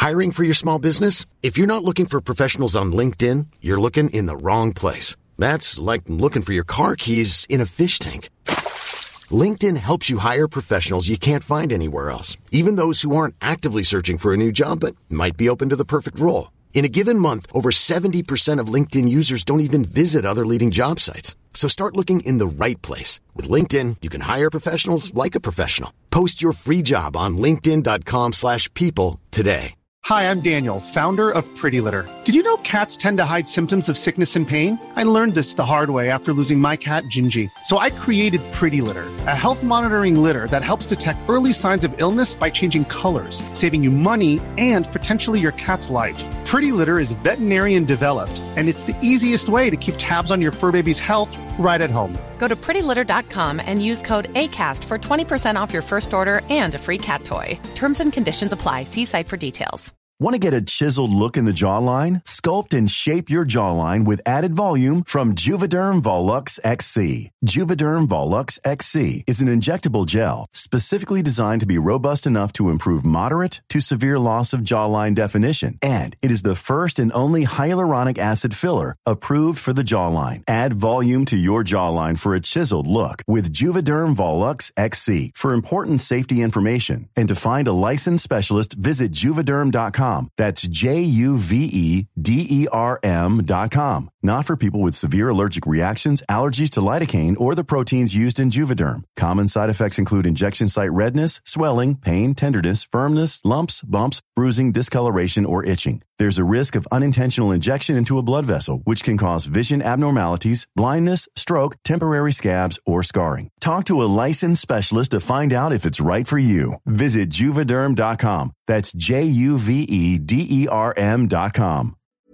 Hiring for your small business? If you're not looking for professionals on LinkedIn, you're looking in the wrong place. That's like looking for your car keys in a fish tank. LinkedIn helps you hire professionals you can't find anywhere else, even those who aren't actively searching for a new job but might be open to the perfect role. In a given month, over 70% of LinkedIn users don't even visit other leading job sites. So start looking in the right place. With LinkedIn, you can hire professionals like a professional. Post your free job on linkedin.com/people today. Hi, I'm Daniel, founder of Pretty Litter. Did you know cats tend to hide symptoms of sickness and pain? I learned this the hard way after losing my cat, Gingy. So I created Pretty Litter, a health monitoring litter that helps detect early signs of illness by changing colors, saving you money and potentially your cat's life. Pretty Litter is veterinarian developed, and it's the easiest way to keep tabs on your fur baby's health right at home. Go to prettylitter.com and use code ACAST for 20% off your first order and a free cat toy. Terms and conditions apply. See site for details. Want to get a chiseled look in the jawline? Sculpt and shape your jawline with added volume from Juvederm Volux XC. Juvederm Volux XC is an injectable gel specifically designed to be robust enough to improve moderate to severe loss of jawline definition. And it is the first and only hyaluronic acid filler approved for the jawline. Add volume to your jawline for a chiseled look with Juvederm Volux XC. For important safety information and to find a licensed specialist, visit juvederm.com. That's JUVEDERM.com. Not for people with severe allergic reactions, allergies to lidocaine, or the proteins used in Juvederm. Common side effects include injection site redness, swelling, pain, tenderness, firmness, lumps, bumps, bruising, discoloration, or itching. There's a risk of unintentional injection into a blood vessel, which can cause vision abnormalities, blindness, stroke, temporary scabs, or scarring. Talk to a licensed specialist to find out if it's right for you. Visit Juvederm.com. That's JUVEDERM.com.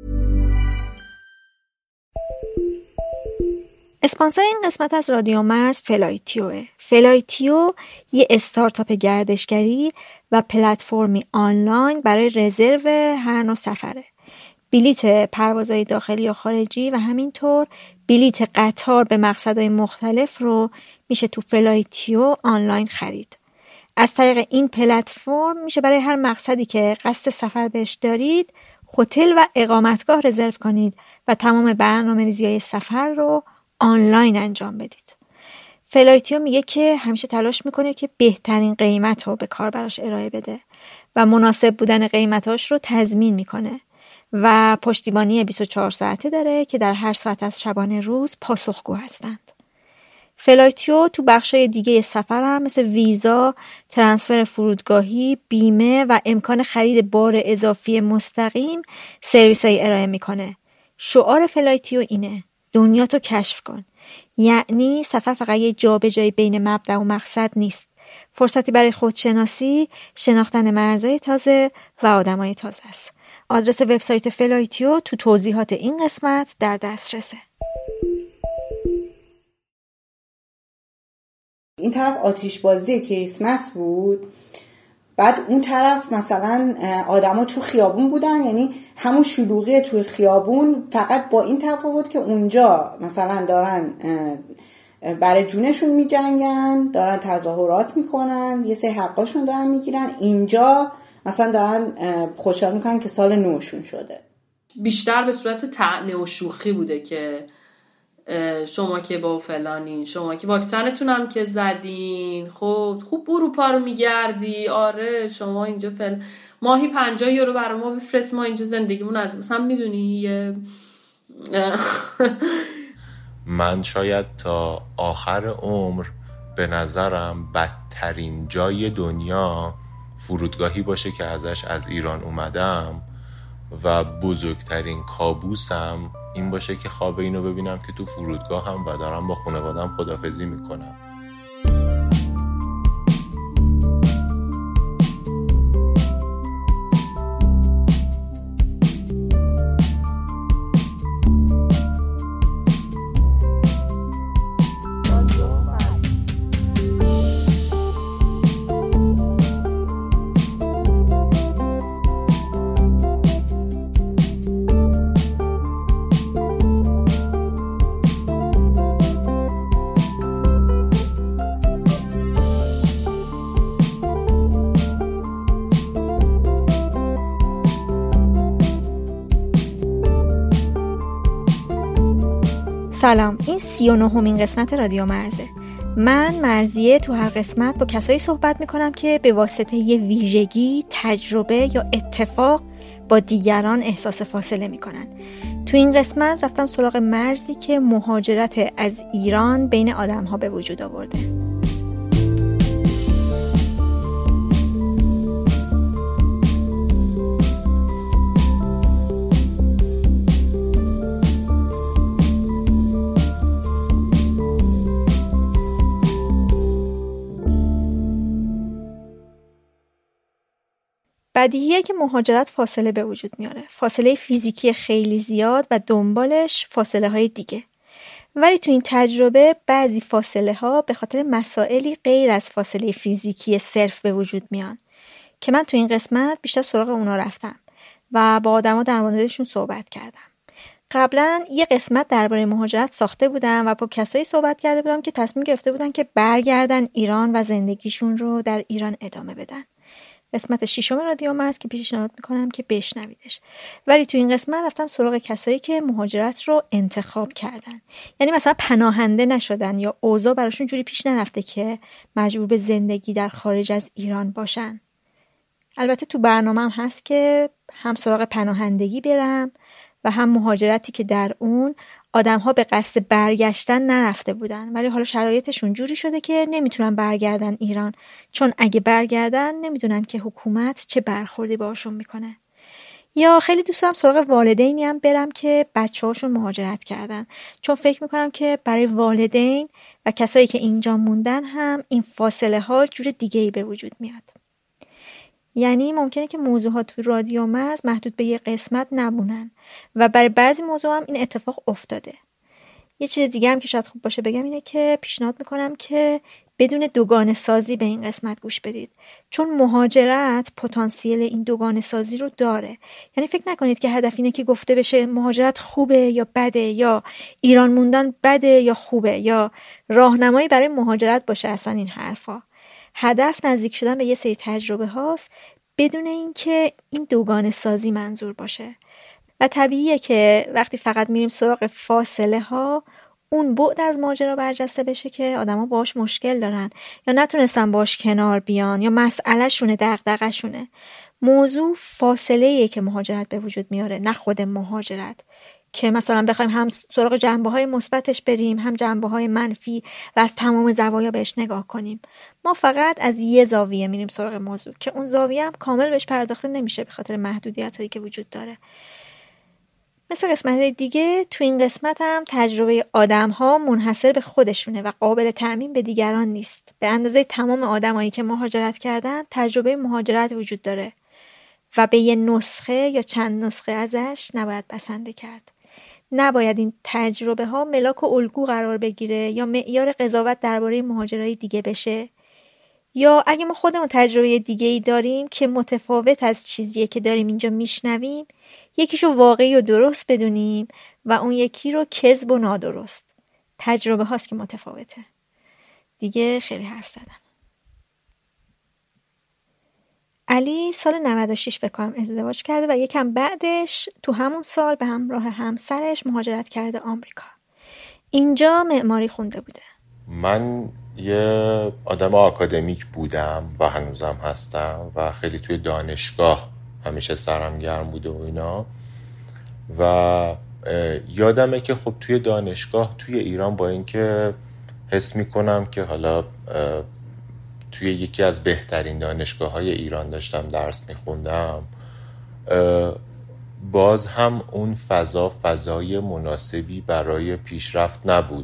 اسپانسر این قسمت از رادیو مرز فلایتیوه. فلایتیو یه استارتاپ گردشگری و پلتفرمی آنلاین برای رزرو هر نوع سفره. بلیت پروازهای داخلی و خارجی و همینطور بلیت قطار به مقصدهای مختلف رو میشه تو فلایتیو آنلاین خرید. از طریق این پلتفرم میشه برای هر مقصدی که قصد سفر بهش دارید هتل و اقامتگاه رزرو کنید و تمام برنامه‌ریزی‌های سفر رو آنلاین انجام بدید. فلایتیو میگه که همیشه تلاش میکنه که بهترین قیمت رو به کاربراش ارائه بده و مناسب بودن قیمتاش رو تضمین میکنه و پشتیبانی 24 ساعته داره که در هر ساعت از شبانه روز پاسخگو هستند. فلایتیو تو بخشای دیگه سفر هم مثل ویزا، ترانسفر فرودگاهی، بیمه و امکان خرید بار اضافی مستقیم سرویسای ارائه میکنه. شعار فلایتیو اینه: دنیا تو کشف کن. یعنی سفر فقط یه جابجایی بین مبدأ و مقصد نیست. فرصتی برای خودشناسی، شناختن مرزهای تازه و آدمای تازه است. آدرس وبسایت فلایتیو تو توضیحات این قسمت در دسترسه. این طرف آتش بازی کریسمس بود، بعد اون طرف مثلا آدما تو خیابون بودن، یعنی همون شلوغی تو خیابون، فقط با این تفاوت که اونجا مثلا دارن برای جونشون میجنگن، دارن تظاهرات میکنن، یه سری حقاشون دارن میگیرن، اینجا مثلا دارن خوشحال میکنن که سال نوشون شده. بیشتر به صورت طعنه و شوخی بوده که شما که با فلانی، شما که واکسنتون هم که زدین، خب خوب اروپا رو میگردی، آره شما اینجا ماهی 50 یورو برای ما بفرست، ما اینجا زندگیمون از مثلا میدونی من شاید تا آخر عمر به نظرم بدترین جای دنیا فرودگاهی باشه که ازش از ایران اومدم و بزرگترین کابوسم این باشه که خواب اینو ببینم که تو فرودگاه هم و دارم با خانواده‌ام خداحافظی میکنم. سلام، این 39مین قسمت رادیو مرزه. من مرزیه تو هر قسمت با کسایی صحبت میکنم که به واسطه یه ویژگی، تجربه یا اتفاق با دیگران احساس فاصله میکنن. تو این قسمت رفتم سراغ مرزی که مهاجرت از ایران بین آدم‌ها به وجود آورده. بدیهیه که مهاجرت فاصله به وجود میاره. فاصله فیزیکی خیلی زیاد و دنبالش فاصله های دیگه. ولی تو این تجربه بعضی فاصله ها به خاطر مسائلی غیر از فاصله فیزیکی صرف به وجود میان که من تو این قسمت بیشتر سراغ اونا رفتم و با آدما در موردشون صحبت کردم. قبلا یه قسمت درباره مهاجرت ساخته بودم و با کسایی صحبت کرده بودم که تصمیم گرفته بودن که برگردن ایران و زندگیشون رو در ایران ادامه بدن. قسمت 6 رادیو مرز که پیشنهاد میکنم که بشنویدش. ولی تو این قسمت رفتم سراغ کسایی که مهاجرت رو انتخاب کردن، یعنی مثلا پناهنده نشدن یا اوضاع براشون جوری پیش نرفته که مجبور به زندگی در خارج از ایران باشن. البته تو برنامه‌ام هست که هم سراغ پناهندگی برم و هم مهاجرتی که در اون آدم‌ها به قصد برگشتن نرفته بودن ولی حالا شرایطشون جوری شده که نمیتونن برگردن ایران، چون اگه برگردن نمیدونن که حکومت چه برخوردی باشون میکنه. یا خیلی دوست دارم سراغ والدینی هم برم که بچه‌هاشون مهاجرت کردن، چون فکر میکنم که برای والدین و کسایی که اینجا موندن هم این فاصله ها جور دیگه‌ای به وجود میاد. یعنی ممکنه که موضوعات تو رادیو مرز محدود به یه قسمت نمونن و برای بعضی موضوع هم این اتفاق افتاده. یه چیز دیگه هم که شاید خوب باشه بگم اینه که پیشنهاد میکنم که بدون دوگانه سازی به این قسمت گوش بدید، چون مهاجرت پتانسیل این دوگانه سازی رو داره. یعنی فکر نکنید که هدف اینه که گفته بشه مهاجرت خوبه یا بده، یا ایران موندن بده یا خوبه، یا راهنمایی برای مهاجرت باشه. اصلا این حرفا. هدف نزدیک شدن به یه سری تجربه هاست بدون اینکه این دوگانه سازی منظور باشه. و طبیعیه که وقتی فقط میریم سراغ فاصله ها اون بعد از ماجرا برجسته بشه که آدما باهاش مشکل دارن یا نتونستن باهاش کنار بیان یا مسئله شونه، دغدغه شونه. موضوع فاصله‌ایه که مهاجرت به وجود میاره، نه خود مهاجرت که مثلا بخوایم هم سراغ جنبه‌های مثبتش بریم هم جنبه‌های منفی و از تمام زوایا بهش نگاه کنیم. ما فقط از یه زاویه میریم سراغ موضوع که اون زاویه هم کامل بهش پرداخته نمیشه به خاطر محدودیتایی که وجود داره. مثل قسمت‌های دیگه تو این قسمت هم تجربه آدم‌ها منحصر به خودشونه و قابل تعمیم به دیگران نیست. به اندازه تمام آدمایی که مهاجرت کردن تجربه مهاجرت وجود داره و به یه نسخه یا چند نسخه ازش نباید بسنده کرد. نباید این تجربه ها ملاک و الگو قرار بگیره یا معیار قضاوت درباره مهاجرای دیگه بشه. یا اگه ما خودمون تجربه دیگه‌ای داریم که متفاوت از چیزیه که داریم اینجا میشنویم، یکیشو واقعی و درست بدونیم و اون یکی رو کذب و نادرست. تجربه هاست که متفاوته. دیگه خیلی حرف زدم. علی سال 96 فکر کنم ازدواج کرده و یکم بعدش تو همون سال به همراه همسرش مهاجرت کرده آمریکا. اینجا معماری خونده بوده. من یه آدم آکادمیک بودم و هنوزم هستم و خیلی توی دانشگاه همیشه سرم گرم بوده و اینا. و یادمه که خب توی دانشگاه توی ایران با اینکه حس میکنم که حالا توی یکی از بهترین دانشگاه‌های ایران داشتم درس میخوندم، باز هم اون فضای مناسبی برای پیشرفت نبود.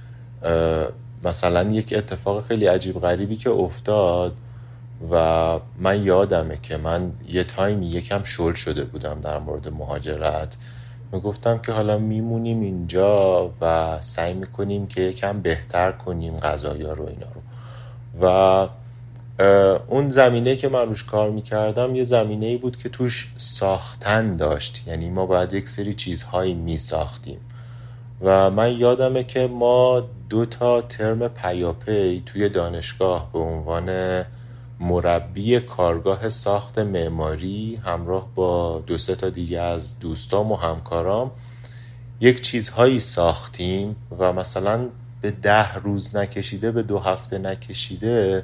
مثلا یک اتفاق خیلی عجیب غریبی که افتاد و من یادمه که من یه تایمی یکم شل شده بودم در مورد مهاجرت. میگفتم که حالا میمونیم اینجا و سعی میکنیم که یکم بهتر کنیم غذایا رو اینا رو. و اون زمینه که من روش کار میکردم یه زمینه‌ای بود که توش ساختن داشت، یعنی ما باید یک سری چیزهایی میساختیم. و من یادمه که ما 2 ترم پیاپی توی دانشگاه به عنوان مربی کارگاه ساخت معماری همراه با 2-3 دیگه از دوستام و همکارام یک چیزهایی ساختیم و مثلا به 10 روز نکشیده، به 2 هفته نکشیده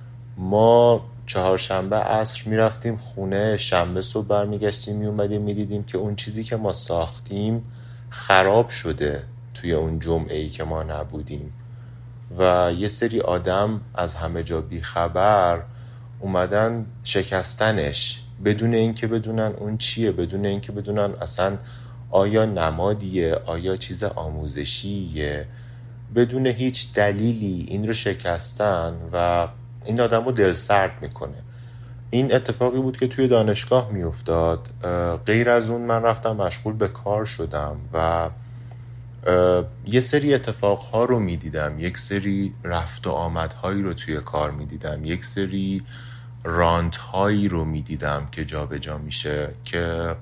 ما چهارشنبه عصر میرفتیم خونه، شنبه صبح برمیگشتیم میومدیم میدیدیم که اون چیزی که ما ساختیم خراب شده توی اون جمعه‌ای که ما نبودیم و یه سری آدم از همه جا بیخبر اومدن شکستنش بدون اینکه بدونن اون چیه، بدون اینکه بدونن اصلا آیا نمادیه، آیا چیز آموزشیه، بدون هیچ دلیلی این رو شکستن و این آدم رو دلسرد میکنه. این اتفاقی بود که توی دانشگاه میافتاد. غیر از اون من رفتم مشغول به کار شدم و یه سری اتفاقها رو میدیدم، یک سری رفت و آمدهایی رو توی کار میدیدم، یک سری رانتهایی رو میدیدم که جا به جا میشه که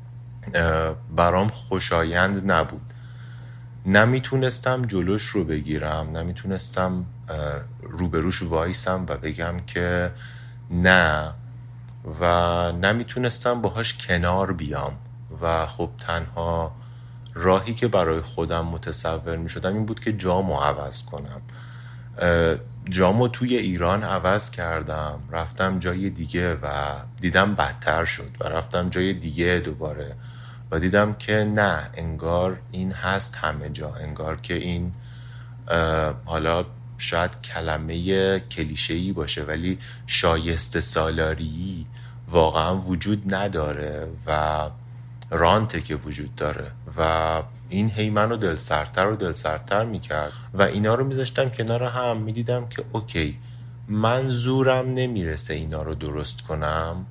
برام خوشایند نبود. نمیتونستم جلوش رو بگیرم، نمیتونستم روبروش وایسم و بگم که نه و نمیتونستم باهاش کنار بیام و خب تنها راهی که برای خودم متصور میشدم این بود که جامو عوض کنم. جامو توی ایران عوض کردم، رفتم جای دیگه و دیدم بدتر شد و رفتم جای دیگه دوباره و دیدم که نه، انگار این هست همه جا، انگار که این حالا شاید کلمه کلیشه‌ای باشه ولی شایسته سالاری واقعا وجود نداره و رانته که وجود داره و این هی منو دلسردتر میکرد و اینا رو میذاشتم کنار هم، میدیدم که اوکی من زورم نمیرسه اینا رو درست کنم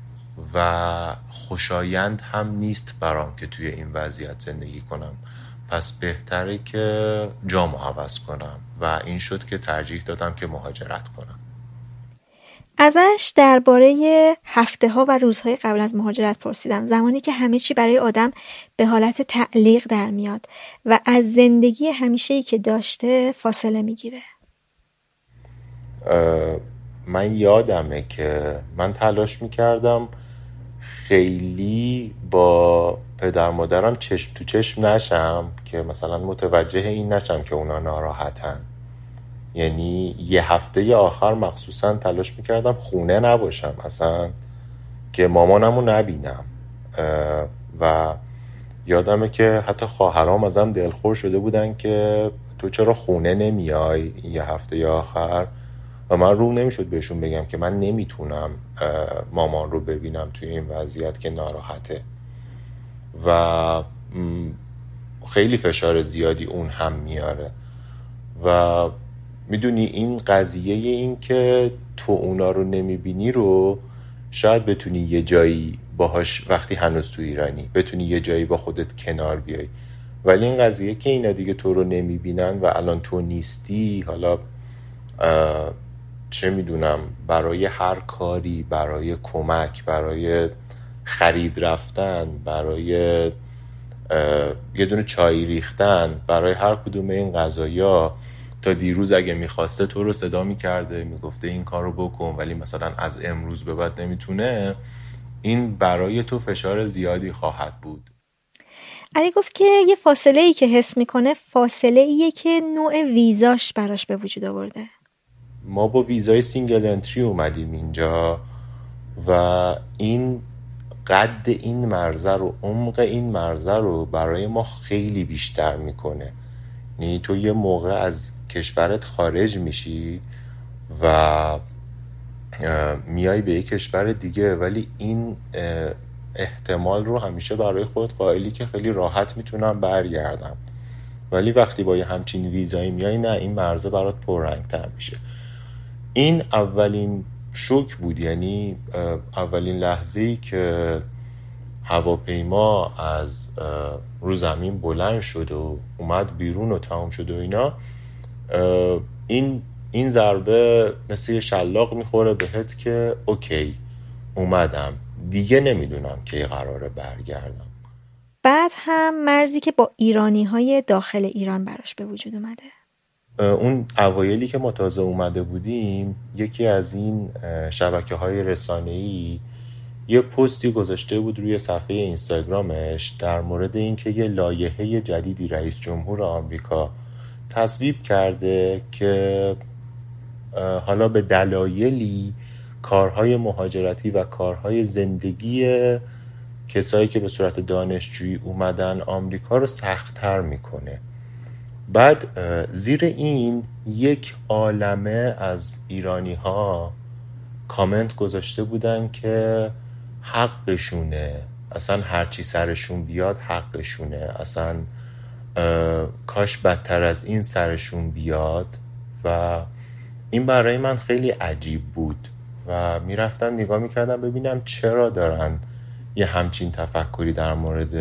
و خوشایند هم نیست برام که توی این وضعیت زندگی کنم، پس بهتره که جامو عوض کنم و این شد که ترجیح دادم که مهاجرت کنم. ازش درباره هفته‌ها و روزهای قبل از مهاجرت پرسیدم، زمانی که همه چی برای آدم به حالت تعلیق در میاد و از زندگی همیشه‌ای که داشته فاصله میگیره. من یادمه که من تلاش میکردم خیلی با پدر مادرم چشم تو چشم نشم که مثلا متوجه این نشم که اونا ناراحتن. یعنی یه هفته آخر مخصوصا تلاش میکردم خونه نباشم اصلا که مامانمو نبینم و یادمه که حتی خواهرام ازم دلخور شده بودن که تو چرا خونه نمیای یه هفته آخر و من روم نمیشد بهشون بگم که من نمیتونم مامان رو ببینم توی این وضعیت که ناراحته و خیلی فشار زیادی اون هم میاره و میدونی این قضیه این که تو اونا رو نمیبینی رو شاید بتونی یه جایی باهاش وقتی هنوز تو ایرانی بتونی یه جایی با خودت کنار بیای، ولی این قضیه که اینا دیگه تو رو نمیبینن و الان تو نیستی، حالا چه میدونم برای هر کاری، برای کمک، برای خرید رفتن، برای یه دونه چای ریختن، برای هر کدوم این قضایا تا دیروز اگه میخواسته تو رو صدا میکرده میگفته این کار رو بکن ولی مثلا از امروز به بعد نمیتونه، این برای تو فشار زیادی خواهد بود. علی گفت که یه فاصله‌ای که حس میکنه فاصله‌ایه که نوع ویزاش براش به وجود آورده. ما با ویزای سینگل انتری اومدیم اینجا و این قد این مرزه رو، عمق این مرزه رو برای ما خیلی بیشتر میکنه. یعنی تو یه موقع از کشورت خارج میشی و میای به یک کشور دیگه ولی این احتمال رو همیشه برای خود قائلی که خیلی راحت میتونم برگردم، ولی وقتی با یه همچین ویزایی میای نه، این مرزه برات پررنگ‌تر میشه. این اولین شوک بود، یعنی اولین لحظه‌ای که هواپیما از رو زمین بلند شد و اومد بیرون و تمام شد و اینا، این ضربه مثل یه شلاق میخوره بهت که اوکی اومدم دیگه، نمیدونم که قراره برگردم. بعد هم مرزی که با ایرانی‌های داخل ایران براش به وجود اومده. اون اوایلی که ما تازه اومده بودیم یکی از این شبکه‌های رسانه‌ای یه پستی گذاشته بود روی صفحه اینستاگرامش در مورد اینکه یه لایحه جدیدی رئیس جمهور آمریکا تصویب کرده که حالا به دلایلی کارهای مهاجرتی و کارهای زندگی کسایی که به صورت دانشجویی اومدن آمریکا رو سخت‌تر میکنه. بعد زیر این یک عالمه از ایرانی ها کامنت گذاشته بودن که حقشونه، اصلا هرچی سرشون بیاد حقشونه، اصلا کاش بدتر از این سرشون بیاد. و این برای من خیلی عجیب بود و میرفتم نگاه میکردم ببینم چرا دارن یه همچین تفکری در مورد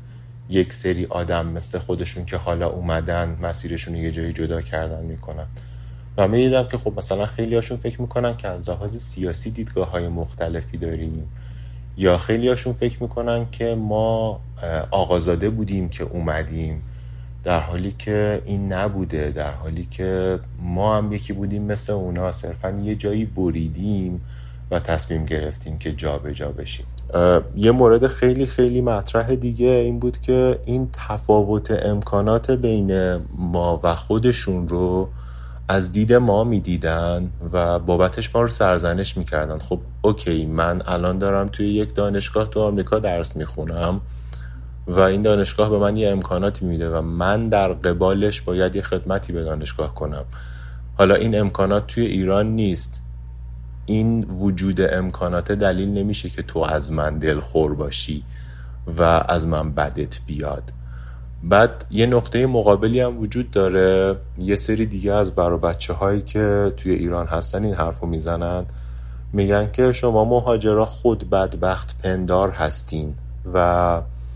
یک سری آدم مثل خودشون که حالا اومدن مسیرشون یه جایی جدا کردن میکنن. و میدیدم که خب مثلا خیلی هاشون فکر میکنن که از لحاظ سیاسی دیدگاه های مختلفی داریم، یا خیلی هاشون فکر میکنن که ما آقازاده بودیم که اومدیم، در حالی که این نبوده، در حالی که ما هم یکی بودیم مثل اونا، صرفا یه جایی بریدیم و تصمیم گرفتیم که جا به جا بشیم. یه مورد خیلی خیلی مطرح دیگه این بود که این تفاوت امکانات بین ما و خودشون رو از دید ما میدیدن و بابتش ما رو سرزنش میکردن. خب اوکی، من الان دارم توی یک دانشگاه تو آمریکا درس میخونم و این دانشگاه به من یه امکاناتی میده و من در قبالش باید یه خدمتی به دانشگاه کنم. حالا این امکانات توی ایران نیست. این وجود امکانات دلیل نمیشه که تو از من دلخور باشی و از من بدت بیاد. بعد یه نقطه مقابلی هم وجود داره. یه سری دیگه از برا بچه هایی که توی ایران هستن این حرفو میزنن، میگن که شما مهاجرا خود بدبخت پندار هستین و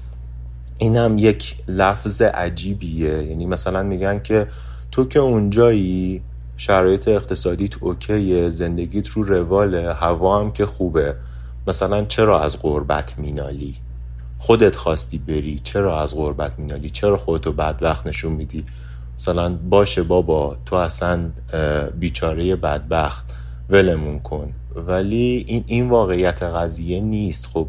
این هم یک لفظ عجیبیه. یعنی مثلا میگن که تو که اونجایی شرایط اقتصادیت اوکیه، زندگیت رو رواله، هوا هم که خوبه، مثلا چرا از غربت مینالی؟ خودت خواستی بری، چرا از غربت مینالی؟ چرا خودتو بدبخت نشون میدی؟ مثلا باشه بابا تو اصلا بیچاره بدبخت، ولمون کن. ولی این واقعیت قضیه نیست. خب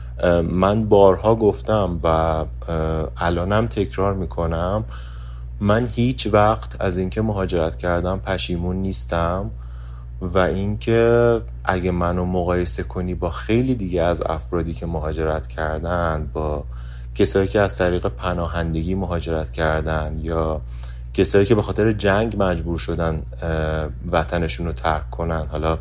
من بارها گفتم و الانم تکرار میکنم، من هیچ وقت از اینکه مهاجرت کردم پشیمون نیستم و اینکه اگه منو مقایسه کنی با خیلی دیگه از افرادی که مهاجرت کردن، با کسایی که از طریق پناهندگی مهاجرت کردن یا کسایی که به خاطر جنگ مجبور شدن وطنشون رو ترک کنن، حالا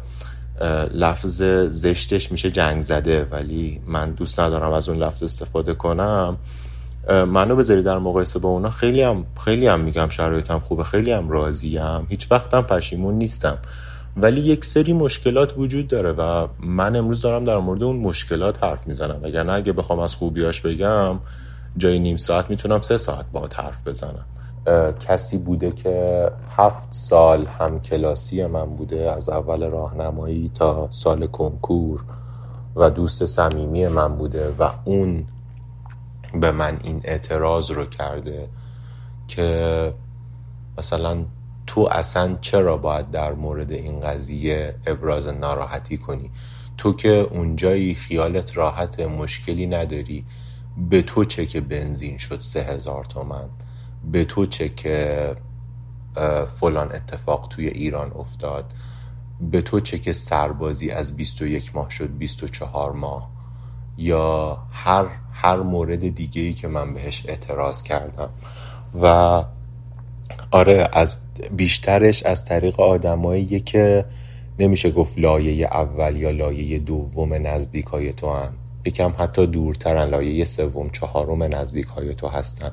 لفظ زشتش میشه جنگ زده ولی من دوست ندارم از اون لفظ استفاده کنم، منو بذاری در مقایسه با اونا، خیلی هم میگم شرایطم خوبه، خیلی هم راضیم، هیچ وقتم پشیمون نیستم. ولی یک سری مشکلات وجود داره و من امروز دارم در مورد اون مشکلات حرف میزنم، وگرنه اگه بخوام از خوبیاش بگم جای نیم ساعت میتونم 3 ساعت باهات حرف بزنم. کسی بوده که 7 سال هم کلاسی من بوده، از اول راهنمایی تا سال کنکور، و دوست صمیمی من بوده و اون به من این اعتراض رو کرده که مثلا تو اصلا چرا باید در مورد این قضیه ابراز ناراحتی کنی؟ تو که اونجایی خیالت راحت، مشکلی نداری، به تو چه که بنزین شد 3000 تومان، به تو چه که فلان اتفاق توی ایران افتاد، به تو چه که سربازی از 21 ماه شد 24 ماه، یا هر مورد دیگه‌ای که من بهش اعتراض کردم. و آره، از بیشترش از طریق آدماییه که نمیشه گفت لایه اول یا لایه دوم نزدیکای تو هن، یکم حتی دورترن، لایه سوم چهارم نزدیکای تو هستن،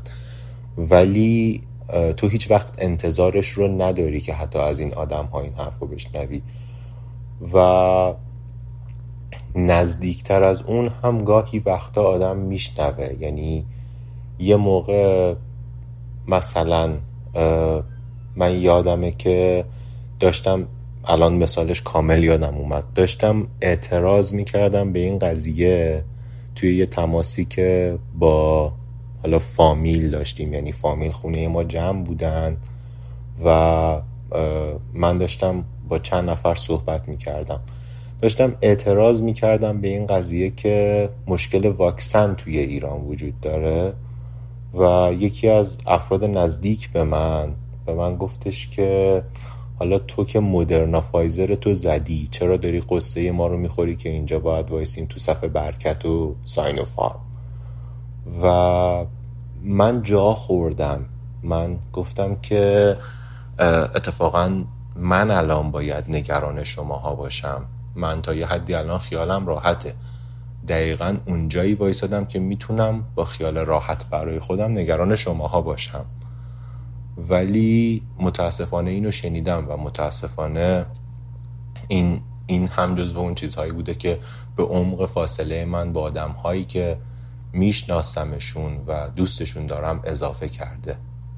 ولی تو هیچ وقت انتظارش رو نداری که حتی از این آدم ها این حرف رو بشنوی. و نزدیکتر از اون هم گاهی وقتا آدم میشنوه. یعنی یه موقع مثلا من یادمه که داشتم، الان مثالش کامل یادم اومد، داشتم اعتراض میکردم به این قضیه توی یه تماسی که با حالا فامیل داشتیم، یعنی فامیل خونه ما جمع بودن و من داشتم با چند نفر صحبت میکردم. داشتم اعتراض میکردم به این قضیه که مشکل واکسن توی ایران وجود داره و یکی از افراد نزدیک به من گفتش که حالا تو که مدرنا فایزر تو زدی، چرا داری قصه ما رو میخوری که اینجا باید وایسیم تو صف برکت و ساینوفارم؟ و من جا خوردم. من گفتم که اتفاقا من الان باید نگران شماها باشم. من تا یه حدی الان خیالم راحته، دقیقاً اونجایی وایسادم که میتونم با خیال راحت برای خودم نگران شماها باشم. ولی متاسفانه اینو شنیدم و متاسفانه این هم جزو اون چیزهایی بوده که به عمق فاصله من با آدم‌هایی که میشناسمشون و دوستشون دارم اضافه کرده.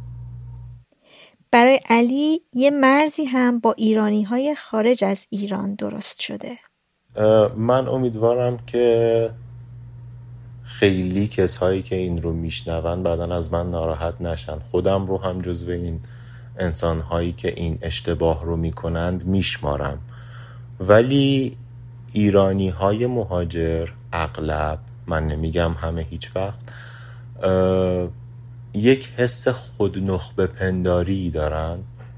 برای علی یه مرزی هم با ایرانی‌های خارج از ایران درست شده. من امیدوارم که خیلی کسایی که این رو میشنون بعدن از من ناراحت نشن. خودم رو هم جزو این انسانهایی که این اشتباه رو میکنند میشمارم. ولی ایرانی‌های مهاجر اغلب، من نمیگم همه، هیچ وقت یک حس خودنخبه پنداری دارن.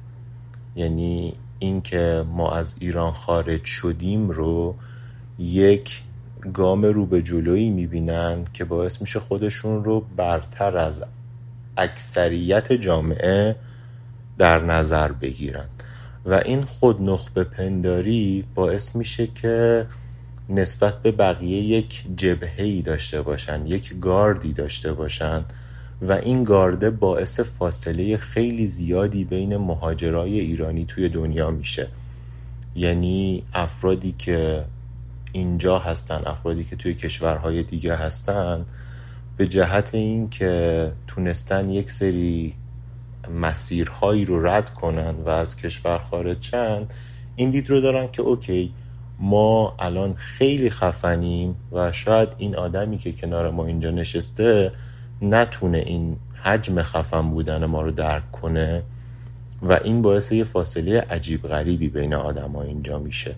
یعنی این که ما از ایران خارج شدیم رو یک گام رو به جلویی میبینن که باعث میشه خودشون رو برتر از اکثریت جامعه در نظر بگیرن و این خودنخبه پنداری باعث میشه که نسبت به بقیه یک جبهه‌ای داشته باشن، یک گاردی داشته باشن و این گارده باعث فاصله خیلی زیادی بین مهاجرای ایرانی توی دنیا میشه. یعنی افرادی که اینجا هستن، افرادی که توی کشورهای دیگه هستن، به جهت این که تونستن یک سری مسیرهایی رو رد کنن و از کشور خارج شن، این دید رو دارن که اوکی، ما الان خیلی خفنیم و شاید این آدمی که کنار ما اینجا نشسته نتونه این حجم خفن بودن ما رو درک کنه و این باعث یه فاصله عجیب غریبی بین آدم ها اینجا میشه.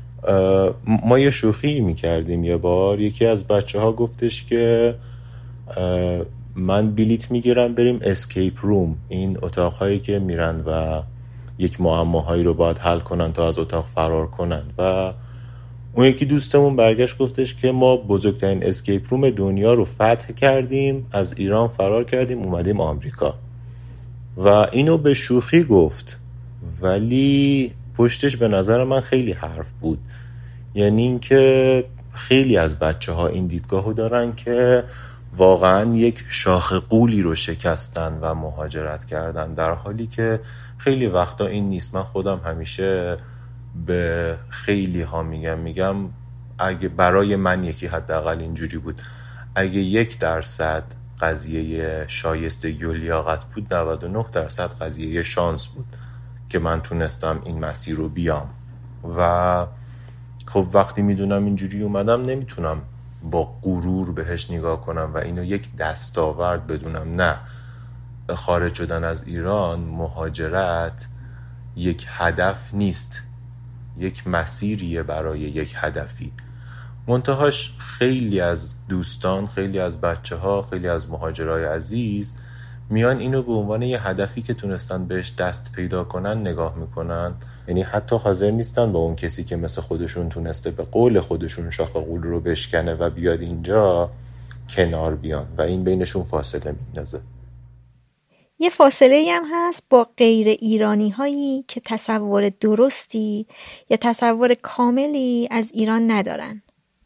ما یه شوخی میکردیم یه بار، یکی از بچه ها گفتش که من بلیت میگیرم بریم اسکیپ روم، این اتاقهایی که میرن و یک معماهایی رو باید حل کنن تا از اتاق فرار کنن. و اون یکی دوستمون برگشت گفتش که ما بزرگترین اسکیپ روم دنیا رو فتح کردیم، از ایران فرار کردیم اومدیم آمریکا. و اینو به شوخی گفت ولی پشتش به نظر من خیلی حرف بود. یعنی این که خیلی از بچه ها این دیدگاهو دارن که واقعا یک شاخ قولی رو شکستن و مهاجرت کردن، در حالی که خیلی وقتا این نیست. من خودم همیشه به خیلی ها میگم اگه برای من یکی حداقل اینجوری بود، اگه 1% قضیه شایستگی و لیاقت بود، 99% قضیه شانس بود که من تونستم این مسیر رو بیام. و خب وقتی میدونم اینجوری اومدم نمیتونم با غرور بهش نگاه کنم و اینو یک دستاورد بدونم. نه، خارج شدن از ایران، مهاجرت یک هدف نیست، یک مسیریه برای یک هدفی. منتهاش خیلی از دوستان، خیلی از بچه ها، خیلی از مهاجرای عزیز میان اینو به عنوان یه هدفی که تونستن بهش دست پیدا کنن نگاه میکنن. یعنی حتی حاضر نیستن با اون کسی که مثل خودشون تونسته به قول خودشون شاخ قول رو بشکنه و بیاد اینجا کنار بیان و این بینشون فاصله میندازه. یه فاصله هم هست با غیر ایرانی هایی که تصور درستی یا تصور کاملی از ایران ندارن.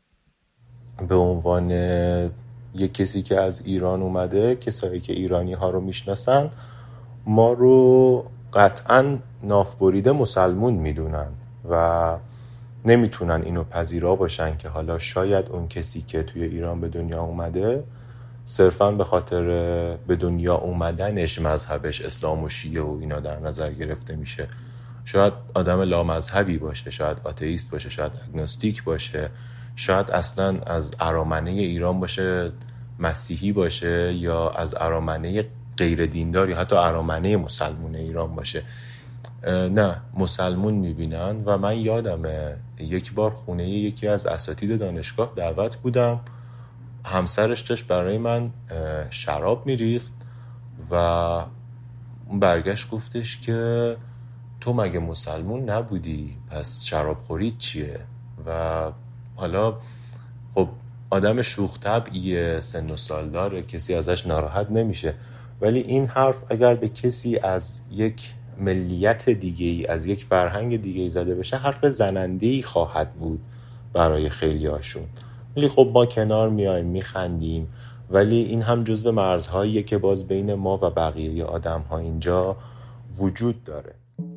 به عنوان یک کسی که از ایران اومده، کسایی که ایرانی ها رو میشناسن ما رو قطعاً نافبریده مسلمون میدونن و نمیتونن اینو پذیرا باشن که حالا شاید اون کسی که توی ایران به دنیا اومده صرفاً به خاطر به دنیا اومدنش مذهبش اسلام و شیعه و اینا در نظر گرفته میشه. شاید آدم لامذهبی باشه، شاید آتئیست باشه، شاید اگنوستیک باشه، شاید اصلاً از ارامنه ایران باشه، مسیحی باشه، یا از ارامنه غیر دیندار یا حتی ارامنه مسلمون ایران باشه. نه مسلمون میبینن. و من یادمه یک بار خونه یکی از اساتید دانشگاه دعوت بودم، همسرش داشت برای من شراب میریخت و اون برگشت گفتش که تو مگه مسلمون نبودی؟ پس شراب خورید چیه؟ و حالا خب آدم شوخ طبعیه، سن و سال داره، کسی ازش ناراحت نمیشه، ولی این حرف اگر به کسی از یک ملیت دیگه‌ای، از یک فرهنگ دیگه‌ای زده بشه، حرف زننده‌ای خواهد بود برای خیلی هاشون. ولی خب ما کنار میایم میخندیم، ولی این هم جزو مرزهاییه که باز بین ما و بقیه آدم ها اینجا وجود داره.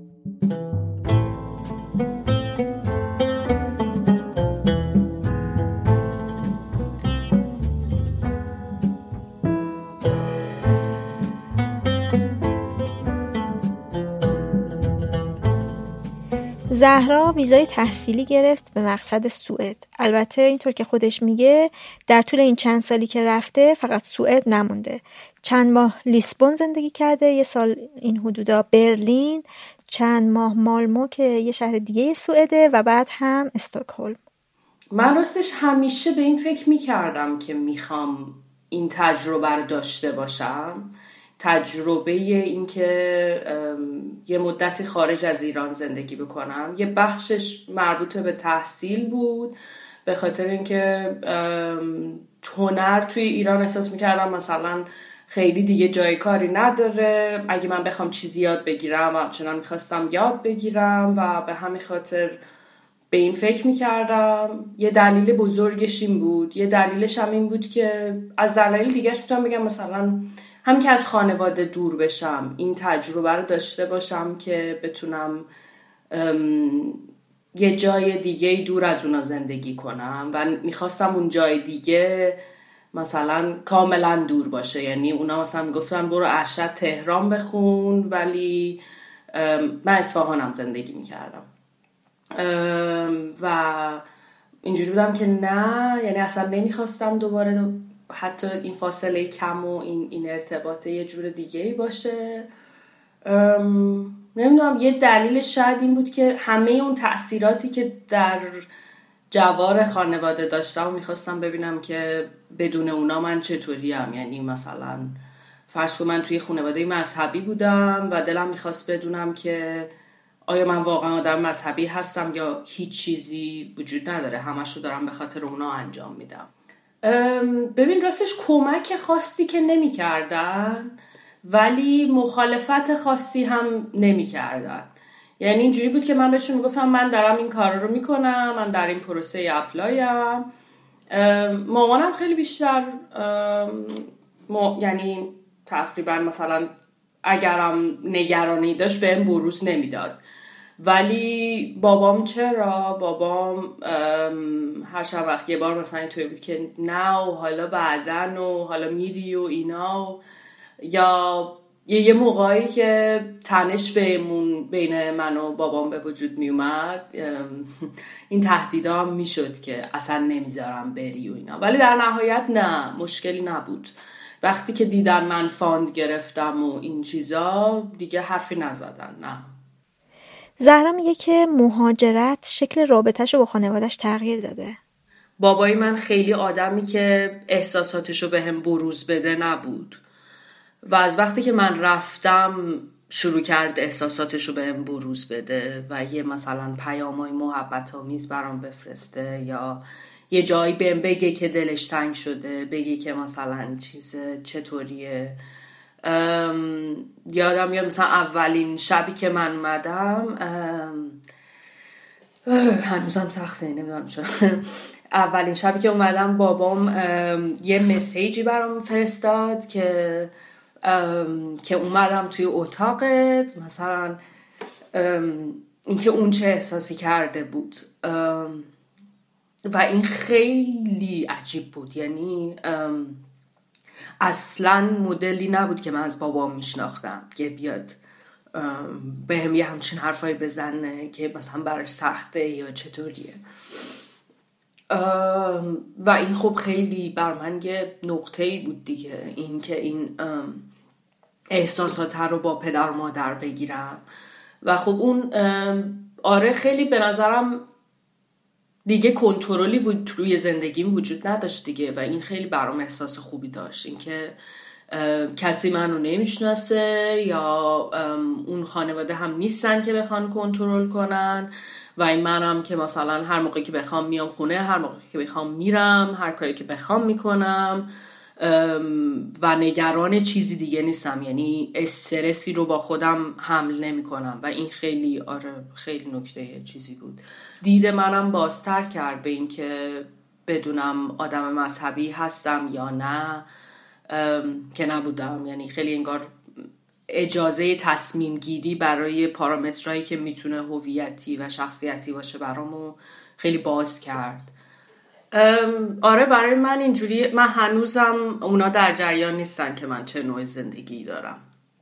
زهرا ویزای تحصیلی گرفت به مقصد سوئد. البته اینطور که خودش میگه در طول این چند سالی که رفته فقط سوئد نمونده. چند ماه لیسبون زندگی کرده، یه سال این حدودا برلین، چند ماه مالمو که یه شهر دیگه سوئده و بعد هم استکهلم. من راستش همیشه به این فکر میکردم که میخوام این تجربه رو داشته باشم، تجربه این که یه مدتی خارج از ایران زندگی بکنم. یه بخشش مربوط به تحصیل بود، به خاطر اینکه هنر توی ایران احساس میکردم مثلا خیلی دیگه جای کاری نداره، اگه من بخوام چیزی یاد بگیرم و همچنان میخواستم یاد بگیرم و به همین خاطر به این فکر میکردم. یه دلیل بزرگش این بود. یه دلیلش هم این بود که از دلایل دیگهش میتونم بگم مثلا همین که از خانواده دور بشم، این تجربه رو داشته باشم که بتونم یه جای دیگه دور از اونا زندگی کنم و میخواستم اون جای دیگه مثلا کاملا دور باشه. یعنی اونا مثلا میگفتن برو ارشد تهران بخون، ولی من اصفهانم زندگی میکردم و اینجوری بودم که نه، یعنی اصلا نمیخواستم دوباره حتی این فاصله کم و این ارتباط یه جور دیگه‌ای باشه. نمیدونم، یه دلیلش شاید این بود که همه اون تأثیراتی که در جوار خانواده داشتم و میخواستم ببینم که بدون اونا من چطوریم. یعنی مثلا فرض کن من توی خانواده مذهبی بودم و دلم میخواست بدونم که آیا من واقعا آدم مذهبی هستم یا هیچ چیزی وجود نداره، همشو دارم به خاطر اونا انجام میدم. ببین راستش کمک خاصی که نمی کردن، ولی مخالفت خاصی هم نمی کردن. یعنی اینجوری بود که من بهشون میگفتم من دارم این کارا رو میکنم، من در این پروسه اپلایم. مامانم خیلی بیشتر یعنی تقریبا مثلا اگرم نگرانی داشت بهم بروز نمیداد، ولی بابام چرا؟ بابام هر شب وقت یه بار مثلا توی بود که نه و حالا بعدن و حالا میری و اینا یا یه موقعی که تنش بین من و بابام به وجود می اومد، این تهدیدا هم میشد که اصلا نمیذارم بری و اینا، ولی در نهایت نه، مشکلی نبود. وقتی که دیدن من فاند گرفتم و این چیزا دیگه حرفی نزدن. نه. زهرا میگه که مهاجرت شکل رابطه‌شو با خانواده‌اش تغییر داده. بابای من خیلی آدمی که احساساتشو بهم بروز بده نبود و از وقتی که من رفتم شروع کرد احساساتشو بهم بروز بده و یه مثلا پیامای محبت آمیز برام بفرسته یا یه جایی بهم بگه که دلش تنگ شده، بگه که مثلا چیز چطوریه. یادم میاد مثلا اولین شبی که من اومدم، هنوزم سخته نمیدونم چرا، اولین شبی که اومدم بابام یه مسیجی برام فرستاد که اومدم توی اتاقت، مثلا اینکه اون چه احساسی کرده بود و این خیلی عجیب بود. یعنی اصلا مدلی نبود که من از بابام میشناختم که بیاد به هم یه همچین حرفایی بزنه که مثلا براش سخته یا چطوریه. و این خب خیلی بر من یه نقطه‌ای بود دیگه، این که این احساسات رو با پدر و مادر بگیرم و خب اون آره خیلی به نظرم دیگه کنترلی روی زندگیم وجود نداشت دیگه و این خیلی برام احساس خوبی داشت، اینکه کسی منو نمیشناسه یا اون خانواده هم نیستن که بخوان کنترل کنن و این منم که مثلا هر موقعی که بخوام میام خونه، هر موقعی که بخوام میرم، هر کاری که بخوام میکنم و نگران چیزی دیگه نیستم، یعنی استرسی رو با خودم حمل نمی کنم و این خیلی خیلی نکته چیزی بود. دید منم بازتر کرد به این که بدونم آدم مذهبی هستم یا نه، که نبودم. یعنی خیلی انگار اجازه تصمیم گیری برای پارامترهایی که میتونه هویتی و شخصیتی باشه برامو خیلی باز کرد. آره برای من اینجوری، من هنوزم اونا در جریان نیستن که من چه نوع زندگی دارم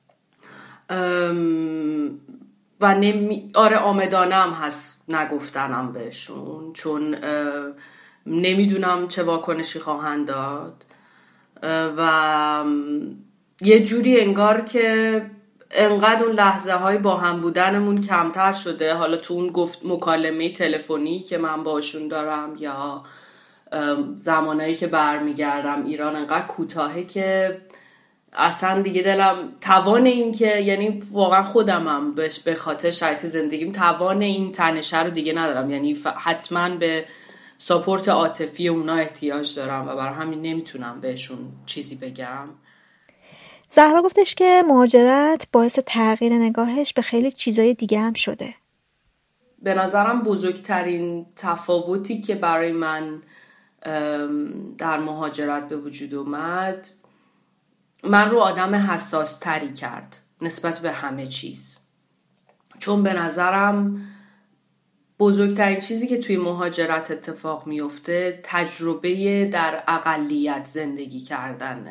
و آمدانه هم هست نگفتنم بهشون، چون نمیدونم چه واکنشی خواهند داد و یه جوری انگار که انقدر اون لحظه های با هم بودنمون کمتر شده، حالا تو اون مکالمه تلفنی که من باشون دارم یا زمانایی که برمیگردم ایران انقدر کوتاهه که اصلا دیگه دلم توان این که، یعنی واقعا خودمم به خاطر شرایط زندگیم توان این تنشه رو دیگه ندارم، یعنی حتما به ساپورت عاطفی اونا احتیاج دارم و برای همین نمیتونم بهشون چیزی بگم. زهرا گفتش که مهاجرت باعث تغییر نگاهش به خیلی چیزای دیگه هم شده. به نظرم بزرگترین تفاوتی که برای من در مهاجرت به وجود اومد، من رو آدم حساس تری کرد نسبت به همه چیز. چون به نظرم بزرگترین چیزی که توی مهاجرت اتفاق میفته تجربه در اقلیت زندگی کردنه.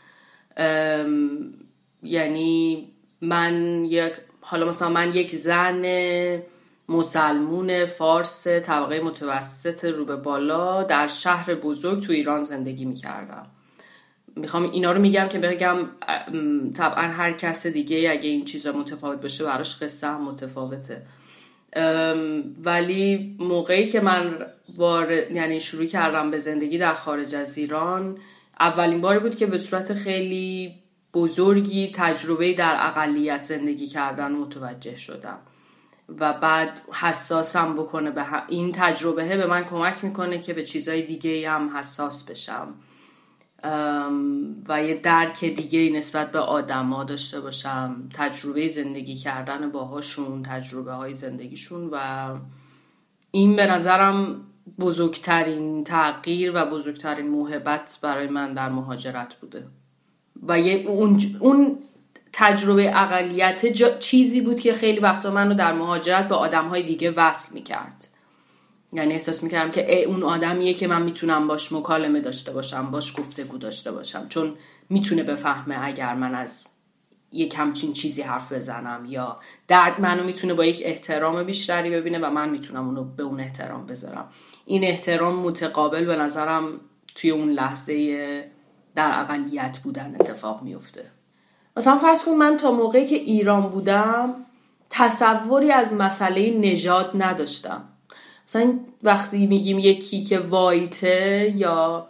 یعنی من یک زن مسلمون فارس طبقه متوسط رو به بالا در شهر بزرگ تو ایران زندگی میکردم. میخوام اینا رو میگم که بگم طبعا هر کس دیگه اگه این چیزا متفاوت باشه براش قصه هم متفاوته، ولی موقعی که من یعنی شروع کردم به زندگی در خارج از ایران، اولین باری بود که به صورت خیلی بزرگی تجربه در اقلیت زندگی کردن متوجه شدم و بعد حساسم بکنه به این تجربه به من کمک میکنه که به چیزهای دیگه هم حساس بشم و یه درک دیگه نسبت به آدما داشته باشم، تجربه زندگی کردن باهاشون، تجربه های زندگیشون، و این به نظرم بزرگترین تغییر و بزرگترین موهبت برای من در مهاجرت بوده و اون تجربه اقلیت چیزی بود که خیلی وقتا منو در مهاجرت به آدم‌های دیگه وصل می‌کرد. یعنی احساس می‌کردم که اون آدمیه که من میتونم باش مکالمه داشته باشم، باش گفتگو داشته باشم، چون میتونه بفهمه اگر من از یک همچین چیزی حرف بزنم، یا درد منو میتونه با یک احترام بیشتری ببینه و من میتونم اونو به اون احترام بذارم. این احترام متقابل به نظرم توی اون لحظه در اقلیت بودن اتفاق میفته. مثلا فرض کن من تا موقعی که ایران بودم تصوری از مسئله نژاد نداشتم. مثلا وقتی میگیم یکی که وایته یا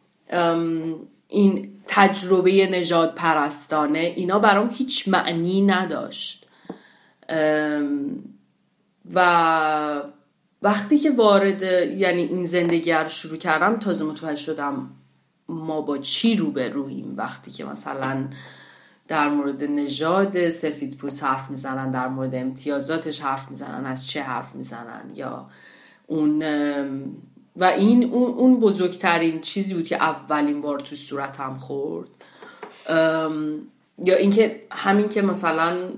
این تجربه نژاد پرستانه، اینا برام هیچ معنی نداشت و وقتی که وارد یعنی این زندگی رو شروع کردم تازه متوجه شدم ما با چی روبرویم. وقتی که مثلا در مورد نژاد سفیدپوست حرف میزنن، در مورد امتیازاتش حرف میزنن، از چه حرف میزنن، یا و این اون بزرگترین چیزی بود که اولین بار تو صورتم خورد. یا اینکه همین که مثلا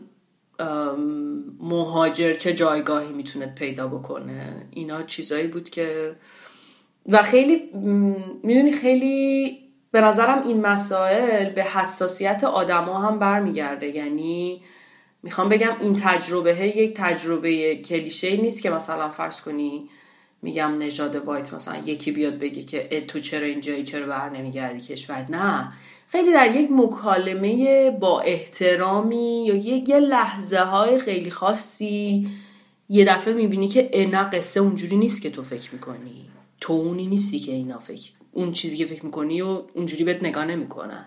مهاجر چه جایگاهی میتونه پیدا بکنه، اینا چیزایی بود که و خیلی میدونی خیلی به نظرم این مسائل به حساسیت آدما هم برمیگرده. یعنی میخوام بگم این تجربه یک تجربه کلیشه‌ای نیست که مثلا فرض کنی میگم نژاد وایت مثلا یکی بیاد بگه که تو چرا اینجایی، چرا بر نمیگردی کشور. نه، خیلی در یک مکالمه با احترامی یا یه لحظه های خیلی خاصی یه دفعه میبینی که نه قصه اونجوری نیست که تو فکر میکنی، تو اونی نیستی که اینا اون چیزی که فکر میکنی و اونجوری بهت نگاه نمیکنن.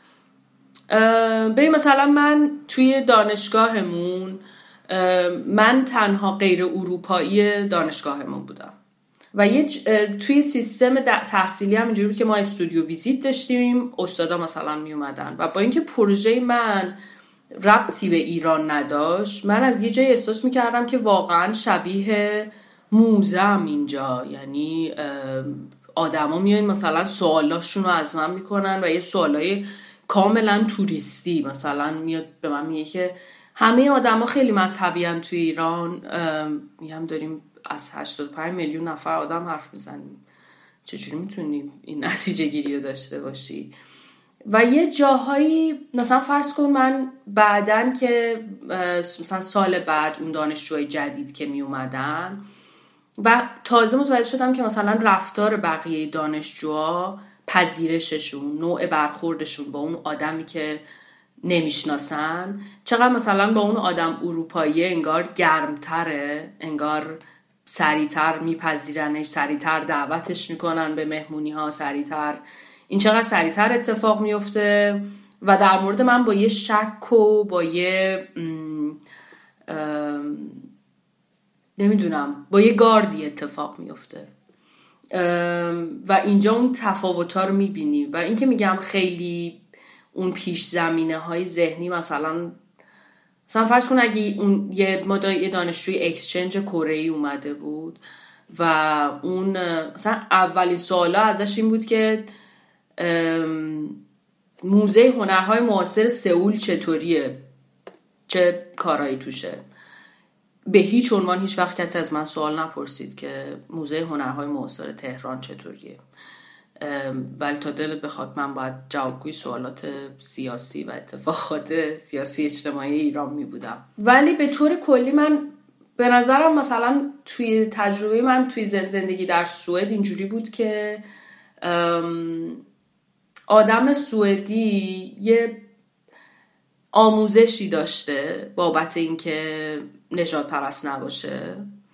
ببین مثلا من توی دانشگاهمون من تنها غیر اروپایی دانشگاهمون بودم و توی سیستم تحصیلی هم اینجوری بود که ما استودیو ویزیت داشتیم، استادا مثلا می اومدن و با اینکه پروژه من ربطی به ایران نداشت، من از یه جای احساس میکردم که واقعا شبیه موزم اینجا. یعنی آدما میان مثلا سوالاشون رو از من میکنن و یه سوالای کاملا توریستی، مثلا میاد به من میگه که همه آدما خیلی مذهبی ان توی ایران. میگم داریم از 85 میلیون نفر آدم حرف میزنیم، چجوری میتونی این نتیجه گیری رو داشته باشی؟ و یه جاهایی مثلا فرض کن من بعدن که مثلا سال بعد اون دانشجوهای جدید که می اومدن و تازه متوجه شدم که مثلا رفتار بقیه دانشجوها، پذیرششون، نوع برخوردشون با اون آدمی که نمیشناسن چقدر مثلا با اون آدم اروپایی انگار گرمتره، انگار سریعتر میپذیرنش، سریعتر دعوتش میکنن به مهمونی ها، سریعتر این چقدر سریعتر اتفاق میفته و در مورد من با یه شک و با یه نمیدونم با یه گاردی اتفاق میفته و اینجا اون تفاوت‌ها رو میبینی. و این که میگم خیلی اون پیش زمینه های ذهنی، مثلا فرض کن اگه اون یه دانشجوی اکسچنج کره‌ای اومده بود و اون مثلا اولین سوالا ازش این بود که موزه هنرهای معاصر سئول چطوریه، چه کارایی توشه. به هیچ عنوان هیچ وقت کسی از من سوال نپرسید که موزه هنرهای معاصر تهران چطوریه، ولی تا دلت بخواد من باید جوابگوی سوالات سیاسی و اتفاقات سیاسی اجتماعی ایران می بودم. ولی به طور کلی من به نظرم مثلا توی تجربه من توی زندگی در سوئد اینجوری بود که آدم سوئدی یه آموزشی داشته بابت اینکه نژاد پرست نباشه،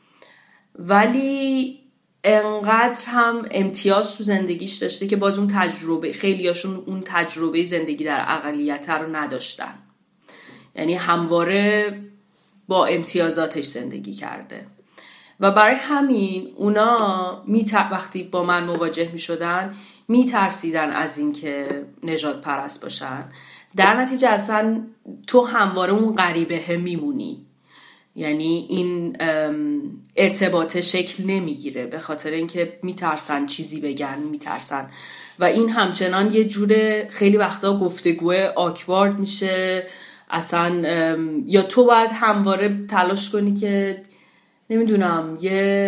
ولی انقدر هم امتیاز تو زندگیش داشته که باز اون تجربه، خیلیاشون اون تجربه زندگی در اقلیت رو نداشتن، یعنی همواره با امتیازاتش زندگی کرده و برای همین اونا وقتی با من مواجه می شدن می ترسیدن از این که نژاد پرست باشن. در نتیجه اصلا تو همواره اون غریبه میمونی، یعنی این ارتباط شکل نمیگیره به خاطر اینکه میترسن چیزی بگن، میترسن و این همچنان یه جور خیلی وقتا گفتگوه آکوارد میشه اصلا. یا تو باید همواره تلاش کنی که نمیدونم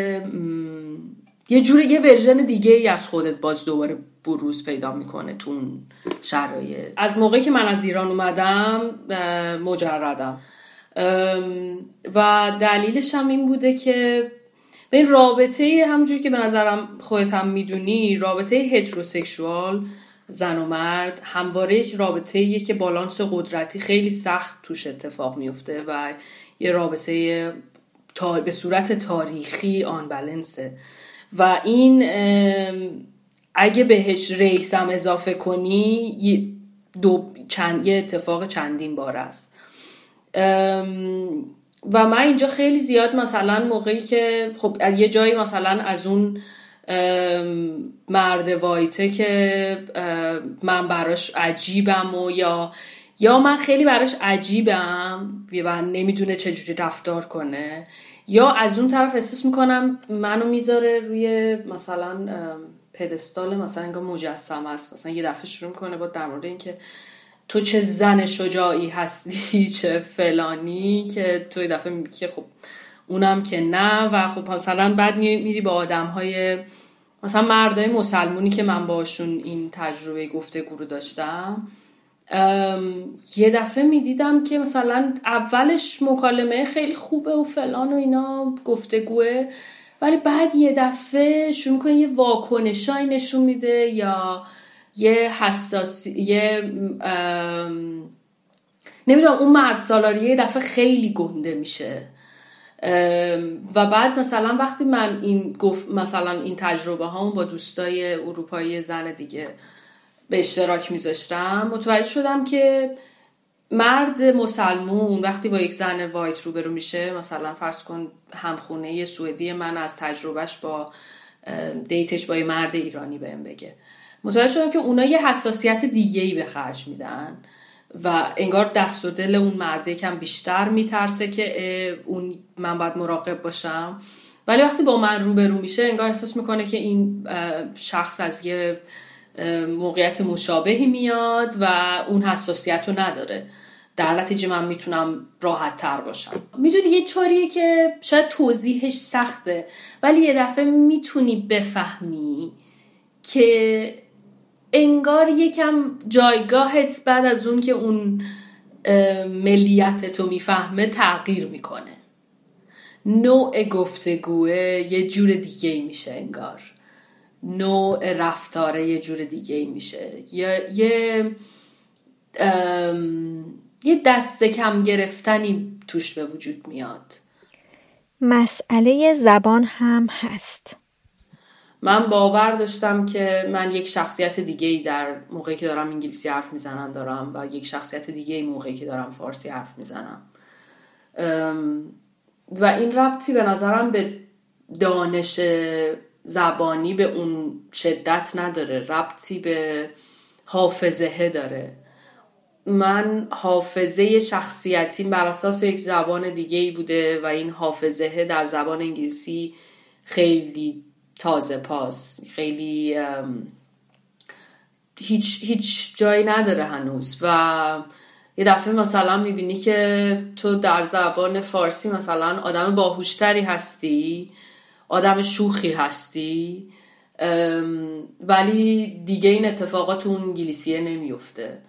یه جور یه ورژن دیگه ای از خودت باز دوباره بروز پیدا میکنه تو اون شرایط. از موقعی که من از ایران اومدم مجردم و دلیلش هم این بوده که به این رابطه، همونجوری که به نظرم خودت هم میدونی، رابطه هتروسکشوال زن و مرد همواره یک رابطه‌ایه که بالانس قدرتی خیلی سخت توش اتفاق میفته و یه رابطه به صورت تاریخی آن بالانسه و این اگه بهش ریسم اضافه کنی یه اتفاق چندین بار است. و من اینجا خیلی زیاد مثلا موقعی که خب یه جایی مثلا از اون مرد وایته که من براش عجیبم و یا من خیلی براش عجیبم و نمیدونه چجوری رفتار کنه، یا از اون طرف احساس میکنم منو میذاره روی مثلا پدستال، مثلا انگار مجسمه است، مثلا یه دفعه شروع میکنه با در مورد این که تو چه زن شجاعی هستی، چه فلانی، که تو یه دفعه میگی که خب اونم که نه. و خب مثلا بعد میری با آدم‌های مثلا مردای مسلمونی که من باشون این تجربه گفتگو رو داشتم، یه دفعه میدیدم که مثلا اولش مکالمه خیلی خوبه و فلان و اینا، گفتگوه، ولی بعد یه دفعه شروع میکنه یه واکنشایی نشون میده یا یه نمیدونم اون مرد سالاریه یه دفعه خیلی گنده میشه. و بعد مثلا وقتی من این تجربه هامون با دوستای اروپایی زن دیگه به اشتراک میذاشتم، متوجه شدم که مرد مسلمون وقتی با یک زن وایت روبرو میشه، مثلا فرض کن همخونه سوئدی من از تجربهش با دیتش با یه مرد ایرانی بهم بگه، متوجه شدم که اونا یه حساسیت دیگه‌ای به خرج میدن و انگار دست و دل اون مرده کم بیشتر میترسه که من باید مراقب باشم. ولی وقتی با من روبرو میشه انگار احساس میکنه که این شخص از یه موقعیت مشابهی میاد و اون حساسیت رو نداره، در نتیجه من میتونم راحت تر باشم. میدونی یه طوریه که شاید توضیحش سخته ولی یه دفعه میتونی بفهمی که انگار یکم جایگاهت بعد از اون که اون ملیتتو میفهمه تغییر میکنه، نوع گفتگوه یه جور دیگه میشه، انگار نوع رفتاره یه جور دیگه میشه، یه دست کم گرفتنی توش به وجود میاد. مسئله زبان هم هست. من باور داشتم که من یک شخصیت دیگه‌ای در موقعی که دارم انگلیسی حرف میزنم دارم و یک شخصیت دیگه‌ای موقعی که دارم فارسی حرف میزنم و این ربطی به نظرم به دانش زبانی به اون شدت نداره، ربطی به حافظه داره. من حافظه شخصیتیم بر اساس یک زبان دیگه‌ای بوده و این حافظه در زبان انگلیسی خیلی تازه پاس، خیلی هیچ جایی نداره هنوز. و یه دفعه مثلا میبینی که تو در زبان فارسی مثلا آدم باهوشتری هستی، آدم شوخی هستی، ولی دیگه این اتفاقات اون انگلیسیه نمیفته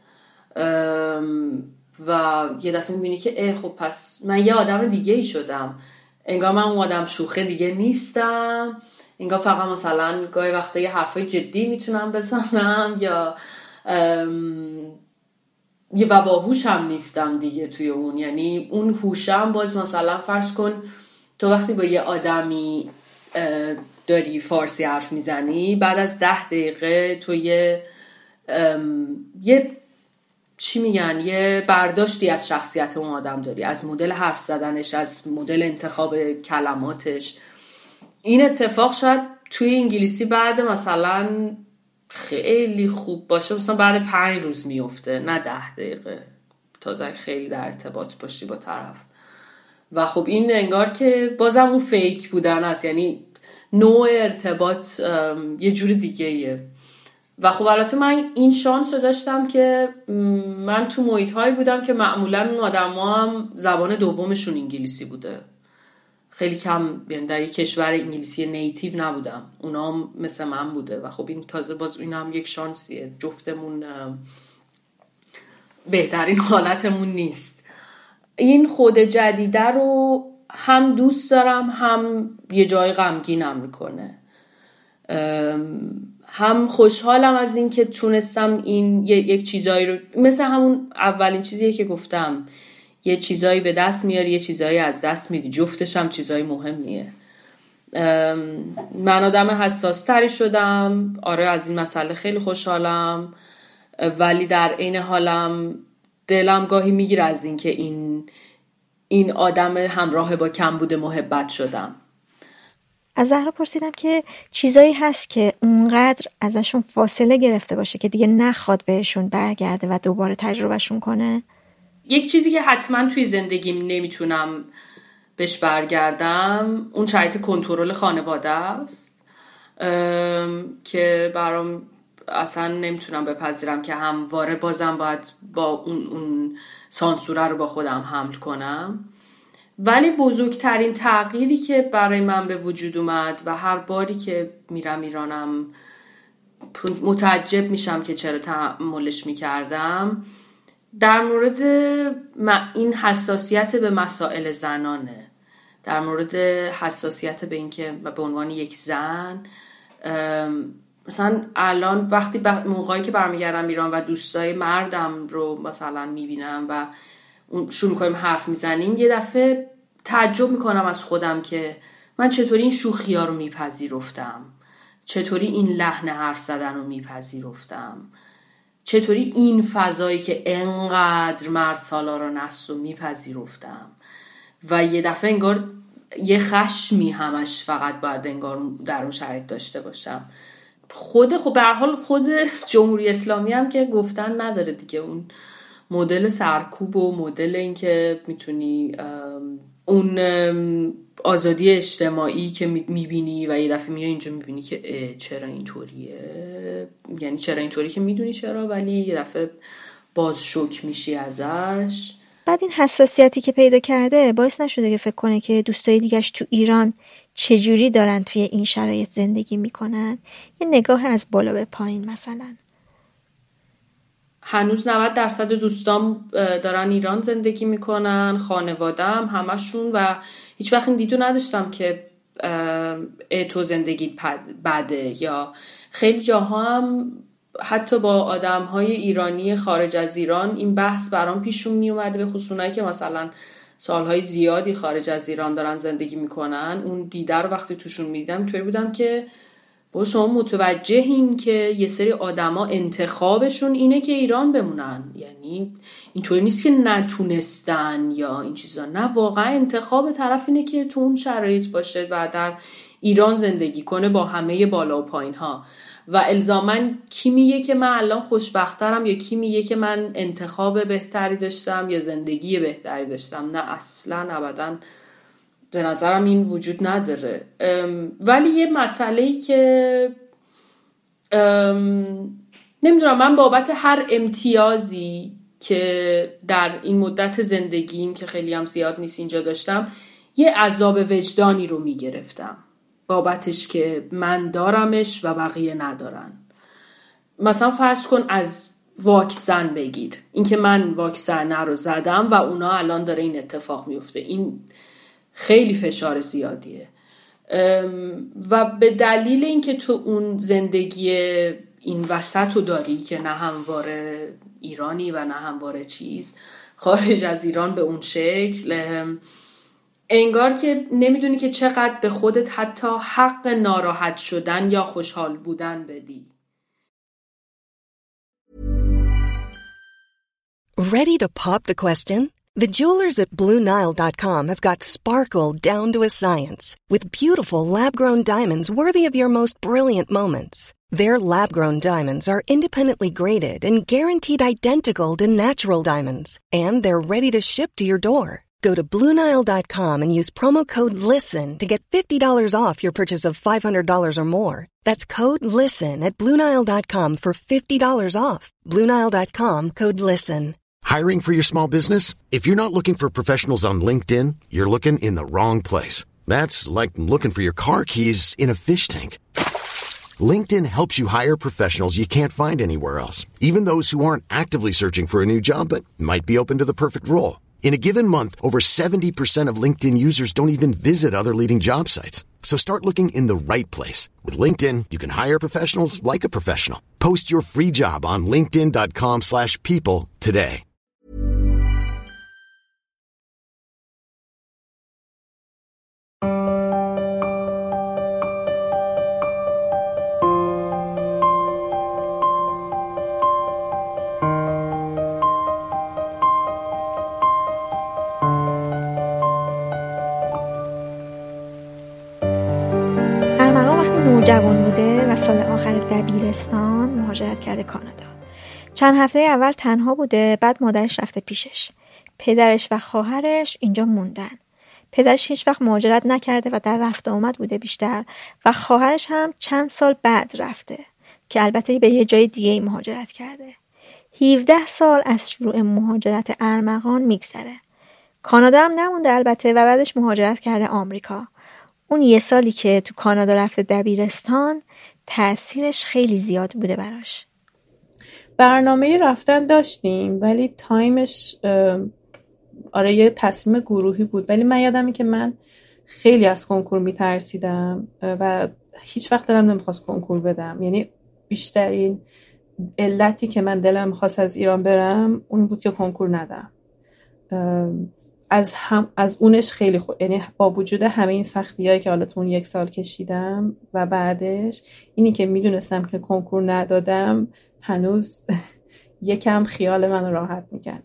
و یه دفعه میبینی که خب پس من یه آدم دیگه ای شدم، انگار من اون آدم شوخه دیگه نیستم، انگار فقط مثلا گاهی وقتا یه حرفای جدی میتونم بزنم یا یه باهوش هم نیستم دیگه توی اون. یعنی اون هوشم باز مثلا فرض کن تو وقتی با یه آدمی داری فارسی حرف میزنی، بعد از 10 دقیقه تو یه چی میگن یه برداشتی از شخصیت اون آدم داری، از مدل حرف زدنش، از مدل انتخاب کلماتش. این اتفاق شاید توی انگلیسی بعد مثلا خیلی خوب باشه مثلا بعد 5 روز میفته، نه 10 دقیقه، تازه خیلی در ارتباط باشی با طرف. و خب این انگار که بازم اون فیک بودن است، یعنی نوع ارتباط یه جور دیگه‌ایه. و خب البته من این شانس رو داشتم که من تو محیط‌هایی بودم که معمولاً اون آدم‌ها هم زبان دومشون انگلیسی بوده، خیلی کم، یعنی در یک کشور انگلیسی نیتیو نبودم، اونا هم مثل من بوده. و خب این تازه باز این هم یک شانسیه، جفتمون بهترین حالتمون نیست. این خود جدیده رو هم دوست دارم، هم یه جای غمگینم میکنه، هم خوشحالم از این که تونستم این یک چیزایی رو، مثل همون اولین چیزیه که گفتم، یه چیزایی به دست میاری یه چیزایی از دست میدی، جفتش هم چیزایی مهمیه. من آدم حساس تری شدم، آره از این مسئله خیلی خوشحالم، ولی در عین حالم دلم گاهی میگیره از این که این آدم همراه با کمبود محبت شدم. از زهرا پرسیدم که چیزایی هست که اونقدر ازشون فاصله گرفته باشه که دیگه نخواد بهشون برگرده و دوباره تجربهشون کنه. یک چیزی که حتما توی زندگیم نمیتونم بهش برگردم اون شرایط کنترل خانواده است که برام اصلا نمیتونم بپذیرم که همواره بازم باید با اون سانسوره رو با خودم حمل کنم. ولی بزرگترین تغییری که برای من به وجود اومد و هر باری که میرم ایرانم متعجب میشم که چرا تحملش میکردم، در مورد این حساسیت به مسائل زنانه. در مورد حساسیت به این که به عنوان یک زن مثلا الان وقتی موقعی که برمیگردم ایران و دوستای مردم رو مثلا میبینم و شروع میکنیم حرف میزنیم، یه دفعه تعجب میکنم از خودم که من چطوری این شوخی ها رو میپذیرفتم، چطوری این لحن حرف زدن رو میپذیرفتم، چطوری این فضایی که انقدر مرد سالاران است رو میپذیرفتم. و یه دفعه انگار یه خشمی همش فقط باید انگار در اون شرایط داشته باشم. خب به هر حال خود جمهوری اسلامی هم که گفتن نداره دیگه، اون مدل سرکوب و مدل این که میتونی اون آزادی اجتماعی که میبینی و یه دفعه میای اینجا میبینی که چرا اینطوریه، یعنی چرا اینطوری که میدونی چرا، ولی یه دفعه باز شوک میشی ازش. بعد این حساسیتی که پیدا کرده باعث نشده که فکر کنه که دوستای دیگه‌اش تو ایران چجوری دارن توی این شرایط زندگی میکنن؟ یه نگاه از بالا به پایین مثلا. هنوز 90% دوستام دارن ایران زندگی میکنن، خانوادم همشون، و هیچ وقت این دیدو نداشتم که تو زندگی بده. یا خیلی جاها هم حتی با آدم‌های ایرانی خارج از ایران این بحث برام پیشون می اومده، به خصوص اونایی که مثلا سالهای زیادی خارج از ایران دارن زندگی میکنن. اون دیده رو وقتی توشون میدیدم توی بودم که با شما متوجهین که یه سری آدما انتخابشون اینه که ایران بمونن، یعنی اینطوری نیست که نتونستن یا این چیزا، نه، واقعا انتخاب طرف اینه که تو اون شرایط باشه و در ایران زندگی کنه با همه بالا و پایین ها. و الزاماً کی میگه که من الان خوشبخترم یا کی میگه که من انتخاب بهتری داشتم یا زندگی بهتری داشتم؟ نه، اصلاً ابداً به نظرم این وجود نداره. ولی یه مسئله‌ای که نمیدونم، من بابت هر امتیازی که در این مدت زندگیم که خیلی هم زیاد نیست اینجا داشتم، یه عذاب وجدانی رو میگرفتم بابتش که من دارمش و بقیه ندارن. مثلا فرض کن از واکسن بگیر، این که من واکسن رو زدم و اونا الان داره این اتفاق میفته، این خیلی فشار زیادیه. و به دلیل اینکه تو اون زندگی این وسط رو داری که نه همواره ایرانی و نه همواره چیز خارج از ایران به اون شکل، انگار که نمیدونی که چقدر به خودت حتی حق ناراحت شدن یا خوشحال بودن بدی. Ready to pop the question? The jewelers at BlueNile.com have got sparkle down to a science with beautiful lab-grown diamonds worthy of your most brilliant moments. Their lab-grown diamonds are independently graded and guaranteed identical to natural diamonds, and they're ready to ship to your door. Go to BlueNile.com and use promo code LISTEN to get $50 off your purchase of $500 or more. That's code LISTEN at BlueNile.com for $50 off. BlueNile.com, code LISTEN. Hiring for your small business? If you're not looking for professionals on LinkedIn, you're looking in the wrong place. That's like looking for your car keys in a fish tank. LinkedIn helps you hire professionals you can't find anywhere else, even those who aren't actively searching for a new job but might be open to the perfect role. In a given month, over 70% of LinkedIn users don't even visit other leading job sites. So start looking in the right place. With LinkedIn, you can hire professionals like a professional. Post your free job on linkedin.com/people today. نوجوان بوده و سال آخر دبیرستان مهاجرت کرده کانادا. چند هفته اول تنها بوده، بعد مادرش رفته پیشش. پدرش و خواهرش اینجا موندن. پدرش هیچ وقت مهاجرت نکرده و در رفت آمد بوده بیشتر، و خواهرش هم چند سال بعد رفته که البته به یه جای دیگه مهاجرت کرده. 17 سال از شروع مهاجرت ارمغان میگذره. کانادا هم نمونده البته و بعدش مهاجرت کرده آمریکا. اون یه سالی که تو کانادا رفته دبیرستان تأثیرش خیلی زیاد بوده براش. برنامه رفتن داشتیم ولی تایمش یه تصمیم گروهی بود، ولی من یادمه که من خیلی از کنکور میترسیدم و هیچ وقت دلم نمیخواست کنکور بدم. یعنی بیشترین علتی که من دلم میخواست از ایران برم اون بود که کنکور ندم. از اونش خیلی یعنی با وجود همه این سختیایی که حالا تو اون 1 سال کشیدم و بعدش اینی که میدونستم که کنکور ندادم هنوز یکم خیال منو راحت میکرد.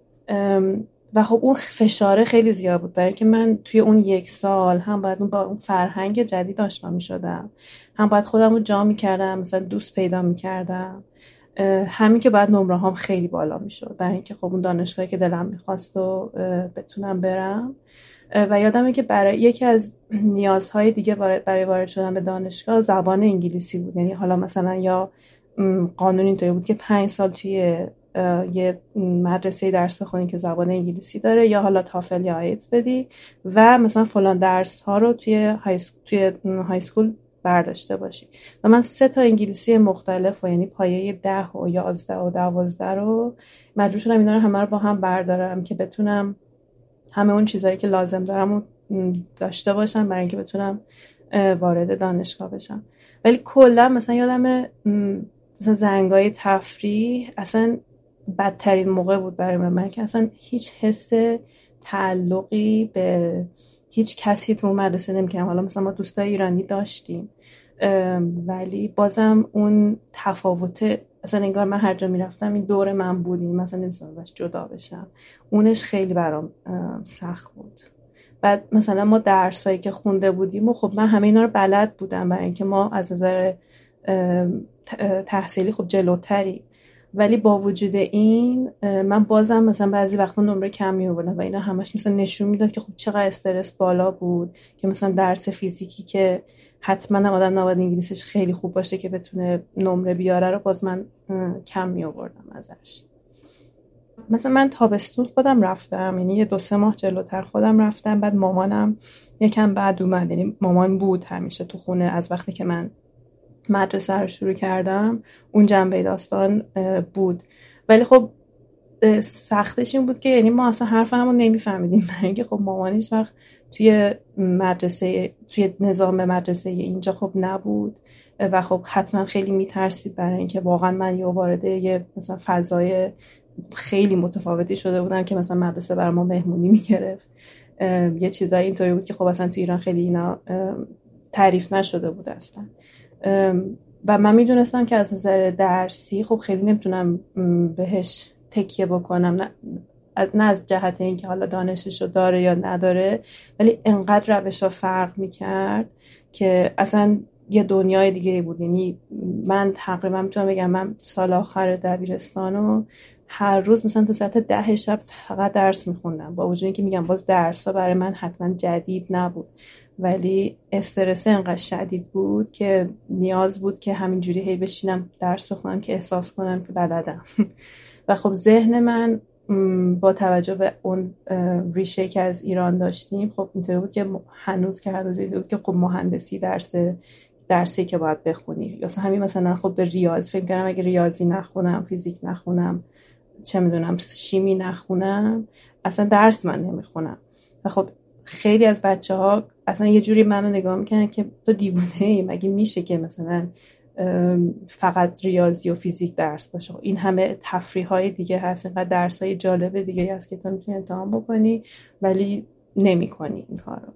و خب اون فشاره خیلی زیاد بود برای که من توی اون 1 سال هم باید با اون فرهنگ جدید آشنا میشدم، هم باید خودم رو جا میکردم، مثلا دوست پیدا میکردم، همین که بعد نمره هم خیلی بالا میشد برای اینکه خب اون دانشگاهی که دلم میخواست و بتونم برم. و یادمه که برای یکی از نیازهای دیگه برای وارد شدن به دانشگاه زبان انگلیسی بود. یعنی حالا مثلا یا قانون اینطوری بود که 5 سال توی یه مدرسه درس بخونی که زبان انگلیسی داره، یا حالا تافل یا آیتس بدی و مثلا فلان درس ها رو توی های اسکول برداشته باشی. و من 3 تا انگلیسی مختلف و یعنی پایه 10 و 11 و 12 رو مجبور شدم اینا رو همه رو با هم بردارم که بتونم همه اون چیزایی که لازم دارم رو داشته باشم برای اینکه بتونم وارد دانشگاه بشم. ولی کلا مثلا یادم مثلا زنگای تفریح اصلا بدترین موقع بود برای من که اصلا هیچ حس تعلقی به هیچ کسی تو مدرسه نمی‌کردم. حالا مثلا ما دوستای ایرانی داشتیم ولی بازم اون تفاوت اصلا انگار من هر جا میرفتم این دور من بود، این مثلا نمی‌تونستم ازش جدا بشم. اونش خیلی برام سخت بود. بعد مثلا ما درسایی که خونده بودیم و خب من همه اینا رو بلد بودم برای اینکه ما از نظر تحصیلی خب جلوتری، ولی با وجود این من بازم مثلا بعضی وقتا نمره کم می‌آوردم و اینا همش مثلا نشون میداد که خب چقدر استرس بالا بود که مثلا درس فیزیکی که حتما آدم نباید انگلیسیش خیلی خوب باشه که بتونه نمره بیاره رو باز من کم می‌آوردم ازش. مثلا من تابستون خودم رفتم، یعنی یه 2-3 ماه جلوتر خودم رفتم، بعد مامانم یکم بعد اومد. یعنی مامان بود همیشه تو خونه از وقتی که من مدرسه رو شروع کردم، اون جنبه داستان بود. ولی خب سختش این بود که یعنی ما اصلا حرف همون نمیفهمیدیم برای اینکه خب مامان هیچ وقت توی مدرسه، توی نظام مدرسه اینجا خب نبود و خب حتما خیلی میترسید برای اینکه واقعا من یه وارد یه مثلا فضای خیلی متفاوتی شده بودم که مثلا مدرسه برای ما مهمونی میگرفت. یه چیزایی اینطوری بود که خب اصلا تو ایران خیلی اینا تعریف نشده بود اصلا. و من میدونستم که از نظر درسی خب خیلی نمیتونم بهش تکیه بکنم، نه از جهت اینکه حالا دانششو داره یا نداره، ولی انقدر روشا فرق میکرد که اصلا یه دنیای دیگه بود. یعنی من تقریبا میتونم بگم من سال آخر دبیرستانو هر روز مثلا تا ساعت 10 شب فقط درس میخوندم، با وجود اینکه میگم باز درس‌ها برای من حتما جدید نبود، ولی استرس انقدر شدید بود که نیاز بود که همینجوری هی بشینم درس بخونم که احساس کنم که بلدم. و خب ذهن من با توجه به اون ریشه که از ایران داشتیم خب اینطوری بود که هنوز بود که خب مهندسی درسی که باید بخونی، یا همین مثلا خب به ریاضی فکر کنم اگه ریاضی نخونم، فیزیک نخونم، چه میدونم شیمی نخونم، اصلا درس من نمیخونم. و خب خیلی از بچه‌ها اصلا یه جوری منو نگاه میکنن که تو دیوونه‌ای، مگه میشه که مثلا فقط ریاضی و فیزیک درس باشه؟ این همه تفریح‌های دیگه هست، اینقدر درس‌های جالب دیگه هست که تو میتونی امتحان بکنی ولی نمی‌کنی این کارو.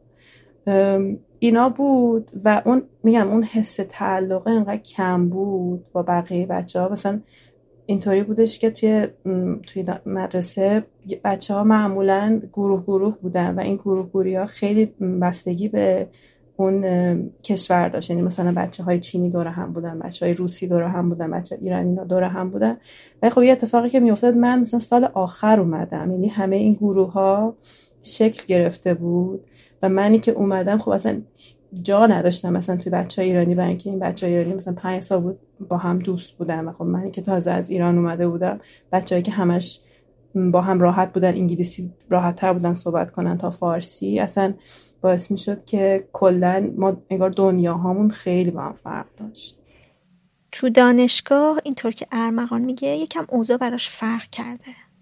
اینا بود و اون میگم اون حس تعلق انقدر کم بود با بقیه بچه‌ها. مثلا اینطوری بودش که توی مدرسه بچه‌ها معمولاً گروه بودن و این گروه‌ها خیلی بستگی به اون کشور داشت. یعنی مثلا بچه‌های چینی دور هم بودن، بچه‌های روسی دور هم بودن، بچه‌های ایرانی دور هم بودن. و خب یه اتفاقی که میافتاد، من مثلا سال آخر اومدم، یعنی همه این گروه‌ها شکل گرفته بود و منی که اومدم خب اصلا جا نداشتم مثلا توی بچه‌های ایرانی، برای اینکه این بچه‌های ایرانی مثلا 5 سال بود با هم دوست بودن و خب منی که تازه از ایران اومده بودم، بچه‌هایی که همش با هم راحت بودن، انگلیسی راحت‌تر بودن صحبت کنن تا فارسی، اصلا باعث می‌شد که کلاً ما انگار دنیاهامون خیلی با هم فرق داشت. تو دانشگاه اینطور که ارمغان میگه یکم اوضاع براش فرق کرده.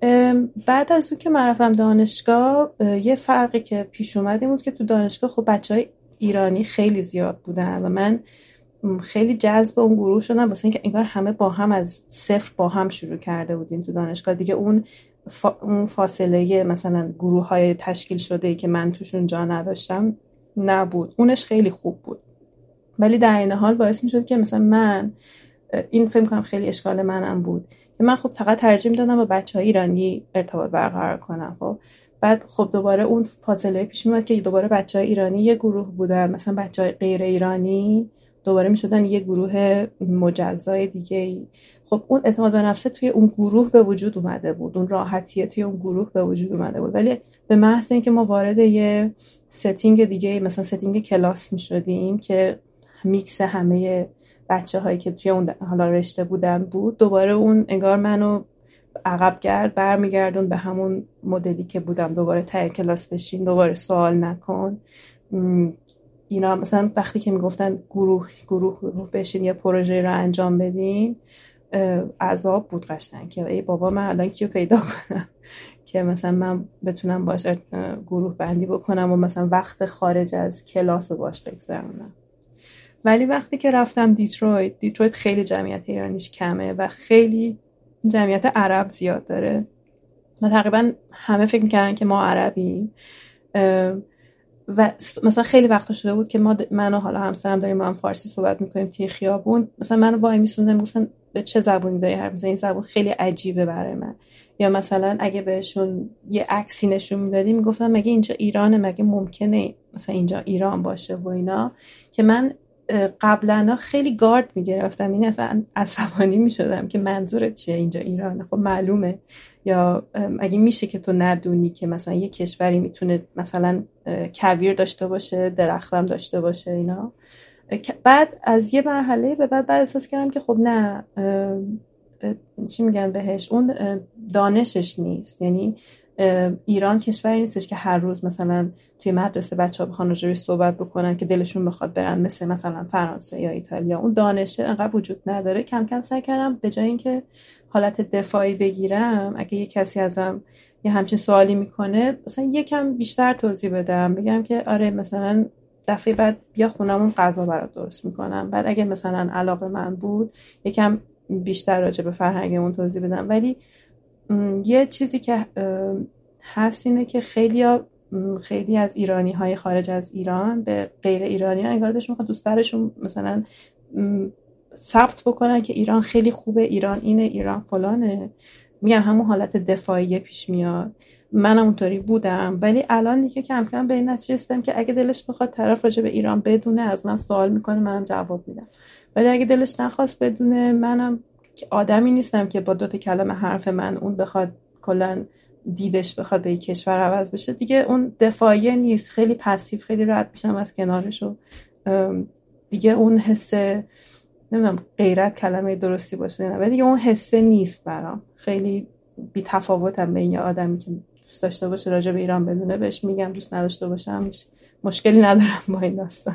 بعد از اون که من رفتم دانشگاه، یه فرقی که پیش اومد این بود که تو دانشگاه خب بچهای ایرانی خیلی زیاد بودن و من خیلی جذب اون گروه شدم، واسه اینکه انگار همه با هم از صفر با هم شروع کرده بودیم تو دانشگاه دیگه. اون فاصله مثلا گروه های تشکیل شده که من توشون جا نداشتم نبود. اونش خیلی خوب بود، ولی در این حال باعث می شد که مثلا من این فکر کنم خیلی اشکال منم بود که من خب فقط ترجیح میدادم با بچهای ایرانی ارتباط برقرار کنم. خب بعد خب دوباره اون فاصله پیش میاد که دوباره بچهای ایرانی یه گروه بودن، مثلا بچهای غیر ایرانی دوباره میشدن یه گروه مجزای دیگه. خب اون اعتماد به نفسه توی اون گروه به وجود اومده بود، اون راحتیه توی اون گروه به وجود اومده بود، ولی به محض اینکه ما وارد یه ستینگ دیگه مثلا ستینگ کلاس میشدیم که میکس همه بچه‌هایی که توی اون حالا رشته بودن بود، دوباره اون انگار منو عقب کرد، برمیگردون به همون مدلی که بودم، دوباره ته کلاس بشین، دوباره سوال نکن. اینا مثلا وقتی که میگفتن گروه بشین یا پروژه رو انجام بدین، عذاب بود قشنگ که ای بابا من الان کیو پیدا کنم که مثلا من بتونم باش گروه بندی بکنم و مثلا وقت خارج از کلاس رو باش بگذرونم. ولی وقتی که رفتم دیترویت خیلی جمعیت ایرانیش کمه و خیلی جمعیت عرب زیاد داره و تقریبا همه فکر میکردن که ما عربیم و مثلا خیلی وقتا شده بود که من و حالا همسرم داریم با هم فارسی صحبت میکنیم توی خیابون، مثلا منو وای میسوندن میگفتن به چه زبونی داری حرف میزنی، این زبون خیلی عجیبه برای من. یا مثلا اگه بهشون یه عکسی نشون میدادیم میگفتن مگه اینجا ایرانه، مگه ممکنه مثلا اینجا ایران باشه و اینا، که من قبلا خیلی گارد میگرفتم، این اصلا عصبانی میشدم که منظورت چیه اینجا ایرانه، خب معلومه. یا اگه میشه که تو ندونی که مثلا یه کشوری میتونه مثلا کویر داشته باشه، درختم داشته باشه اینا. بعد از یه مرحله به بعد احساس کردم که خب نه، چی میگن بهش، اون دانشش نیست. یعنی ایران کشوری نیستش که هر روز مثلا توی مدرسه بچه‌ها بخوان راجعش صحبت بکنن که دلشون بخواد برن، مثلا فرانسه یا ایتالیا. اون دانشه انقدر وجود نداره. کم کم سعی کردم به جای اینکه حالت دفاعی بگیرم، اگه یه کسی ازم یه همچین سوالی میکنه مثلا یکم بیشتر توضیح بدم، بگم که آره مثلا دفعه بعد بیا خونمون غذا برات درست میکنم. بعد اگه مثلا علاقه من بود یکم بیشتر راجع به فرهنگمون توضیح بدم. ولی یه چیزی که هست اینه که خیلی از ایرانی های خارج از ایران به غیر ایرانی ها انگار داشتون دوست دارشون مثلا ثبت بکنن که ایران خیلی خوبه، ایران اینه، ایران فلانه. میگم همون حالت دفاعیه پیش میاد. منم اونطوری بودم، ولی الان دیگه کم کم به این نتیجه رسیدم که اگه دلش بخواد طرف راجع به ایران بدونه، از من سوال میکنه، منم جواب میدم. ولی اگه دلش نخواست بدونه، منم آدمی نیستم که با 2 کلمه حرف من اون بخواد کلا دیدش بخواد به یک کشور عوض بشه. دیگه اون دفاعیه نیست، خیلی پسیو، خیلی رد میشم از کنارش و دیگه اون حس، نمیدونم غیرت کلمه درستی باشه نه، ولی دیگه اون حس نیست برام. خیلی بی تفاوتم بین یه آدمی که دوست داشته باشه راجع به ایران بدونه بهش میگم، دوست نداشته باشم هیچ مشکلی ندارم با این داستان.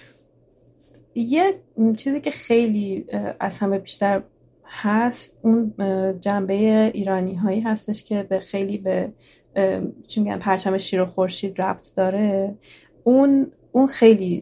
یه چیزی که خیلی از همه بیشتر هست اون جنبه ایرانی هایی هستش که به خیلی به چی میگن پرچم شیر و خورشید ربط داره. اون خیلی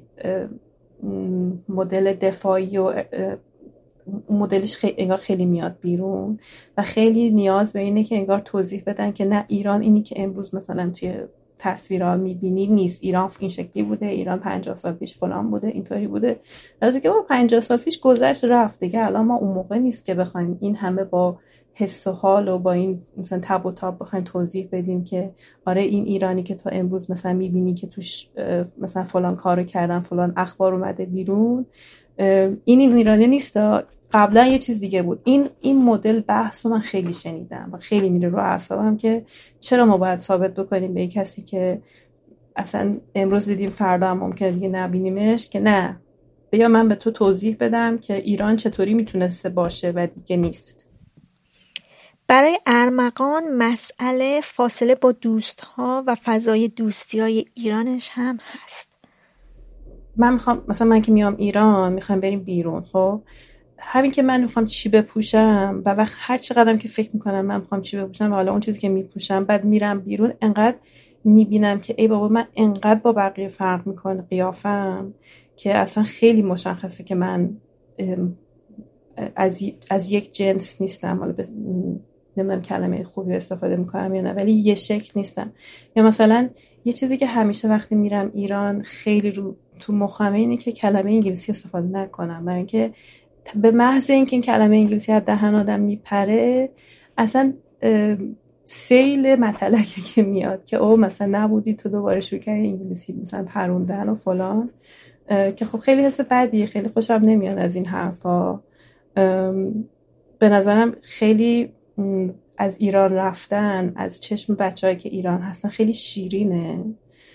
مدل دفاعی و مدلش انگار خیلی میاد بیرون و خیلی نیاز به اینه که انگار توضیح بدن که نه، ایران اینی که امروز مثلا توی تصویرها میبینی نیست، ایران این شکلی بوده، ایران 50 سال پیش فلان بوده، اینطوری بوده. لازمه که با 50 سال پیش گذشت رفت دیگه، الان ما اون موقع نیست که بخوایم این همه با حس و حال و با این مثلا تب و تاب بخوایم توضیح بدیم که آره این ایرانی که تو امروز مثلا میبینی که توش مثلا فلان کارو کردن، فلان اخبار اومده بیرون، این ایرانی نیست، قبلا یه چیز دیگه بود. این مدل بحث رو من خیلی شنیدم و خیلی میره رو اعصابم که چرا ما باید ثابت بکنیم به کسی که اصلا امروز دیدیم فردا هم ممکنه دیگه نبینیمش که نه، بیا من به تو توضیح بدم که ایران چطوری میتونسته باشه و دیگه نیست. برای ارمغان مسئله فاصله با دوستها و فضای دوستیای ایرانش هم هست. من میخوام مثلا من که میام ایران، میخوام بریم بیرون، خب همین که من میخوام چی بپوشم و وقت هر چقدرم که فکر میکنم من میخوام چی بپوشم و حالا اون چیزی که میپوشم بعد میرم بیرون، انقدر میبینم که ای بابا من انقدر با بقیه فرق میکنه قیافم که اصلا خیلی مشخصه که من از یک جنس نیستم. حالا نمیدونم کلمه خوبی استفاده میکنم یا نه، ولی یه شکل نیستم. یا مثلا یه چیزی که همیشه وقتی میرم ایران خیلی تو مخمه اینه که کلمه انگلیسی استفاده نکنم، برای اینکه به محض اینکه این کلمه انگلیسی از دهن آدم میپره اصلا سیل مطلقه که میاد که او مثلا نبودی تو دوباره شروع کردی انگلیسی مثلا پروندن و فلان، که خب خیلی حس بدیه، خیلی خوشم نمیاد از این حرفا. به نظرم خیلی از ایران رفتن از چشم بچه‌هایی که ایران هستن خیلی شیرینه،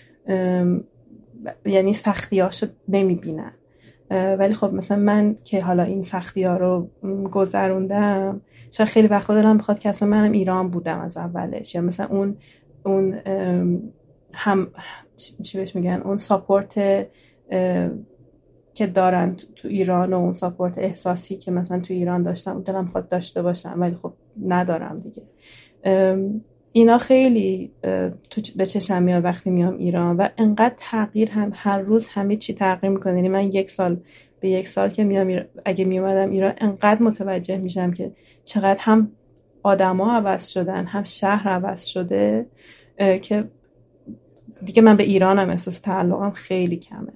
یعنی سختیاشو نمیبینن. ولی خب مثلا من که حالا این سختی‌ها رو گذروندم، شاید خیلی وقتا دلم بخواد که اصلا منم ایران بودم از اولش، یا مثلا اون هم چی بهش میگن، اون ساپورت که دارن تو ایران و اون ساپورت احساسی که مثلا تو ایران داشتم دلم خود داشته باشم، ولی خب ندارم دیگه. اینا خیلی به چشم میاد وقتی میام ایران و انقدر تغییر هم هر روز همه چی تغییر میکنه. یعنی من یک سال که میام اگه میومدم ایران انقدر متوجه میشم که چقدر هم آدما عوض شدن هم شهر عوض شده که دیگه من به ایرانم احساس تعلقم خیلی کمه.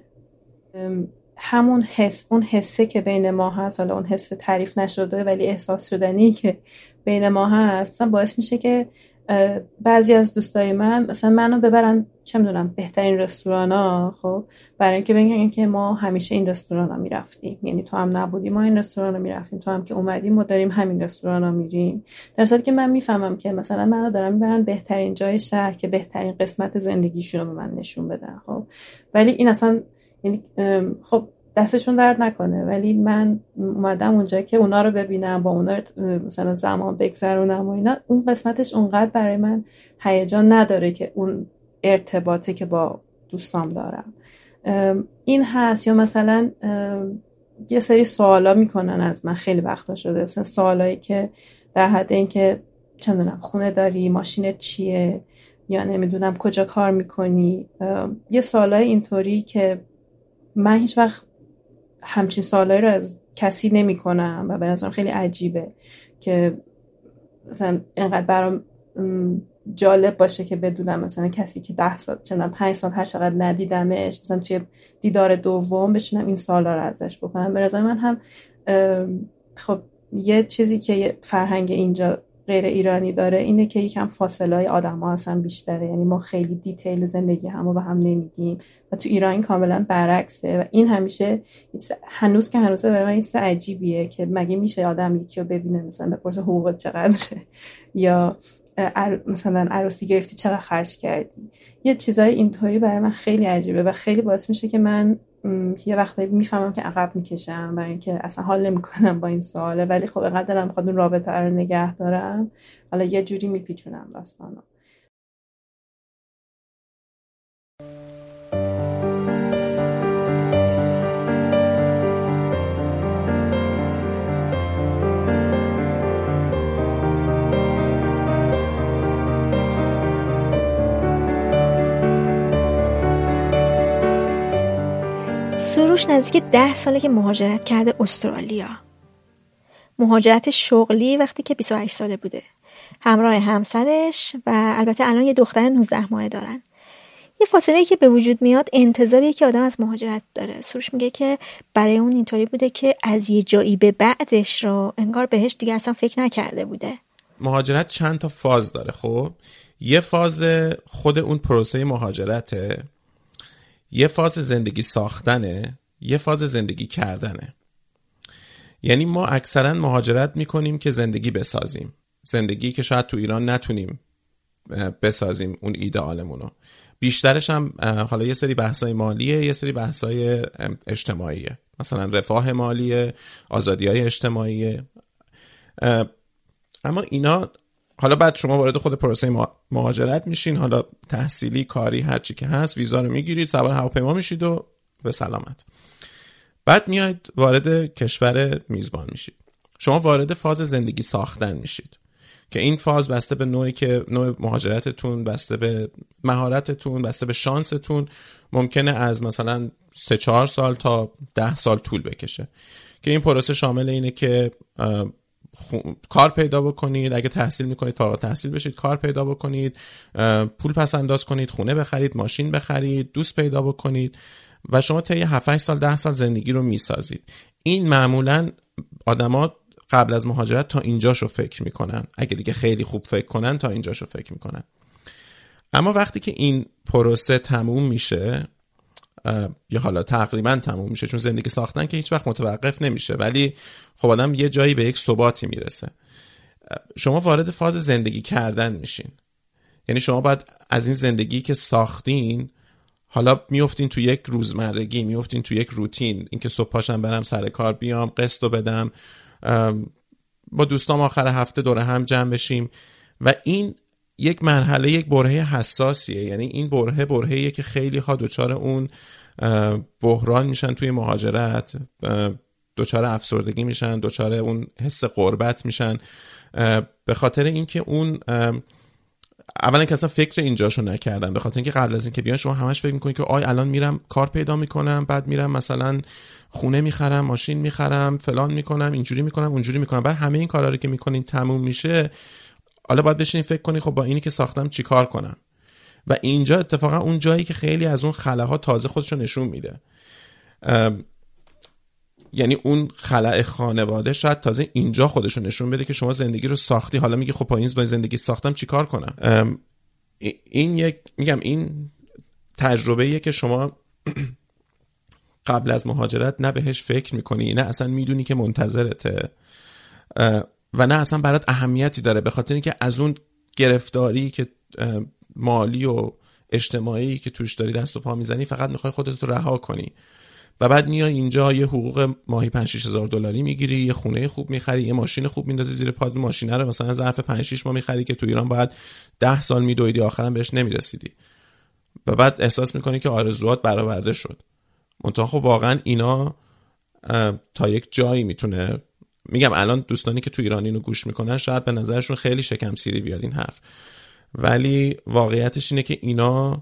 همون اون حسه که بین ما هست، حالا اون حس تعریف نشده ولی احساس شدنی که بین ما هست، مثلا باعث میشه که بعضی از دوستای من مثلا منو ببرن چه میدونم بهترین رستورانا، خب برای اینکه بگن که ما همیشه این رستورانا میرفتیم، یعنی تو هم نبودی ما این رستورانا میرفتیم، تو هم که اومدیم ما داریم همین رستورانا میریم. در صورتی که من میفهمم که مثلا منو دارن میبرن بهترین جای شهر که بهترین قسمت زندگیشون رو به من نشون بدن، خب ولی این اصلا یعنی خب دستشون درد نکنه، ولی من اومدم اونجا که اونا رو ببینم، با اونا مثلا زمان بگذرونم و اینا، اون قسمتش اونقدر برای من هیجان نداره که اون ارتباطی که با دوستام دارم این هست. یا مثلا یه سری سوالا میکنن از من، خیلی وقتا شده مثلا سوالایی که در حد این که چه میدونم خونه داری، ماشینت چیه، یا نمیدونم کجا کار میکنی، یه سوالای اینطوری که من هیچ وقت همچین سوالایی رو از کسی نمی کنم و به نظرم خیلی عجیبه که مثلا اینقدر برام جالب باشه که بدونم مثلا کسی که 10 سال چندان 5 سال هر چقدر ندیدمش، مثلا توی دیدار دوم بشینم این سوالا رو ازش بکنم. به نظر من هم خب یه چیزی که فرهنگ اینجا غیر ایرانی داره اینه که یکم فاصله آدم‌ها اصلا بیشتره، یعنی ما خیلی دیتیل زندگی همو به هم نمیگیم و تو ایران کاملا برعکسه و این همیشه هنوز برای من چیز عجیبیه که مگه میشه آدم یکی رو ببینه مثلا بپرسه حقوقت چقدره یا مثلا عروسی گرفتی چقدر خرج کردی. یه چیزای اینطوری برای من خیلی عجیبه و خیلی باعث میشه که من یه وقتایی میفهمم که عقب میکشم برای اینکه اصلا حال نمیکنم با این سواله، ولی خب اینقدر دلم میخواد اون رابطه رو نگه دارم، حالا یه جوری میپیچونم داستانو. سروش نزدیک 10 ساله که مهاجرت کرده استرالیا. مهاجرت شغلی وقتی که 28 ساله بوده، همراه همسرش و البته الان یه دختر 19 ماهه دارن. یه فاصله‌ای که به وجود میاد انتظاریه که آدم از مهاجرت داره. سروش میگه که برای اون اینطوری بوده که از یه جایی به بعدش رو انگار بهش دیگه اصلا فکر نکرده بوده. مهاجرت چند تا فاز داره. خب یه فاز خود اون پروسه مهاجرته، یه فاز زندگی ساختنه، یه فاز زندگی کردنه. یعنی ما اکثرا مهاجرت میکنیم که زندگی بسازیم، زندگی که شاید تو ایران نتونیم بسازیم اون ایدئالمونو. بیشترش هم حالا یه سری بحثای مالیه، یه سری بحثای اجتماعیه، مثلا رفاه مالیه، آزادی‌های اجتماعیه. اما اینا حالا بعد شما وارد خود پروسه مهاجرت میشین، حالا تحصیلی، کاری، هر چی که هست، ویزا رو میگیرید، سوار هواپیما میشید و به سلامت. بعد میاید وارد کشور میزبان میشید. شما وارد فاز زندگی ساختن میشید که این فاز بسته به نوع مهاجرتتون، بسته به مهارتتون، بسته به شانستون، ممکنه از مثلا 3-4 سال تا 10 سال طول بکشه که این پروسه شامل اینه که کار پیدا بکنید، اگه تحصیل میکنید فارغ التحصیل بشید، کار پیدا بکنید، پول پس انداز کنید، خونه بخرید، ماشین بخرید، دوست پیدا بکنید و شما طی 7-8 سال 10 سال زندگی رو میسازید. این معمولاً آدما قبل از مهاجرت تا اینجاشو فکر میکنن، اگه دیگه خیلی خوب فکر کنن تا اینجاشو فکر میکنن. اما وقتی که این پروسه تموم میشه یا حالا تقریبا تموم میشه، چون زندگی ساختن که هیچ وقت متوقف نمیشه، ولی خب آدم یه جایی به یک ثباتی میرسه، شما وارد فاز زندگی کردن میشین. یعنی شما باید از این زندگی که ساختین حالا میافتین تو یک روزمرگی، میافتین تو یک روتین، اینکه صبح پاشم برم سر کار، بیام قسطو بدم، با دوستام آخر هفته دوره هم جمع بشیم و این یک مرحله، یک برهه حساسیه. یعنی این برهه‌ایه که خیلی ها دچار اون بحران میشن توی مهاجرت، دچار افسردگی میشن، دچار اون حس غربت میشن، به خاطر اینکه اون اولا که اصلا فکر اینجاشو نکردن، به خاطر اینکه قبل از اینکه بیان شما همش فکر میکنید که الان میرم کار پیدا میکنم، بعد میرم مثلا خونه میخرم، ماشین میخرم، فلان میکنم، اینجوری میکنم، اونجوری میکنم، بعد همه این کارا رو که میکنین تموم میشه، حالا باید بشینین فکر کنین خب با اینی که ساختم چیکار کنم. و اینجا اتفاقا اون جایی که خیلی از اون خلاها تازه خودشو نشون میده. یعنی اون خلأ خانواده شاید تازه اینجا خودشو نشون بده که شما زندگی رو ساختی، حالا میگی خب با این زندگی ساختم چیکار کنم. این تجربه‌ایه که شما قبل از مهاجرت نه بهش فکر میکنی، نه اصلا میدونی که منتظرته و نه اصلا برات اهمیتی داره، به خاطر اینکه از اون گرفتاری که مالی و اجتماعی که توش داری دست و پا میزنی فقط میخوای خودت رو رها کنی و بعد میای اینجا یه حقوق ماهی 5-6 هزار دلاری میگیری، یه خونه خوب میخری، یه ماشین خوب میندازی زیر پات، ماشینه رو مثلا ظرف 5-6 ماه میخری که تو ایران باید 10 سال میدویدی آخرام بهش نمیرسیدی و بعد احساس میکنی که آرزوات برآورده شد. منتها خب واقعا اینا تا یک جایی میتونه، میگم الان دوستانی که تو ایران اینو گوش میکنن شاید به نظرشون خیلی شکم سیری بیاد این حرف، ولی واقعیتش اینه که اینا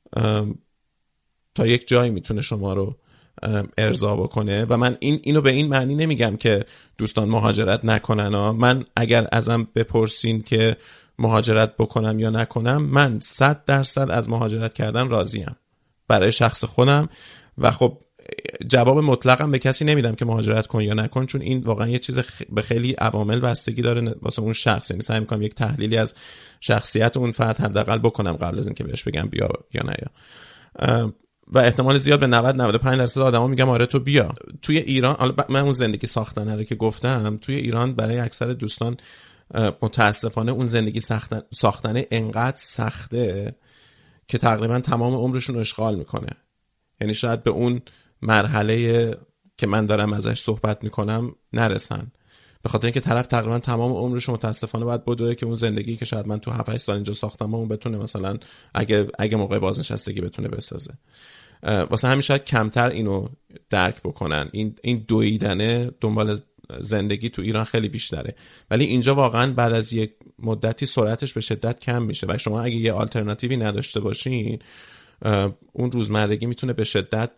تا یک جایی میتونه شما رو ارضا بکنه و من اینو به این معنی نمیگم که دوستان مهاجرت نکنن. من اگر ازم بپرسین که مهاجرت بکنم یا نکنم، من 100% از مهاجرت کردن راضیم برای شخص خودم و خب جواب مطلقم به کسی نمیدم که مهاجرت کن یا نکن، چون این واقعا یه چیز به خیلی عوامل بستگی داره واسه اون شخص. یعنی سعی میکنم یک تحلیلی از شخصیت اون فرد حداقل بکنم قبل از اینکه بهش بگم بیا یا نیا و احتمال زیاد به 90-95% آدما میگم آره تو بیا. توی ایران من اون زندگی ساختن رو که گفتم، توی ایران برای اکثر دوستان متاسفانه اون زندگی ساختن انقدر سخته که تقریبا تمام عمرشون رو اشغال میکنه. یعنی شاید به اون مرحله که من دارم ازش صحبت میکنم نرسن، به خاطر اینکه طرف تقریبا تمام عمرش متاسفانه باید بدوه که اون زندگی که شاید من تو 7-8 سال اینجا ساختم اون بتونه مثلا اگه موقع بازنشستگی بتونه بسازه. واسه همین شاید کمتر اینو درک بکنن. این دویدنه دنبال زندگی تو ایران خیلی بیشتره، ولی اینجا واقعا بعد از یک مدتی سرعتش به شدت کم میشه و شما اگه یه آلترناتیوی نداشته باشین، اون روزمرگی میتونه به شدت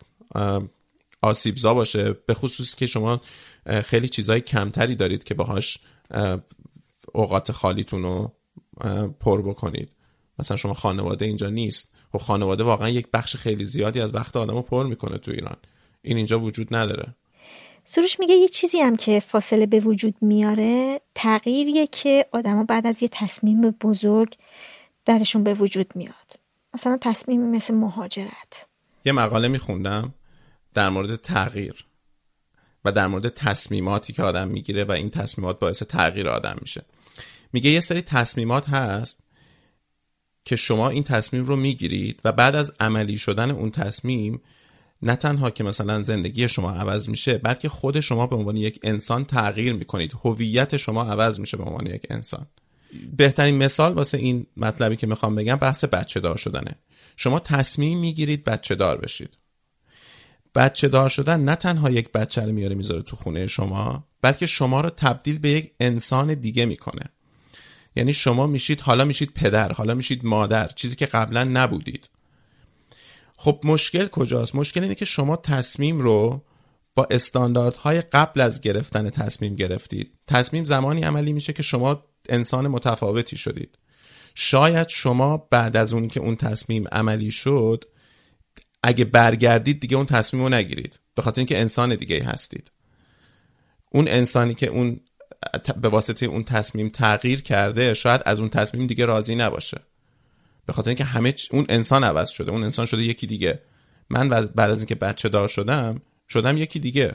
آسیبزا باشه، به خصوص که شما خیلی چیزای کمتری دارید که باهاش اوقات خالیتون رو پر بکنید. مثلا شما خانواده اینجا نیست، خب خانواده واقعا یک بخش خیلی زیادی از وقت آدمو پر میکنه تو ایران، این اینجا وجود نداره. سروش میگه یه چیزی هم که فاصله به وجود میاره تغییریه که آدما بعد از یه تصمیم بزرگ درشون به وجود میاد، مثلا تصمیم مثل مهاجرت. یه مقاله میخوندم در مورد تغییر و در مورد تصمیماتی که آدم میگیره و این تصمیمات باعث تغییر آدم میشه. میگه یه سری تصمیمات هست که شما این تصمیم رو میگیرید و بعد از عملی شدن اون تصمیم نه تنها که مثلا زندگی شما عوض میشه، بلکه خود شما به عنوان یک انسان تغییر میکنید، هویت شما عوض میشه به عنوان یک انسان. بهترین مثال واسه این مطلبی که میخوام بگم بحث بچه دار شدنه. شما تصمیم میگیرید بچه دار بشید، بچه دار شدن نه تنها یک بچه رو میاره میذاره تو خونه شما، بلکه شما رو تبدیل به یک انسان دیگه میکنه. یعنی شما میشید، حالا میشید پدر، حالا میشید مادر، چیزی که قبلا نبودید. خب مشکل کجاست؟ مشکل اینه که شما تصمیم رو با استانداردهای قبل از گرفتن تصمیم گرفتید. تصمیم زمانی عملی میشه که شما انسان متفاوتی شدید. شاید شما بعد از اون که اون تصمیم عملی شد، اگه برگردید دیگه اون تصمیم رو نگیرید، به خاطر اینکه انسان دیگه هستید. اون انسانی که اون به واسطه اون تصمیم تغییر کرده شاید از اون تصمیم دیگه راضی نباشه، به خاطر اینکه اون انسان عوض شده، اون انسان شده یکی دیگه. من بعد از اینکه بچه دار شدم یکی دیگه.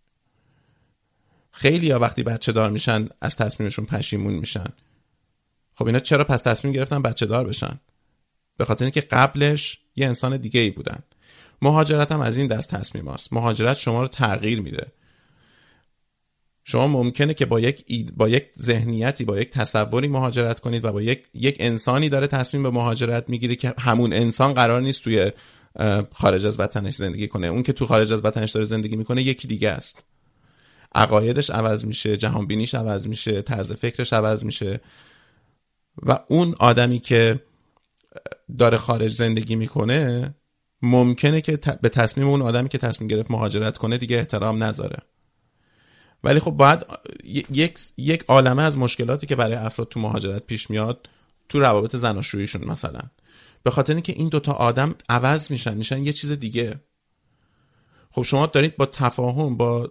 خیلی ها وقتی بچه دار میشن از تصمیمشون پشیمون میشن. خب اینا چرا پس تصمیم گرفتن بچه دار بشن؟ به خاطر اینکه قبلش یه انسان دیگه ای بودن. مهاجرت هم از این دست تصمیم هست. مهاجرت شما رو تغییر میده. شما ممکنه که با یک ذهنیتی، با یک تصوری مهاجرت کنید و با یک انسانی داره تصمیم به مهاجرت میگیره که همون انسان قرار نیست توی خارج از وطنش زندگی کنه. اون که تو خارج از وطنش داره زندگی میکنه یکی دیگه است. عقایدش عوض میشه، جهان بینیش عوض میشه، طرز فکرش عوض میشه و اون آدمی که داره خارج زندگی میکنه ممکنه که به تصمیم اون آدمی که تصمیم گرفت مهاجرت کنه دیگه احترام نذاره. ولی خب باید یک عالمه از مشکلاتی که برای افراد تو مهاجرت پیش میاد تو روابط زناشوییشون مثلا، به خاطر اینکه این دوتا آدم عوض میشن یه چیز دیگه. خب شما دارید با تفاهم، با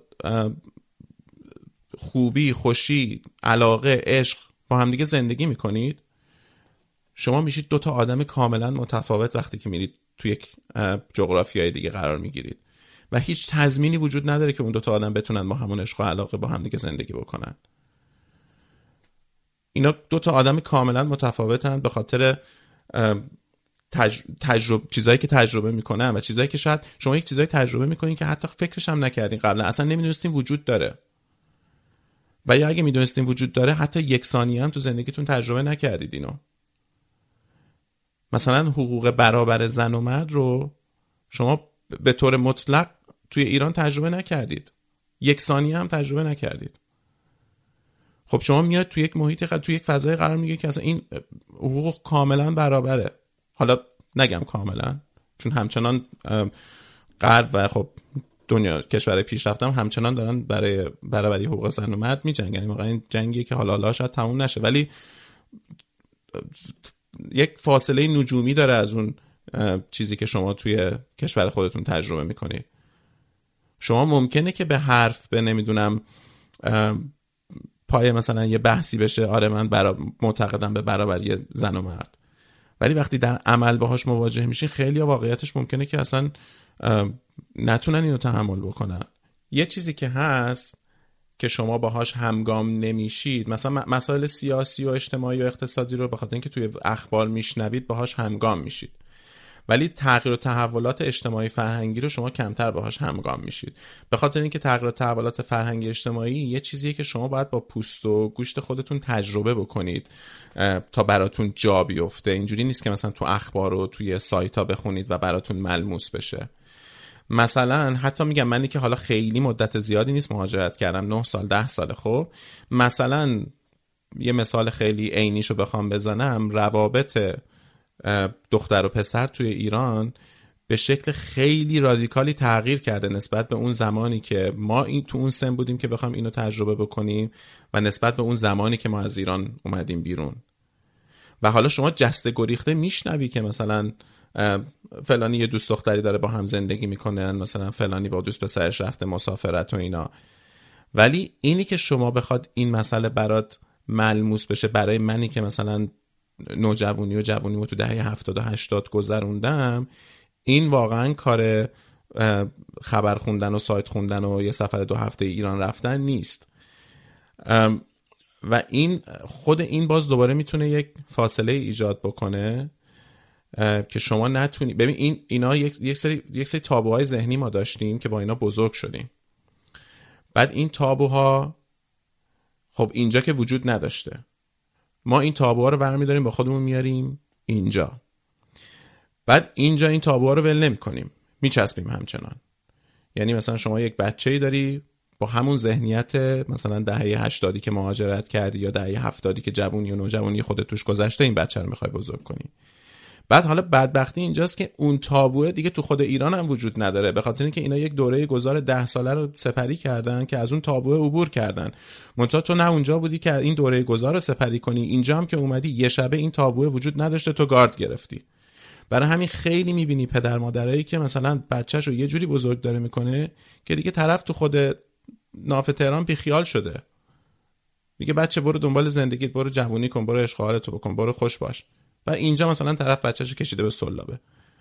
خوبی، خوشی، علاقه، عشق با همدیگه زندگی میکنید، شما میشید دوتا آدم کاملا متفاوت وقتی که میرید تو یک جغرافیای دیگه قرار میگیرید و هیچ تضمینی وجود نداره که اون دوتا آدم بتونن با همون عشق و علاقه با همدیگه زندگی بکنن. اینا دوتا آدم کاملا متفاوتن به خاطر چیزایی که تجربه میکنن و چیزایی که شاید شما یک چیزایی تجربه میکنین که حتی فکرش هم نکردین قبلا، اصلا نمیدونستین وجود داره، و یا اگه میدونستین وجود داره حتی یک ثانیه هم تو زندگیتون تجربه نکردید اینو. مثلا حقوق برابر زن و مرد رو شما به طور مطلق توی ایران تجربه نکردید، یک ثانیه هم تجربه نکردید. خب شما میاد توی یک محیط، توی یک فضای قرار میگیره که اصلا این حقوق کاملا برابره. حالا نگم کاملا، چون همچنان غرب و خب دنیا کشورهای پیشرفته هم همچنان دارن برای برابری حقوق زن و مرد میجنگن. یعنی واقعا این جنگیه که حالا شاید تموم نشه، ولی یک فاصله نجومی داره از اون چیزی که شما توی کشور خودتون تجربه میکنی. شما ممکنه که به حرف، به نمیدونم پای مثلا یه بحثی بشه آره من معتقدم به برابری زن و مرد، ولی وقتی در عمل باهاش مواجه میشین خیلی واقعیتش ممکنه که اصلا نتونن اینو تحمل بکنن. یه چیزی که هست که شما باهاش همگام نمیشید، مثلا مسائل سیاسی و اجتماعی و اقتصادی رو به خاطر اینکه توی اخبار میشنوید باهاش همگام میشید، ولی تغییر و تحولات اجتماعی فرهنگی رو شما کمتر باهاش همگام میشید، به خاطر اینکه تغییر و تحولات فرهنگی اجتماعی یه چیزیه که شما باید با پوست و گوشت خودتون تجربه بکنید تا براتون جا بیفته. اینجوری نیست که مثلا تو اخبار و توی سایت ها بخونید و براتون ملموس بشه. مثلا حتی میگم منی که حالا خیلی مدت زیادی نیست مهاجرت کردم، 9 سال 10 ساله، خب مثلا یه مثال خیلی عینیشو بخوام بزنم، روابط دختر و پسر توی ایران به شکل خیلی رادیکالی تغییر کرده نسبت به اون زمانی که ما تو اون سن بودیم که بخوام اینو تجربه بکنیم و نسبت به اون زمانی که ما از ایران اومدیم بیرون. و حالا شما جسته گریخته میشنوی که مثلا فلانی یه دوست دختری داره با هم زندگی میکنن، مثلا فلانی با دوست پسرش رفته مسافرت و اینا، ولی اینی که شما بخواد این مسئله برات ملموس بشه، برای منی که مثلا نوجوانی و جوانی و تو دهه 70 و 80 گذروندم، این واقعا کار خبر خوندن و سایت خوندن و یه سفر 2 هفته ایران رفتن نیست. و این خود این باز دوباره میتونه یک فاصله ایجاد بکنه که شما نتونی. ببین اینا یک سری تابوهای ذهنی ما داشتیم که با اینا بزرگ شدیم. بعد این تابوها خب اینجا که وجود نداشته، ما این تابوها رو برمی‌داریم با خودمون میاریم اینجا. بعد اینجا این تابوها رو ول نمی‌کنیم، میچسبیم همچنان. یعنی مثلا شما یک بچه‌ای داری با همون ذهنیت مثلا دهه 80 که مهاجرت کردی یا دهه 70 که جوونی و نوجوانی خودت توش گذشته، این بچه رو میخوای بزرگ کنی. بعد حالا بدبختی اینجاست که اون تابوه دیگه تو خود ایران هم وجود نداره، به خاطر اینکه اینا یک دوره گذار 10 ساله رو سپری کردن که از اون تابوه عبور کردن. منتها تو نه اونجا بودی که این دوره گذار رو سپری کنی، اینجا هم که اومدی یه شبه این تابوه وجود نداشته، تو گارد گرفتی. برای همین خیلی میبینی پدر مادرایی که مثلا بچه‌شو یه جوری بزرگ داره میکنه که دیگه طرف تو خود ناف تهران بیخیال شده، میگه بچه برو دنبال زندگیت، برو جوونی کن، برو عشق حالتو بکن، برو خوش باش. و اینجا مثلا طرف بچه‌شو کشیده به سلابه.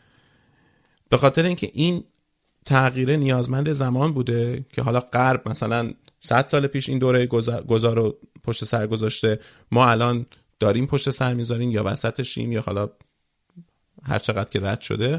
به خاطر اینکه این تغییر نیازمند زمان بوده که حالا غرب مثلا 100 سال پیش این دوره گذار رو پشت سر گذاشته، ما الان داریم پشت سر میذاریم یا وسطشیم یا حالا هر چقدر که رد شده.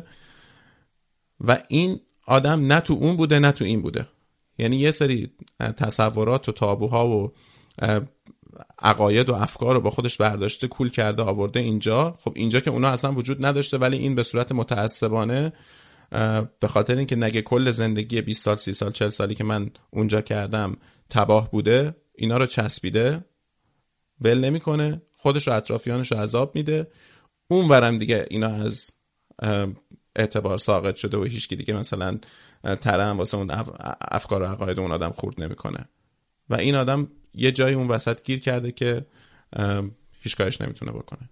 و این آدم نه تو اون بوده نه تو این بوده، یعنی یه سری تصورات و تابوها و عقاید و افکار رو با خودش برداشته، کول کرده، آورده اینجا. خب اینجا که اونا اصلا وجود نداشته، ولی این به صورت متعصبانه به خاطر اینکه نگه کل زندگی 20 سال 30 سال 40 سالی که من اونجا کردم تباه بوده، اینا رو چسبیده، ول نمیکنه، خودش و اطرافیانش رو عذاب میده. اون ورم دیگه اینا از اعتبار ساقط شده و هیچکی دیگه مثلا ترم واسه اون افکار و عقاید اون آدم خورد نمیکنه و این آدم یه جایی اون وسط گیر کرده که هیچ کارش نمیتونه بکنه.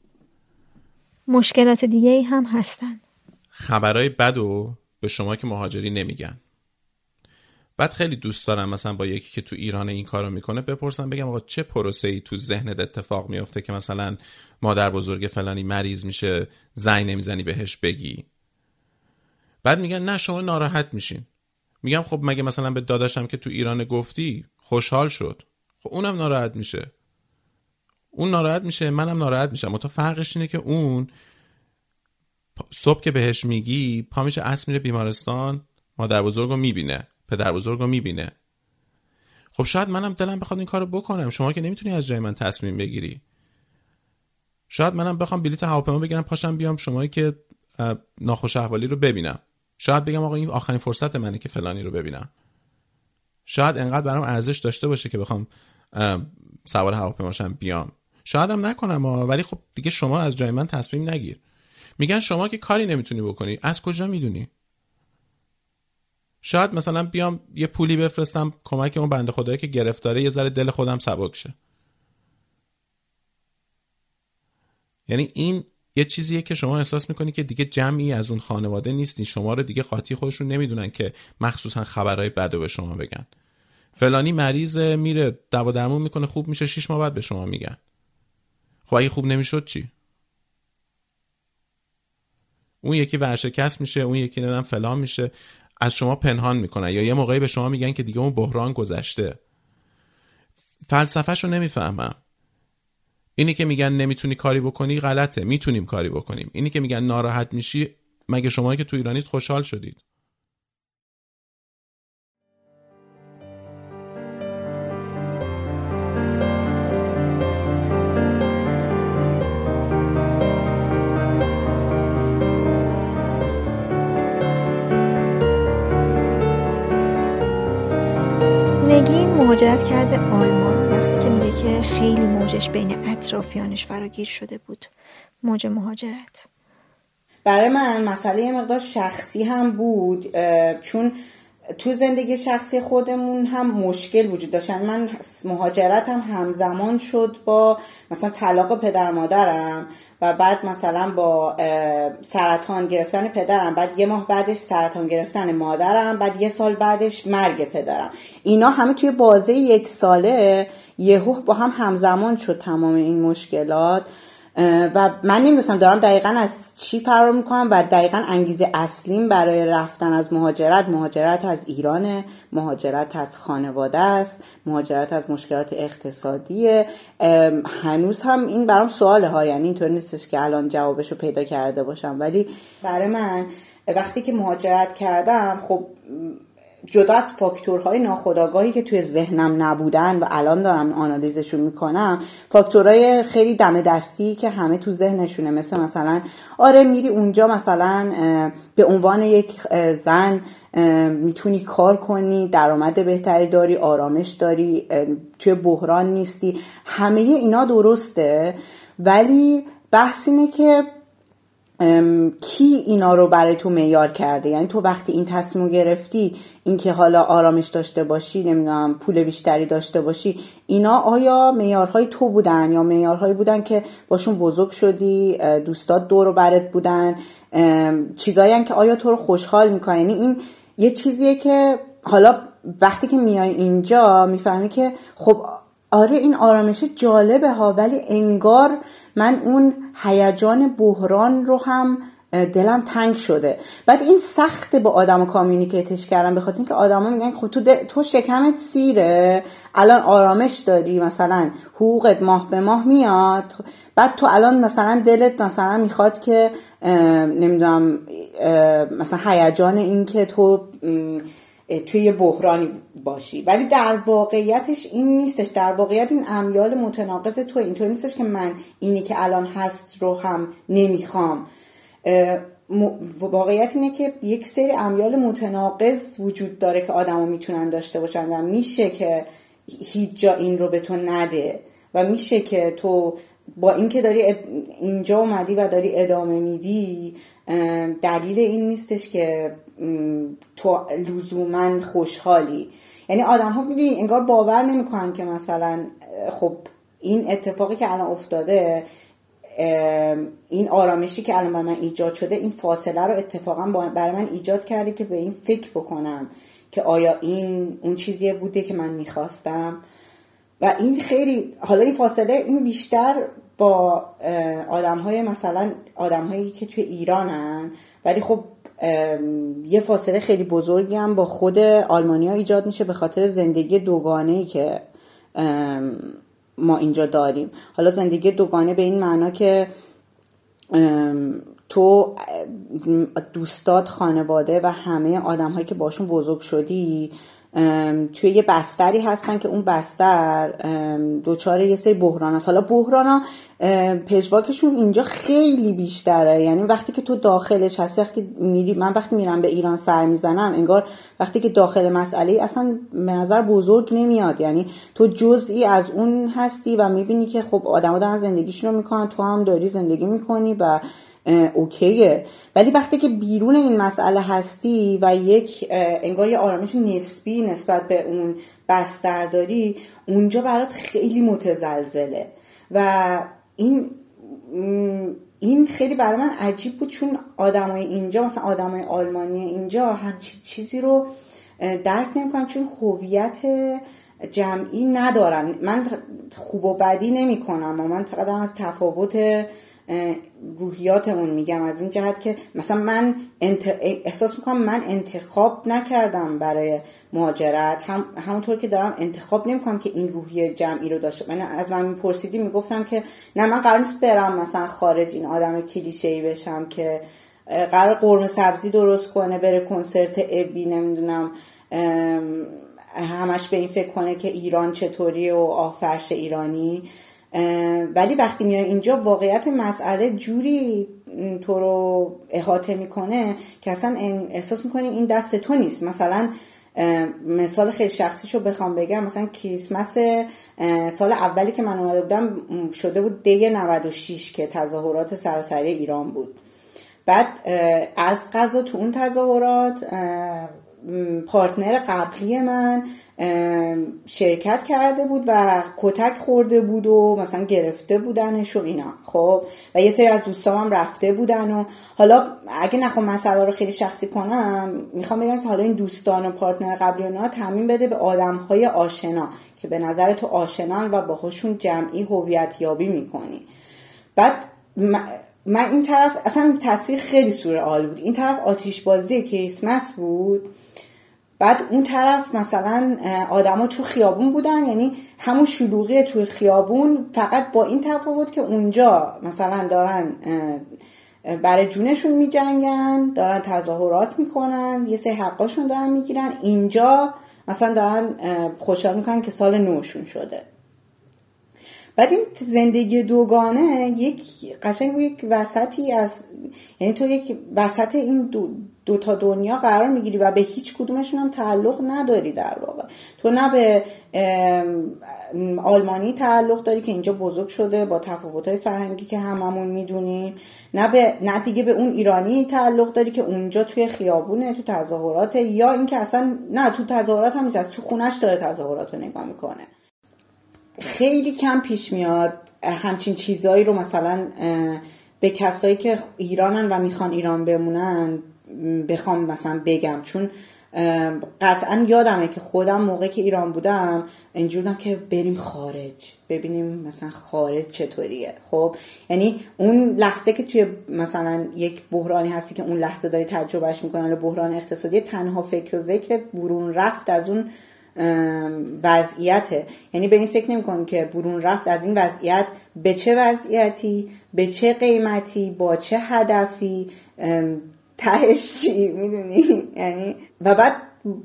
مشکلات دیگه ای هم هستن. خبرهای بدو به شما که مهاجری نمیگن. بعد خیلی دوست دارم مثلا با یکی که تو ایران این کارو میکنه بپرسم، بگم آقا چه پروسه‌ای تو ذهنت اتفاق میفته که مثلا مادر بزرگ فلانی مریض میشه زنگ نمیزنی بهش بگی؟ بعد میگن نه شما ناراحت میشین. میگم خب مگه مثلا به داداشم که تو ایران گفتی خوشحال شد؟ خب اونم ناراحت میشه، اون ناراحت میشه، منم ناراحت میشم. منتها فرقش اینه که اون صبح که بهش میگی پا میشه اصل میره بیمارستان، مادر بزرگو میبینه، پدر بزرگو میبینه. خب شاید منم دلم بخواد این کارو بکنم، شما که نمیتونی از جای من تصمیم بگیری. شاید منم بخوام بلیط هواپیما بگیرم پاشم بیام شمایی که ناخوش احوالی رو ببینم. شاید بگم آقا این آخرین فرصت منه که فلانی رو ببینم. شاید انقدر برام ارزش داشته باشه که بخوام سوار هواپیماشم بیام. شاید هم نکنم ولی خب دیگه شما از جای من تصمیم نگیر. میگن شما که کاری نمیتونی بکنی، از کجا میدونی؟ شاید مثلا بیام یه پولی بفرستم کمک اون بنده خدایی که گرفتاره، یه ذره دل خودم سبک شه. یعنی این یه چیزیه که شما احساس میکنی که دیگه جمعی از اون خانواده نیستی، شما رو دیگه قاطی خودشون نمیدونن که مخصوصا خبرهای بده به شما بگن. فلانی مریضه میره دوا درمون میکنه خوب میشه، 6 ماه بعد به شما میگن. خب اگه خوب نمیشد چی؟ اون یکی ورشکست میشه، اون یکی نمیدونم فلان میشه، از شما پنهان میکنن یا یه موقعی به شما میگن که دیگه اون بحران گذشته. فلسفه‌شو نمیفهمم. اینی که میگن نمیتونی کاری بکنی غلطه، میتونیم کاری بکنیم. اینی که میگن ناراحت میشی، مگه شما که تو ایرانیت خوشحال شدید؟ نگین مهاجرت کرده آلمان وقتی که میگه که خیلی موجش بین اطرافیانش فراگیر شده بود. موج مهاجرت برای من مسئله یه مقدار شخصی هم بود، چون تو زندگی شخصی خودمون هم مشکل وجود داشت. من مهاجرت هم همزمان شد با مثلا طلاق پدر مادرم و بعد مثلا با سرطان گرفتن پدرم، بعد یه ماه بعدش سرطان گرفتن مادرم، بعد یه سال بعدش مرگ پدرم. اینا همه توی بازه 1 ساله یهو با هم همزمان شد تمام این مشکلات و من نمی‌دونم دارم دقیقاً از چی فرار میکنم و دقیقاً انگیزه اصلیم برای رفتن از مهاجرت از ایرانه، مهاجرت از خانواده است، مهاجرت از مشکلات اقتصادیه. هنوز هم این برام سواله ها، یعنی اینطور نیستش که الان جوابشو پیدا کرده باشم، ولی برای من وقتی که مهاجرت کردم خب جدا از فاکتورهای ناخودآگاهی که توی ذهنم نبودن و الان دارم آنالیزشون میکنم، فاکتورهای خیلی دم دستی که همه تو ذهنشونه، مثلا آره میری اونجا مثلا به عنوان یک زن میتونی کار کنی، درآمد بهتری داری، آرامش داری، توی بحران نیستی، همه اینا درسته، ولی بحث اینه که کی اینا رو برای تو معیار کرده. یعنی تو وقتی این تصمیم گرفتی این که حالا آرامش داشته باشی، نمیدونم پول بیشتری داشته باشی، اینا آیا معیارهای تو بودن یا معیارهایی بودن که باشون بزرگ شدی، دوستات دور و برت بودن، چیزایی که آیا تو رو خوشحال میکنه؟ یعنی این یه چیزیه که حالا وقتی که میای اینجا میفهمی که خب آره این آرامش جالبه ها، ولی انگار من اون هیجان بحران رو هم دلم تنگ شده. بعد این سخته با آدمو کامیونیکیتش کردن، به خاطر اینکه آدما میگن خب تو شکمت سیره، الان آرامش داری، مثلا حقوقت ماه به ماه میاد، بعد تو الان مثلا دلت مثلا میخواد که نمیدونم مثلا هیجان این که تو توی بحرانی باشی، ولی در واقعیتش این نیستش. در واقعیت این امیال متناقض تو، اینطور نیستش که من اینی که الان هست رو هم نمیخوام. واقعیت اینه که یک سری امیال متناقض وجود داره که آدما میتونن داشته باشن و میشه که هیچ جا این رو به تو نده و میشه که تو با اینکه داری اینجا اومدی و داری ادامه میدی، دلیل این نیستش که تو لزوما خوشحالی. یعنی آدم ها میدونی انگار باور نمیکنن که مثلا خب این اتفاقی که الان افتاده، این آرامشی که الان برای من ایجاد شده، این فاصله رو اتفاقا برای من ایجاد کرده که به این فکر بکنم که آیا این اون چیزیه بوده که من میخواستم. و این خیلی حالا این فاصله این بیشتر با آدم‌های مثلا آدم‌هایی که توی ایرانن، ولی خب یه فاصله خیلی بزرگی هم با خود آلمانی‌ها ایجاد میشه به خاطر زندگی دوگانه‌ای که ما اینجا داریم. حالا زندگی دوگانه به این معنا که تو دوستات، خانواده و همه آدم‌هایی که باشون بزرگ شدی توی یه بستری هستن که اون بستر دوچار یه سری بحران هست. حالا بحران ها پژواکشون اینجا خیلی بیشتره. یعنی وقتی که تو داخلش هستی، وقتی میری، من وقتی میرم به ایران سر میزنم، انگار وقتی که داخل مسئله اصلا به نظر بزرگ نمیاد. یعنی تو جزئی از اون هستی و میبینی که خب آدم دارن زندگیشون رو میکنن، تو هم داری زندگی میکنی و اوکیه. ولی وقتی که بیرون این مسئله هستی و یک انگار یه آرامش نسبی نسبت به اون بستر داری، اونجا برات خیلی متزلزله. و این خیلی برای من عجیب بود، چون آدمای اینجا، مثلا آدمای آلمانی اینجا همچین چیزی رو درک نمی‌کنن، چون هویت جمعی ندارن. من خوب و بدی نمی‌کنم، من فقط از تفاوت روحیاتمون میگم، از این جهت که مثلا من احساس میکنم من انتخاب نکردم برای مهاجرت، همونطور که دارم انتخاب نمیکنم که این روحیه جمعی رو داشته. من از من میپرسیدی میگفتم که نه، من قرار نیست برم مثلا خارج، این آدم کلیشه‌ای بشم که قرار قرمه سبزی درست کنه، بره کنسرت ابی، نمیدونم همش به این فکر کنه که ایران چطوریه و آه فرش ایرانی. ولی وقتی میای اینجا واقعیت مسئله جوری تو رو احاطه میکنه که اصلا احساس میکنی این دست تو نیست. مثلا مثال خیلی شخصیشو بخوام بگم، مثلا کریسمس سال اولی که من اومده بودم شده بود دی 96 که تظاهرات سراسری ایران بود. بعد از قضا تو اون تظاهرات پارتنر قبلی من شرکت کرده بود و کتک خورده بود و مثلا گرفته بودنش و اینا. خب و یه سری از دوستام هم رفته بودن. و حالا اگه نخوام مسئله رو خیلی شخصی کنم، میخوام بگم که حالا این دوستان و پارتنر قبلی اونا تعمیم بده به آدم‌های آشنا که به نظر تو آشنان و باهاشون جمعی هویت یابی میکنی. بعد من این طرف اصلا تصویر خیلی سورئال بود. این طرف آتش بازی کریسمس بود، بعد اون طرف مثلا آدما تو خیابون بودن، یعنی همون شلوغی تو خیابون، فقط با این تفاوت که اونجا مثلا دارن برای جونشون میجنگن، دارن تظاهرات میکنن، یه سری حقاشون دارن میگیرن. اینجا مثلا دارن خوشحال میکنن که سال نوشون شده. بعد این زندگی دوگانه یک قشنگ یک وسطی از، یعنی تو یک وسط این دو تا دنیا قرار میگیری و به هیچ کدومشون هم تعلق نداری. در واقع تو نه به آلمانی تعلق داری که اینجا بزرگ شده با تفاوت‌های فرهنگی که هممون میدونیم، نه دیگه به اون ایرانی تعلق داری که اونجا توی خیابونه، تو تظاهرات، یا اینکه اصلا نه تو تظاهرات هم نیست، تو خونش داره تظاهرات رو نگاه میکنه. خیلی کم پیش میاد همچین چیزایی رو مثلا به کسایی که ایرانن و میخوان ایران بمونن بخوام مثلا بگم، چون قطعا یادمه که خودم موقع که ایران بودم اینجور بودم که بریم خارج ببینیم مثلا خارج چطوریه. خب یعنی اون لحظه که توی مثلا یک بحرانی هستی که اون لحظه داری تجربهش میکنی، یا بحران اقتصادی، تنها فکر و ذکر برون رفت از اون وضعیته. یعنی به این فکر نمی‌کنی که برون رفت از این وضعیت به چه وضعیتی، به چه قیمتی، با چه هدفی، تهش چی، میدونی؟ یعنی و بعد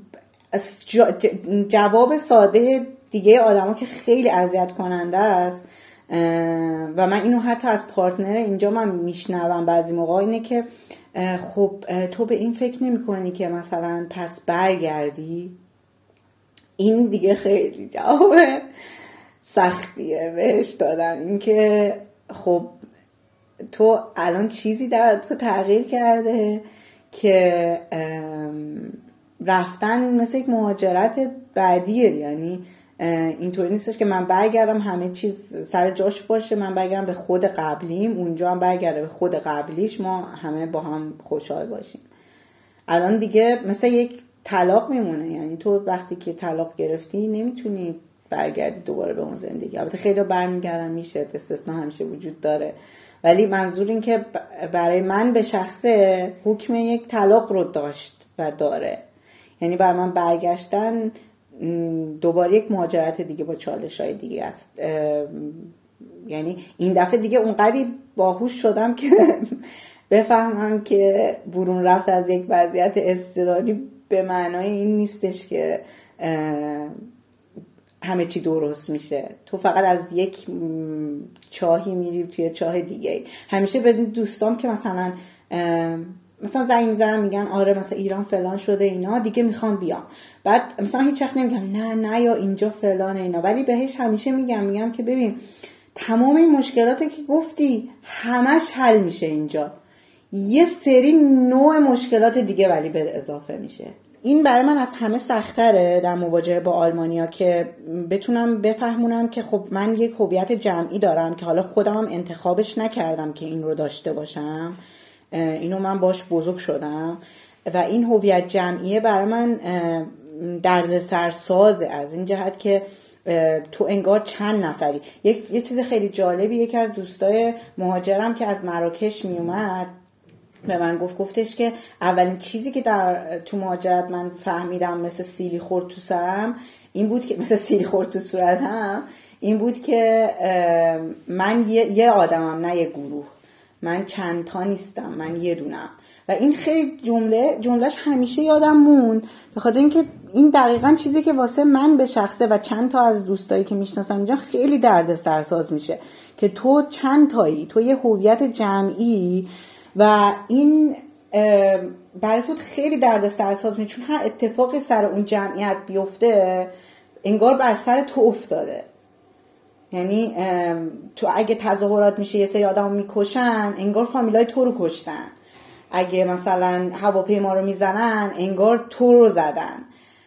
جواب ساده دیگه آدما که خیلی اذیت کننده است و من اینو حتی از پارتنر اینجا من میشنوم بعضی موقع، اینه که خب تو به این فکر نمی‌کنی که مثلا پس برگردی؟ این دیگه خیلی جواب سختیه بهش دادم، این که خب تو الان چیزی در تو تغییر کرده که رفتن مثل یک مهاجرت بعدیه. یعنی اینطوری نیستش که من برگردم همه چیز سر جاش باشه، من برگردم به خود قبلیم، اونجا هم برگرده به خود قبلیش، ما همه با هم خوشحال باشیم. الان دیگه مثل یک طلاق میمونه. یعنی تو وقتی که طلاق گرفتی نمیتونی برگردی دوباره به اون زندگی. البته خیلی برمیگردن، میشه، استثناء همیشه وجود داره، ولی منظور این که برای من به شخصه حکم یک طلاق رو داشت و داره. یعنی برای من برگشتن دوباره یک مهاجرت دیگه با چالش‌های دیگه است. یعنی این دفعه دیگه اونقدری باهوش شدم که بفهمم که برون رفت از یک وضعیت اضطراری به معنای این نیستش که همه چی درست میشه. تو فقط از یک چاهی میری توی چاه دیگه. همیشه به دوستام که مثلا زنگ میزنم میگن آره مثلا ایران فلان شده اینا دیگه میخوام بیام، بعد مثلا هیچ وقت نمیگم نه یا اینجا فلانه اینا، ولی بهش همیشه میگم که ببین تمام این مشکلاتی که گفتی همش حل میشه اینجا، یه سری نوع مشکلات دیگه ولی به اضافه میشه. این برای من از همه سخت‌تره در مواجهه با آلمانیا که بتونم بفهمونم که خب من یک هویت جمعی دارم که حالا خودم هم انتخابش نکردم که این رو داشته باشم، اینو من باش بزرگ شدم و این هویت جمعیه برای من دردسرسازه از این جهت که تو انگار چند نفری. یه چیز خیلی جالبی، یکی از دوستای مهاجرم که از مراکش میومد به من گفتش که اولین چیزی که تو مهاجرت من فهمیدم مثل سیلی خورد تو سرم این بود که مثل سیلی خورد تو صورتم این بود که من یه آدمم، نه یه گروه، من چند تا نیستم، من یه دونم. و این خیلی جملهش همیشه یادم موند، به خاطر اینکه این دقیقاً چیزی که واسه من به شخصه و چند تا از دوستایی که میشناسم اینجا خیلی دردسرساز میشه که تو چند تایی، تو یه هویت جمعی و این برای تو خیلی دردسرساز میشه، چون هر اتفاقی سر اون جمعیت بیفته انگار بر سر تو افتاده. یعنی تو اگه تظاهرات میشه یه سری آدمو میکشن انگار فامیلای تو رو کشتن، اگه مثلا هواپیما رو میزنن انگار تو رو زدن.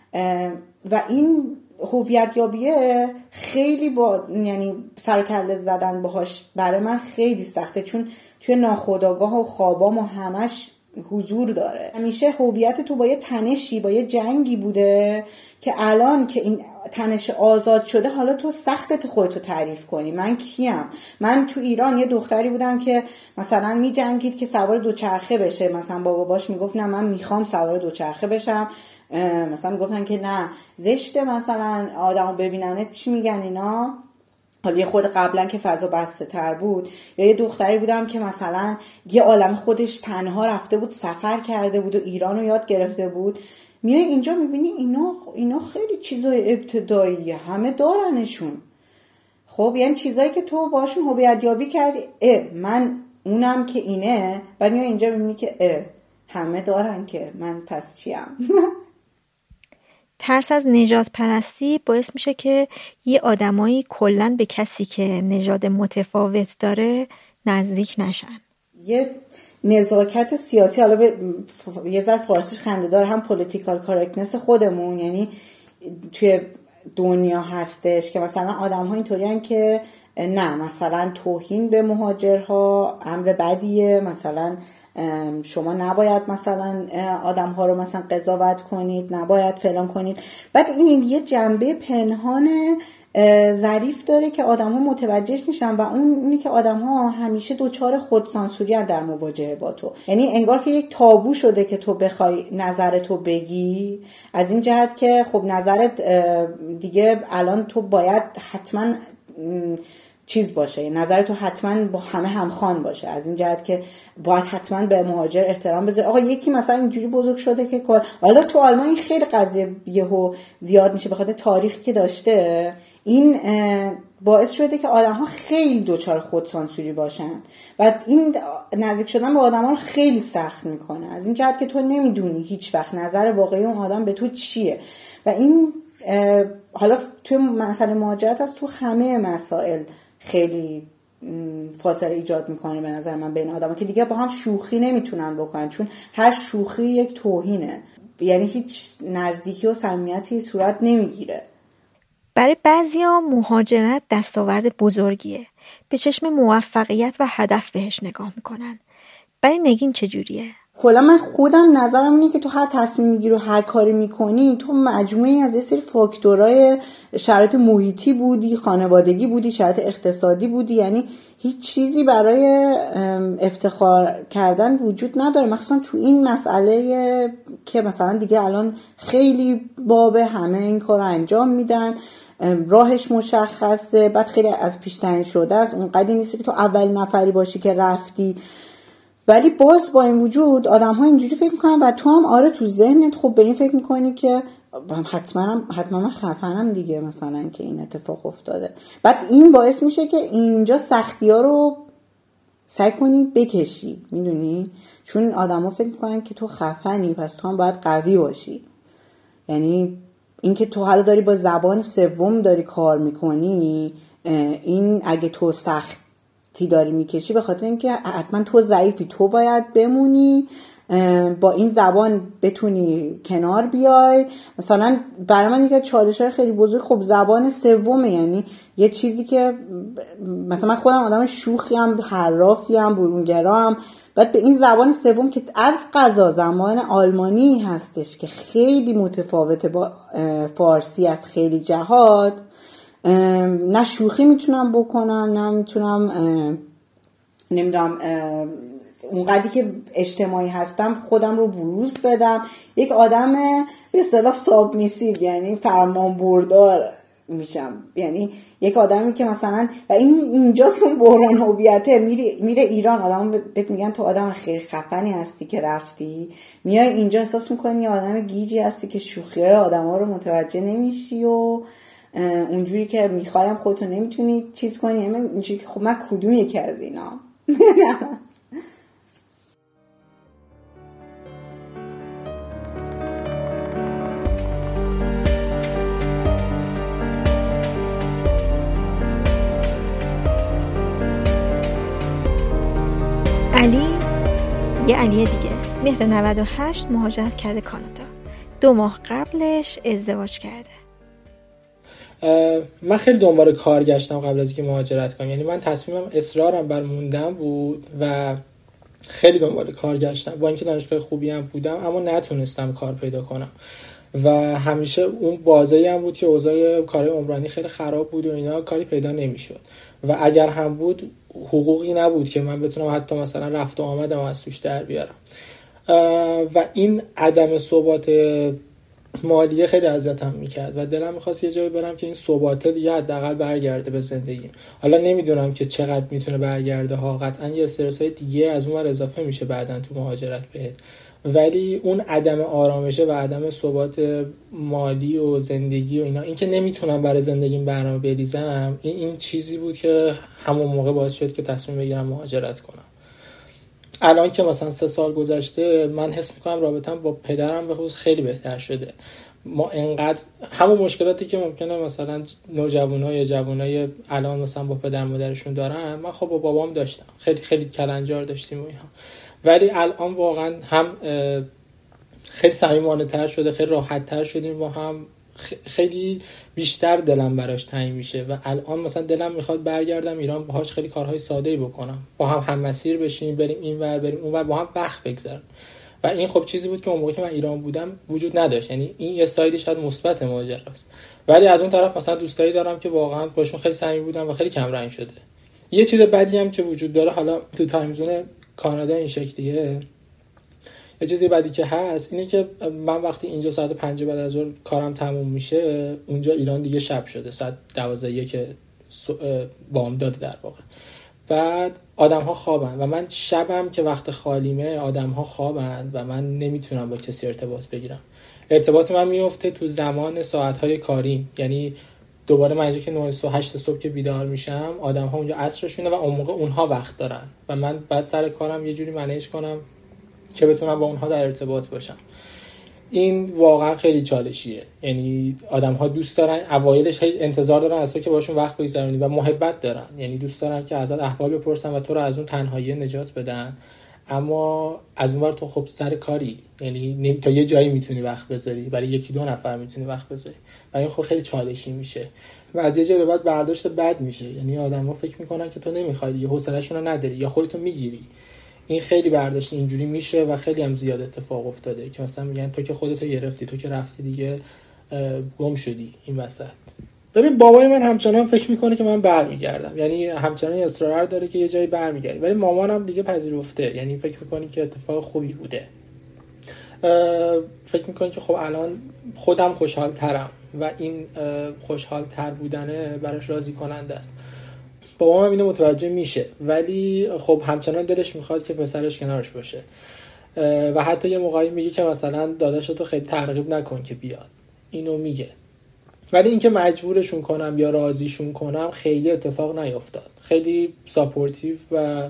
و این هویت یابیه خیلی یعنی سر کله زدن باهاش برای من خیلی سخته، چون توی ناخودآگاه و خوابام و همش حضور داره. همیشه هویت تو با یه تنشی، با یه جنگی بوده که الان که این تنش آزاد شده حالا تو سختت خودتو تعریف کنی من کیم. من تو ایران یه دختری بودم که مثلا می جنگید که سوار دوچرخه بشه، مثلا با باباش میگفت نه من میخوام سوار دوچرخه بشم، مثلا میگفتن که نه زشته مثلا آدمو ببیننت چی میگن اینا، حالا یه خورده قبلا که فضا بسته تر بود، یا یه دختری بودم که مثلا یه عالم خودش تنها رفته بود، سفر کرده بود و ایران رو یاد گرفته بود، میای اینجا میبینی اینا خیلی چیزای ابتداییه، همه دارنشون. خب یعنی چیزایی که تو باشون هویت یابی کردی، من اونم که اینه، بعد میای اینجا میبینی که همه دارن که من پس چیم؟ ترس از نژاد پرستی باعث میشه که یه آدمایی کلاً به کسی که نژاد متفاوت داره نزدیک نشن. یه نزاکت سیاسی، حالا یه ذره فارسیش خنده‌دار، هم پولیتیکال کارکتنس خودمون، یعنی توی دنیا هستش که مثلا آدم‌ها اینطورین که نه مثلا توهین به مهاجرها امر بدیه، مثلا شما نباید مثلا آدم‌ها رو مثلا قضاوت کنید، نباید فلان کنید. بعد این یه جنبه پنهان ظریف داره که آدم‌ها متوجهش نیستن و اونی که آدم‌ها همیشه دوچار خودسانسوری هستن در مواجهه با تو. یعنی انگار که یک تابو شده که تو بخوای نظرتو بگی، از این جهت که خب نظرت دیگه الان تو باید حتما چیز باشه، نظر تو حتما با همه همخوان باشه، از این جهت که باید حتما به مهاجر احترام بذاری. آقا یکی مثلا اینجوری بزرگ شده که حالا تو آلمان این خیلی قضیه یهو زیاد میشه به خاطر تاریخی که داشته، این باعث شده که آدم‌ها خیلی دوچار خودسانسوری باشن و این نزدیک شدن به آدم‌ها رو خیلی سخت میکنه، از این جهت که تو نمیدونی هیچ وقت نظر واقعی اون آدم به تو چیه. و این حالا توی مسئله مهاجرت هست، تو همه مسائل خیلی فاصله ایجاد میکنه به نظر من بین آدم‌ها که دیگه با هم شوخی نمیتونن بکنن، چون هر شوخی یک توهینه، یعنی هیچ نزدیکی و صمیمیتی صورت نمیگیره. برای بعضیا مهاجرت دستاورد بزرگیه، به چشم موفقیت و هدف بهش نگاه میکنن. برای نگین چجوریه؟ کلا من خودم نظرم اینه که تو هر تصمیم میگیری و هر کاری میکنی، تو مجموعی از یه سری فاکتورهای شرایط محیطی بودی، خانوادگی بودی، شرایط اقتصادی بودی، یعنی هیچ چیزی برای افتخار کردن وجود نداره، مخصوصا تو این مسئله که مثلا دیگه الان خیلی بابه، همه این کار رو انجام میدن، راهش مشخصه، بعد خیلی از پیش تعیین شده است، اونقدری نیست که تو اول نفری باشی که رفتی. ولی باز با این وجود آدم ها اینجوری فکر میکنن و تو هم آره تو ذهنت خب به این فکر میکنی که حتما من خفنم دیگه، مثلا که این اتفاق افتاده. بعد این باعث میشه که اینجا سختی ها رو سعی کنی بکشی، میدونی، چون آدم ها فکر میکنن که تو خفنی پس تو هم باید قوی باشی. یعنی این که تو حالا داری با زبان سوم داری کار میکنی، این اگه تو سختی داری میکشی به خاطر اینکه حتما تو ضعیفی، تو باید بمونی با این زبان بتونی کنار بیای. مثلا برای من یک چالش‌های خیلی بزرگ خب زبان سومه، یعنی یه چیزی که مثلا من خودم آدم شوخیم، حرافیم، برونگرام، بعد به این زبان سوم که از قضا زبان آلمانی هستش که خیلی متفاوته با فارسی از خیلی جهات، نه شوخی میتونم بکنم، نه میتونم نمیدونم اونقدری که اجتماعی هستم خودم رو بروز بدم. یک آدم به اصطلاح سابمیسیو، یعنی فرمان بردار میشم، یعنی یک آدمی که مثلا و اینجاست که اون بحران هویته. میره ایران، آدم بهت میگن تو آدم خیلی خفنی هستی که رفتی، میای اینجا احساس میکنی آدم گیجی هستی که شوخی‌های آدما رو متوجه نمیشی و اونجوری که میخوایم خودتو نمیتونی چیز کنی. اینجوری که خب من کدوم یکی از اینا؟ یه علی دیگه مهر 98 مهاجرت کرده کانادا، 2 ماه قبلش ازدواج کرده. من خیلی دنبال کار گشتم قبل از اینکه مهاجرت کنم، یعنی من تصمیمم اصرارم بر موندن بود و خیلی دنبال کار گشتم، با اینکه دانشگاه خوبی هم بودم اما نتونستم کار پیدا کنم و همیشه اون بازی هم بود که اوضاع کار عمرانی خیلی خراب بود و اینا، کاری پیدا نمیشد و اگر هم بود حقوقی نبود که من بتونم حتی مثلا رفت و آمدم از توش در بیارم و این عدم ثبات مالیه خیلی اذیتم میکرد و دلم میخواست یه جایی برم که این ثباته دیگه حداقل برگرده به زندگی. حالا نمیدونم که چقدر میتونه برگرده ها، قطعا یه استرسای دیگه از اون ور اضافه میشه بعدن تو مهاجرت بهت، ولی اون عدم آرامشه و عدم ثبات مالی و زندگی و اینا، این که نمیتونم برای زندگیم برنامه بریزم، این چیزی بود که همون موقع باعث شد که تصمیم بگیرم مهاجرت کنم. الان که مثلا 3 سال گذشته من حس میکنم رابطم با پدرم به خصوص خیلی بهتر شده. ما انقدر همون مشکلاتی که ممکنه مثلا نوجوانای یا جوانای الان مثلا با پدر مادرشون دارن، من خب با بابام داشتم، خیلی کلنجار داشتیم و اینا، ولی الان واقعا هم خیلی صمیمانه تر شده، خیلی راحت تر شدیم و هم خیلی بیشتر دلم براش تنگ میشه و الان مثلا دلم میخواد برگردم ایران باهاش خیلی کارهای ساده‌ای بکنم، با هم مسیر بشیم، بریم اینور بریم اونور، با هم وقت بگذرونیم. و این خب چیزی بود که اون موقع که من ایران بودم وجود نداشت. یعنی این یه سایدی شاید مثبت ماجراست، ولی از اون طرف مثلا دوستایی دارم که واقعا باشون خیلی صمیمی بودم و خیلی کم رنگ شده. یه چیز بدی هم که وجود داره، حالا تو تایم زون کانادا این شکلیه، یه چیزی بعدی که هست اینه که من وقتی اینجا ساعت 5 بعد از ظهر کارم تموم میشه، اونجا ایران دیگه شب شده، ساعت 12 که بامداد در واقع، بعد آدم ها خوابن و من شبم که وقت خالیمه آدم ها خوابن و من نمیتونم با کسی ارتباط بگیرم. ارتباط من میفته تو زمان ساعتهای کاریم، یعنی دوباره من اینجا که 9 صبح 8 صبح که بیدار میشم، آدم ها اونجا عصرشونه و اون موقع اونها وقت دارن و من بعد سر کارم یه جوری منیج کنم که بتونم با اونها در ارتباط باشم. این واقعا خیلی چالشیه. یعنی آدم ها دوست دارن اوایلش انتظار دارن از تو که باشون وقت بگذرونی و محبت دارن، یعنی دوست دارن که ازت احوال بپرسن و تو رو از اون تنهایی نجات بدن، اما از اونور تو خب سر کاری، یعنی تا یه جایی میتونی وقت بذاری، برای 1-2 نفر میتونی وقت بذاری و این خب خیلی چالشی میشه و از یه جایی به بعد برداشت بد میشه. یعنی آدم‌ها فکر میکنن که تو نمیخوای، یه حوصله‌شون رو نداری یا خودتو میگیری. این خیلی برداشت اینجوری میشه و خیلی هم زیاد اتفاق افتاده که مثلا میگن تو که خودتو گرفتی، تو که رفتی دیگه گم شدی این وسط. ببین بابای من همچنان فکر میکنه که من برمیگردم، یعنی همچنان اصرار داره که یه جایی برمیگردی، ولی مامانم دیگه پذیرفته، یعنی فکر میکنه که اتفاق خوبی بوده. فکر میکنه که خب الان خودم خوشحال ترم و این خوشحال تر بودنه براش راضی کننده است. بابام هم اینو متوجه میشه، ولی خب همچنان دلش میخواد که پسرش کنارش باشه و حتی یه موقعی میگه که مثلا داداشتو خیلی ترغیب نکن که بیاد، اینو میگه. ولی اینکه مجبورشون کنم یا راضیشون کنم خیلی اتفاق نیفتاد. خیلی ساپورتیو و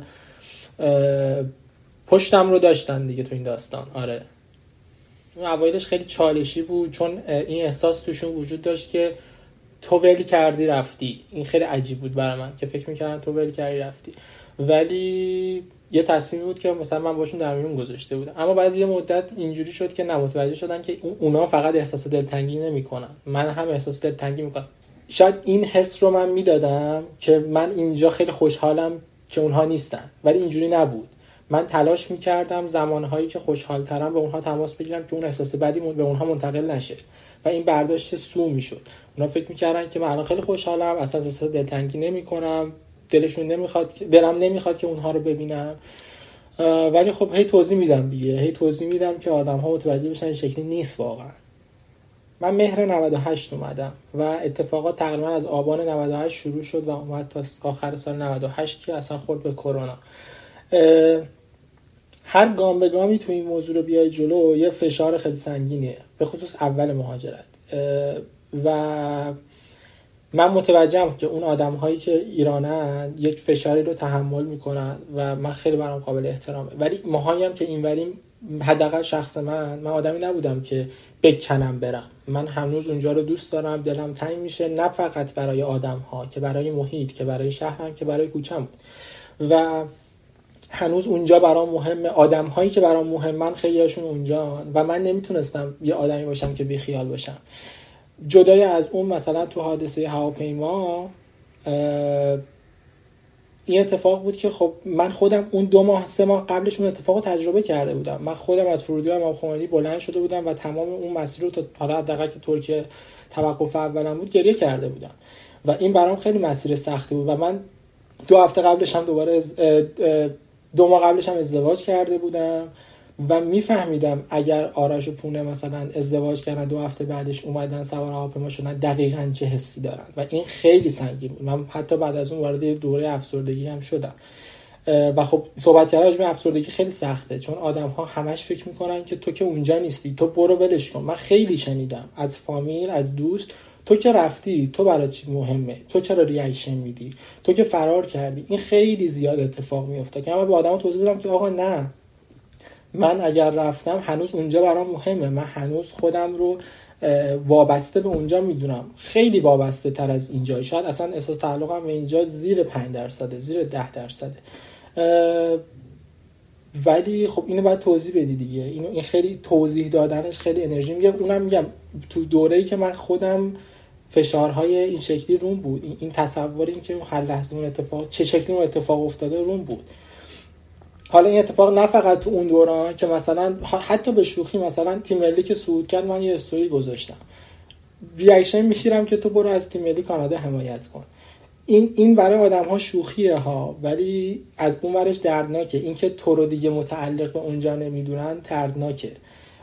پشتم رو داشتن دیگه تو این داستان. آره اون اوایلش خیلی چالشی بود، چون این احساس توشون وجود داشت که تو ول کردی رفتی. این خیلی عجیب بود برای من که فکر می‌کردم تو ول کردی رفتی، ولی یه تصمیمی بود که مثلا من باشون در میون گذاشته بودم. اما بعد یه مدت اینجوری شد که متوجه شدن که اونا فقط احساس دلتنگی نمی‌کنن، من هم احساس دلتنگی می‌کنم. شاید این حس رو من میدادم که من اینجا خیلی خوشحالم که اونها نیستن، ولی اینجوری نبود. من تلاش می‌کردم زمانهایی که خوشحال‌ترم به اونها تماس بگیرم که اون احساس بدی به اونها منتقل نشه و این برداشت سو میشد. اونا فکر می‌کردن که من الان خیلی خوشحالم، اصلا احساس دلتنگی نمی‌کنم، دلم نمیخواد که اونها رو ببینم. ولی خب هی توضیح میدم که آدم‌ها متوجه بشن این شکلی نیست واقعا. من مهر 98 اومدم و اتفاقات تقریبا از آبان 98 شروع شد و اومد تا آخر سال 98 که اصلا خورد به کرونا. هر گام به گامی تو این موضوع رو بیای جلو یه فشار خیلی سنگینیه، به خصوص اول مهاجرت. و من متوجهم که اون آدم‌هایی که ایرانن یک فشاری رو تحمل میکنن و من خیلی برام قابل احترامه، ولی ماهایی هم که اینوریم، حداقل شخص من آدمی نبودم که بکنم برم. من هنوز اونجا رو دوست دارم، دلم تنگ میشه، نه فقط برای آدم‌ها، که برای محیط، که برای شهرم، که برای کوچه‌م. و هنوز اونجا برام مهمه، آدم‌هایی که برام مهمن خیلی‌هاشون اونجا و من نمیتونستم یه آدمی باشم که بیخیال باشم. جدای از اون مثلا تو حادثه هواپیما این اتفاق بود که خب من خودم اون 2-3 ماه قبلش اون اتفاق رو تجربه کرده بودم. من خودم از فرودگاه امام خمینی بلند شده بودم و تمام اون مسیر رو تا حداقل که ترکیه توقف اولم بود گریه کرده بودم و این برام خیلی مسیر سختی بود و من 2 هفته قبلش هم دوباره 2 ماه قبلش هم ازدواج کرده بودم و میفهمیدم اگر آرش و پونه مثلا ازدواج کردن 2 هفته بعدش اومدن سوار هواپیما شدن دقیقاً چه حسی دارن و این خیلی سنگین بود. من حتی بعد از اون وارد دوره افسردگی هم شدم و خب صحبت کردن راجع به افسردگی خیلی سخته، چون آدم‌ها همش فکر میکنن که تو که اونجا نیستی، تو برو ولش کن. من خیلی شنیدم از فامیل، از دوست، تو که رفتی، تو برای چی مهمه، تو چرا ریاکشن میدی، تو که فرار کردی. این خیلی زیاد اتفاق میفته که من به آدم‌ها توضیح بدم که آقا نه، من اگر رفتم هنوز اونجا برام مهمه، من هنوز خودم رو وابسته به اونجا میدونم، خیلی وابسته تر از اینجا. شاید اصلا احساس تعلقم به اینجا زیر 5%، زیر 10%. ولی خب اینو باید توضیح بدی دیگه. این خیلی توضیح دادنش خیلی انرژی میگه. اونم میگم تو دوره‌ای که من خودم فشارهای این شکلی روم بود، این تصور این که هر لحظه اون اتفاق چه شکلی اون اتفاق افتاده روم بود. حالا این اتفاق نه فقط تو اون دوران که مثلا حتی به شوخی مثلا تیم ملی که صعود کرد من یه استوری گذاشتم، ریاکشن میگیرم که تو برو از تیم ملی کانادا حمایت کن. این برای آدم‌ها شوخیه ها، ولی از اون ورش دردناکه. این که تو رو دیگه متعلق به اونجا نمیدونن دردناکه.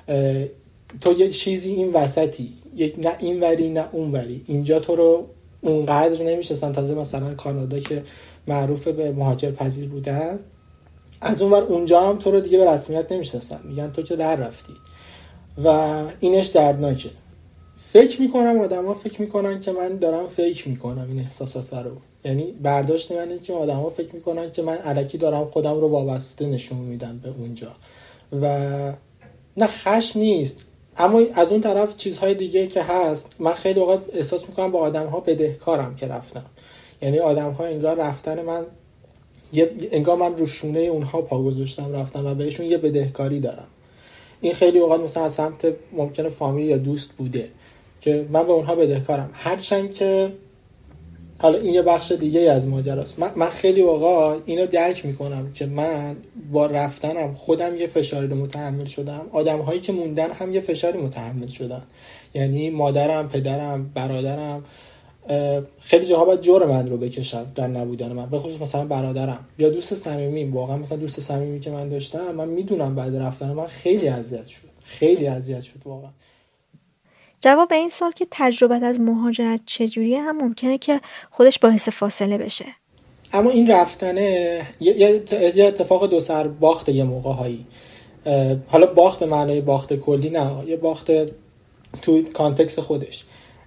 تو یه چیزی این وسطی، یک نه این وری نه اون وری. اینجا تو رو اونقدر نمیشناسن، تازه مثلا کانادا که معروف به مهاجرپذیر بودن، از اون ور اونجا هم تو رو دیگه به رسمیت نمیشناسن، میگن تو که در رفتی و اینش دردناکه. فکر میکنم آدما فکر میکنن که من دارم فکر میکنم این احساسات رو، یعنی برداشت من اینه که آدما فکر میکنن که من الکی دارم خودم رو وابسته نشون میدم به اونجا و نه، خشم نیست. اما از اون طرف چیزهای دیگه که هست، من خیلی اوقات احساس میکنم با آدم‌ها بدهکارم که رفتم. یعنی آدم‌ها انگار رفتن من انگار من رو شونه اونها پا گذاشتم رفتم و بهشون یه بدهکاری دارم. این خیلی اوقات مثلا از سمت ممکنه فامیل یا دوست بوده که من به اونها بدهکارم، هرچند که حالا این یه بخش دیگه از ماجراست. من خیلی اوقات اینو درک میکنم که من با رفتنم خودم یه فشاری رو متحمل شدم، آدم‌هایی که موندن هم یه فشاری متحمل شدن، یعنی مادرم، پدرم، برادرم خیلی جاها باید جور من رو بکشن در نبودن من، به خصوص مثلا برادرم یا دوست صمیمیم. واقعا مثلا دوست صمیمی که من داشتم، من میدونم بعد رفتن من خیلی اذیت شد واقعا. جواب این سوال که تجربت از مهاجرت چجوریه هم ممکنه که خودش باعث فاصله بشه. اما این رفتنه یه اتفاق دو سر باخته یه موقع‌هایی. حالا باخت به معنای باخت کلی نه، یه باخت تو کانتکست خودش.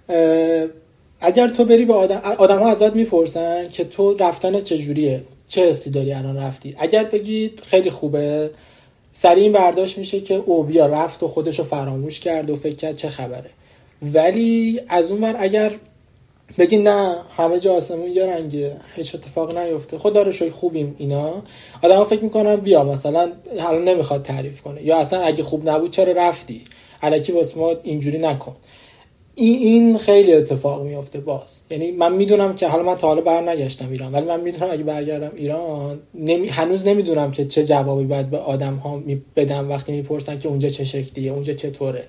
اگر تو بری به آدم‌ها ازت میپرسن که تو رفتن چجوریه، چه حسی داری الان رفتی، اگر بگید خیلی خوبه، سریع این برداشت میشه که او بیا رفت و خودشو فراموش کرد و فکر کرد چه خبره. ولی از اون ور اگر بگی نه همه جا آسمون یه رنگه، هیچ اتفاق نیفته، خدا رو شکر خوبیم، اینا آدم‌ها فکر میکنن بیا مثلا حالا نمیخواد تعریف کنه، یا اصلا اگه خوب نبود چرا رفتی، الکی واسه ما اینجوری نکن. این خیلی اتفاق میفته باز. یعنی من میدونم که حالا من تا حالا برنگشتم ایران، ولی من میدونم اگه برگردم ایران هنوز نمیدونم که چه جوابی باید به آدم‌ها بدم وقتی میپرسن که اونجا چه شکلیه، اونجا چطوره.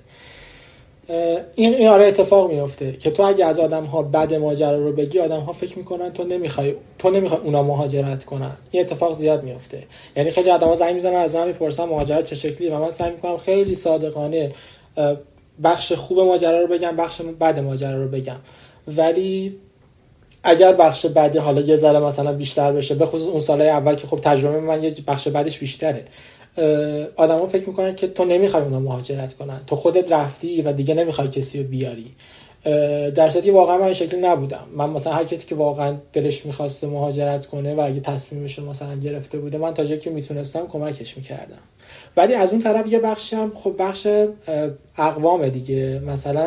این آره اتفاق میفته که تو اگه از آدم‌ها بد ماجرا رو بگی، آدم‌ها فکر میکنن تو نمیخوای اونا مهاجرت کنن. این اتفاق زیاد میفته. یعنی خیلی آدم‌ها زنگ میزنن از من میپرسن مهاجرت چه شکلیه و من سعی میکنم خیلی صادقانه بخش خوب ماجرا رو بگم، بخش بد ماجرا رو بگم. ولی اگر بخش بدی حالا یه ذره مثلا بیشتر بشه، به خصوص اون سالهای اول که خب تجربه من یه بخش بدش بیشتره، آدما فکر میکنن که تو نمیخوای اونا مهاجرت کنن، تو خودت رفتی و دیگه نمیخوای کسی رو بیاری. در صورتی واقعا من این شکلی نبودم. من مثلا هر کسی که واقعا دلش میخواسته مهاجرت کنه و اگه تصمیمش رو مثلا گرفته بوده، من تا جایی که میتونستم کمکش میکردم. ولی از اون طرف یه بخشی هم خب بخش اقوام دیگه، مثلا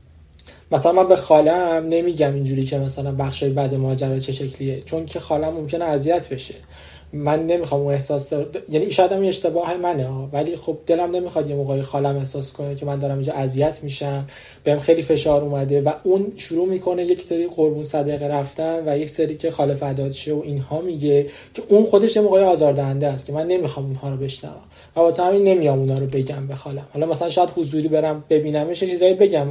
من به خالم نمیگم اینجوری که مثلا بخشای بد ماجرا چه شکلیه، چون که خالم ممکنه اذیت بشه. من نمیخوام اون احساس یعنی شاید هم اشتباه منه ولی خب دلم نمیخواد یه موقعی خالم احساس کنه که من دارم اینجا اذیت میشم، بهم خیلی فشار اومده و اون شروع میکنه یک سری قربون صدقه رفتن و یک سری که خاله فدات شه و اینها میگه که اون خودش یه موقعی آزاردهنده است که من نمیخوام اونها رو بشنوم و واسه همین نمیام اونا رو بگم به خالم. حالا مثلا شاید حضوری برم ببینمش چیزایی بگم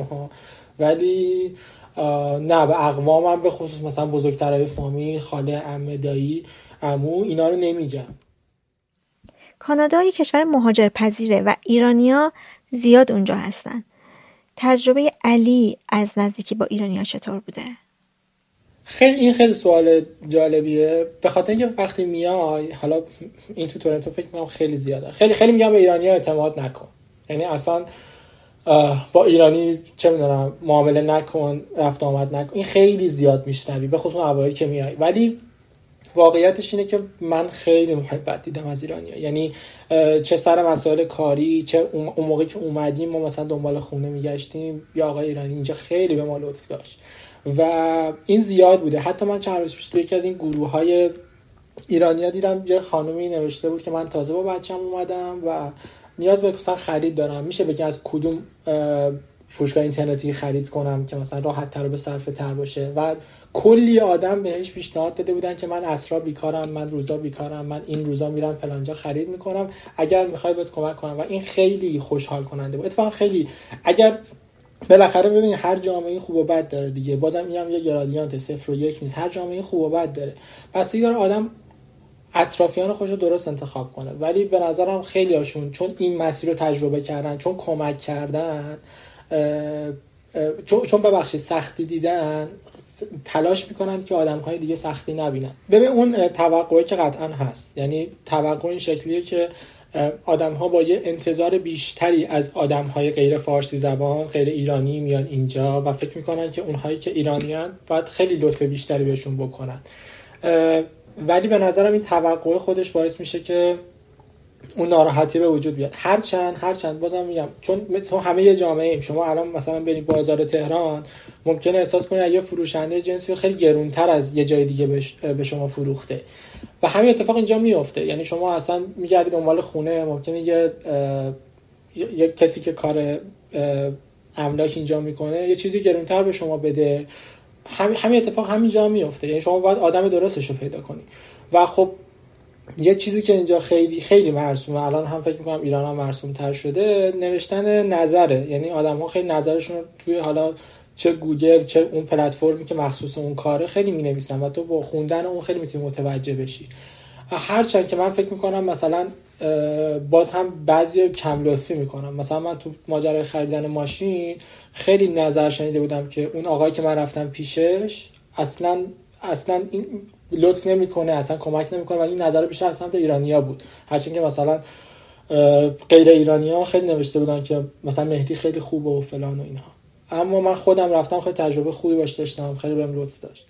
ولی نه به اقوامم، به خصوص مثلا بزرگترای فامیل، خاله، عمه، دایی، عمو، اینا رو نمیگم. کانادا یک کشور مهاجرپذیره و ایرانیا زیاد اونجا هستن. تجربه علی از نزدیکی با ایرانیا چطور بوده؟ این خیلی سوال جالبیه، به خاطر اینکه وقتی میای، حالا این تو تورنتو فکر میکنم خیلی زیاده، خیلی میگم به ایرانیا اعتماد نکن، یعنی اصلا با ایرانی چه میدونم معامله نکن، رفت آمد نکن، این خیلی زیاد میشنوی به خصوص اوایل که میای. ولی واقعیتش اینه که من خیلی محبت دیدم از ایرانیا، یعنی چه سر مسائل کاری، چه اون موقعی که اومدیم ما مثلا دنبال خونه میگشتیم، یا آقای ایرانی اینجا خیلی به ما لطف داشت و این زیاد بوده. حتی من چند روز پیش تو یکی از این گروه‌های ایرانیا دیدم یه خانومی نوشته بود که من تازه با بچه‌م اومدم و نیاز به مثلا خرید دارم، میشه بگم از کدوم فروشگاه اینترنتی خرید کنم که مثلا راحت تر و به صرفه تر باشه. و کلی آدم بهش پیشنهاد داده بودن که من عصرا بیکارم، من روزا بیکارم، من این روزا میرم فلانجا خرید میکنم، اگر میخوای بهت کمک کنم. و این خیلی خوشحال کننده بود. اتفاقا خیلی، اگر بالاخره ببینید هر جامعه خوب و بد داره دیگه، بازم میگم یه گرادیانت 0 و 1 نیست، هر جامعه خوب و بد داره، پس دیگه آدم اطرافیان خودش رو درست انتخاب کنه. ولی به نظرم خیلی هاشون چون این مسیر رو تجربه کردن، چون کمک کردن، چون ببخشید سختی دیدن، تلاش میکنن که آدم‌های دیگه سختی نبینن. ببین اون توقعی که قطعا هست، یعنی توقع این شکلیه که آدم‌ها با یه انتظار بیشتری از آدم‌های غیر فارسی زبان، غیر ایرانی میان اینجا و فکر میکنن که اونهایی که ایرانیان باید خیلی لطف بیشتری بهشون بکنن. ولی به نظرم این توقع خودش باعث میشه که اون ناراحتی به وجود بیاد. هرچند بازم میگم چون همه یه جامعه ایم، شما الان مثلا برید بازار تهران ممکنه احساس کنید یه فروشنده جنسی خیلی گرونتر از یه جای دیگه به شما فروخته و همین اتفاق اینجا میفته. یعنی شما اصلا میگردید دنبال خونه، ممکنه یه کسی که کار املاک اینجا میکنه یه چیزی گرونتر به شما بده. همین اتفاق همینجا میفته، یعنی شما باید آدم درستش رو پیدا کنی. و خب یه چیزی که اینجا خیلی خیلی مرسومه، الان هم فکر میکنم ایران هم مرسوم تر شده، نوشتن نظره. یعنی آدم ها خیلی نظرشون رو توی حالا چه گوگل چه اون پلتفرمی که مخصوص اون کاره خیلی می نویسن و تو با خوندن اون خیلی میتونی متوجه بشی. هرچند که من فکر میکنم مثلا باز هم بعضی کم لطفی میکنم. مثلا من تو ماجرای خریدن ماشین خیلی نظر شنیده بودم که اون آقایی که من رفتم پیشش اصلا این لطف نمیکنه، اصلا کمک نمیکنه و این نظر بیشتر از سمت ایرانیا بود. هرچند که مثلا غیر ایرانیا خیلی نوشته بودن که مثلا مهدی خیلی خوبه و فلان و اینها. اما من خودم رفتم خیلی تجربه خوبی باش داشتم، خیلی بهم لطف داشت.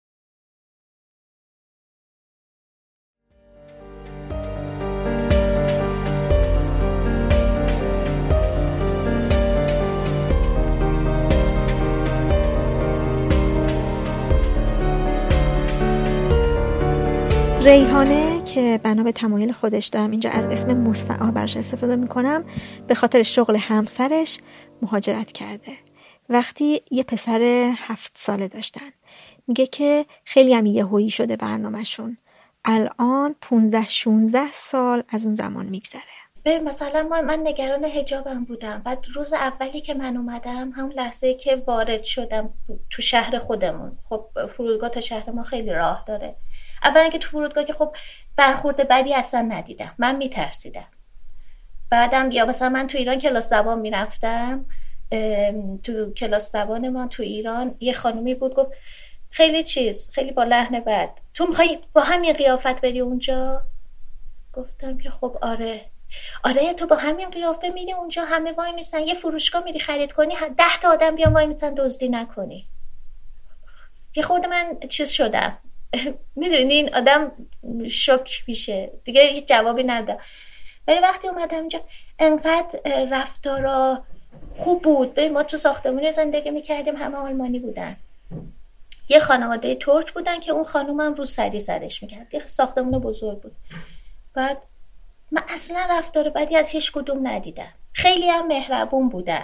ریحانه که بنا به تمایل خودش دارم اینجا از اسم مستعار براش استفاده میکنم، به خاطر شغل همسرش مهاجرت کرده. وقتی یه پسر 7 ساله داشتن، میگه که خیلی هم یهویی شده برنامه‌شون. الان 15-16 سال از اون زمان میگذره. مثلا من نگران حجابم بودم. بعد روز اولی که من اومدم، همون لحظه که وارد شدم تو شهر خودمون، خب فرودگاه تا شهر ما خیلی راه داره. اولا که تو فرودگاه که خب برخورد بدی اصلا ندیدم، من میترسیدم. بعدم یا مثلا من تو ایران کلاس زبان میرفتم، تو کلاس زبان ما تو ایران یه خانومی بود گفت خیلی با لحن بد، تو میخوای با همین قیافت بری اونجا؟ گفتم که خب آره تو با همین قیافه میری اونجا، همه وای میسن، یه فروشگاه میری خرید کنی 10 تا آدم بیان وای میسن دزدی نکنی. یه خورده من چیز شدم، میدونین آدم شوک میشه دیگه، هیچ جوابی نداد. ولی وقتی اومدم اینجا انقدر رفتارا خوب بود. ببین ما تو ساختمون زندگی میکردیم، همه آلمانی بودن، یه خانواده ترک بودن که اون خانومم رو سری سرش میکرد، یه ساختمون بزرگ بود. بعد من اصلا رفتار بدی از هیچ کدوم ندیدم. خیلی هم مهربون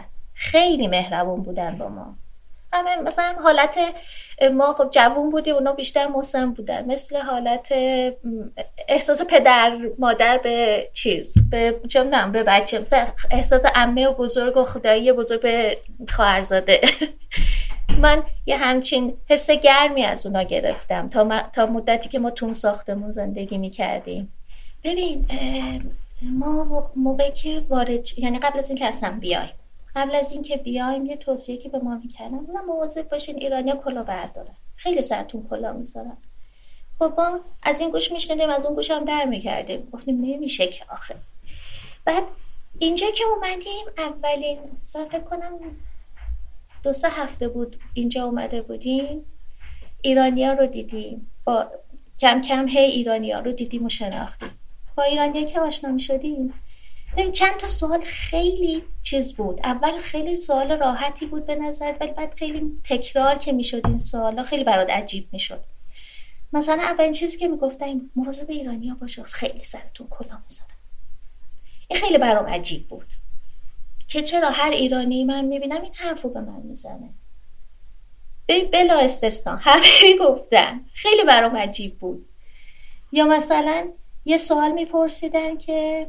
بودن با ما. همه مثلا حالت ما خب جوون بودیم، اونا بیشتر مسن بودن، مثل حالت احساس پدر مادر به به بچه، مثلا احساس عمه و بزرگ و خدایی بزرگ به خواهرزاده. من یه همچین حس گرمی از اونا گرفتم تا مدتی که ما تو ساختمون زندگی میکردیم. ببین ما موقعی که وارد، یعنی قبل از اینکه اصلا بیایم یه توصیه که به ما میکنن مواظب باشین ایرانی‌ها کلاهبردارن، خیلی سرتون کلاه میذارن. خب ما از این گوش میشنیدیم از اون گوش هم در میکردیم، گفتیم نمیشه که آخه. بعد اینجا که اومدیم اولین فکر کنم 2-3 هفته بود اینجا اومده بودیم، ایرانی‌ها رو دیدیم، با کم کم ایرانی‌ها رو دیدیم و شناختیم. با ایرانی‌ها که آشنا می‌شدیم چند تا سوال خیلی چیز بود. اول خیلی سوال راحتی بود به نظر، ولی بعد خیلی تکرار که می‌شد این سوالا خیلی برات عجیب می‌شد. مثلا اولین چیزی که میگفتن مواظب ایرانی‌ها باشه، خیلی سرتون کلاه می‌ذارن. این خیلی برام عجیب بود که چرا هر ایرانی من میبینم این حرفو به من میزنه. بلا استثنا همه گفتن، خیلی برام عجیب بود. یا مثلا یه سوال میپرسیدن که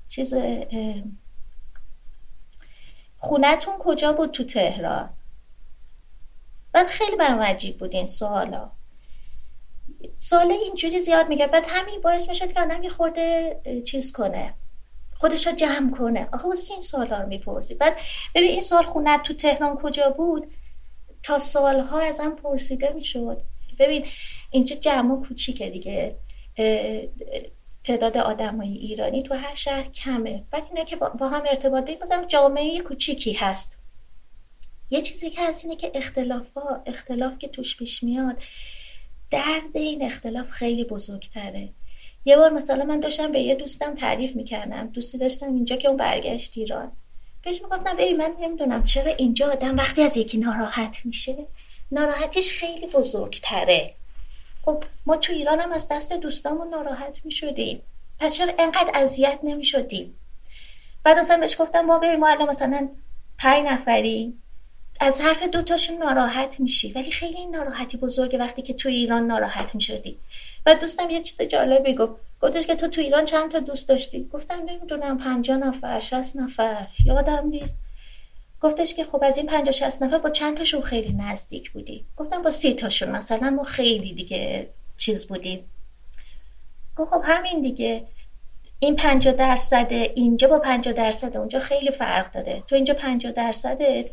خونتون کجا بود تو تهران؟ بعد خیلی برام عجیب بود این سوالا. سوال اینجوری زیاد میگه، بعد همین باعث میشد که آدم یه خورده چیز کنه، خودش رو جمع کنه. آخه واسه این سوالا رو میپرسی. بعد ببین این سوال خونت تو تهران کجا بود تا سالها ازم پرسیده میشد. ببین اینجا جمع و کوچیکه دیگه، تعداد آدمای ایرانی تو هر شهر کمه. بعد اینا که با هم ارتباط داریم، مثلا جامعه کوچیکی هست. یه چیزی که هست اینه که اختلاف که توش پیش میاد، درد این اختلاف خیلی بزرگتره. یه بار مثلا من داشتم به یه دوستم تعریف میکردم، دوستی داشتم اینجا که اون برگشت ایران، بهش میگفتم ببین من نمیدونم چرا اینجا آدم وقتی از یکی ناراحت میشه ناراحتیش خیلی بزرگتره. خب ما تو ایران هم از دست دوستامون ناراحت میشدیم، پس چرا انقدر اذیت نمیشدیم؟ بعد مثلا بهش گفتم ما ببین ما الان مثلا 5 نفری از حرف 2 تاشون ناراحت میشی، ولی خیلی این ناراحتی بزرگه وقتی که تو ایران ناراحت میشدی. بعد دوستم یه چیز جالبی گفتش که تو ایران چند تا دوست داشتی؟ گفتم نمیدونم 50 نفر 60 نفر یادم نیست. گفتش که خب از این 50-60 نفر با چند تاشون خیلی نزدیک بودی؟ گفتم با 30 تاشون مثلا ما خیلی دیگه چیز بودیم. گفت خب همین دیگه، این 50% اینجا با 50% اونجا خیلی فرق داره. تو اینجا 50%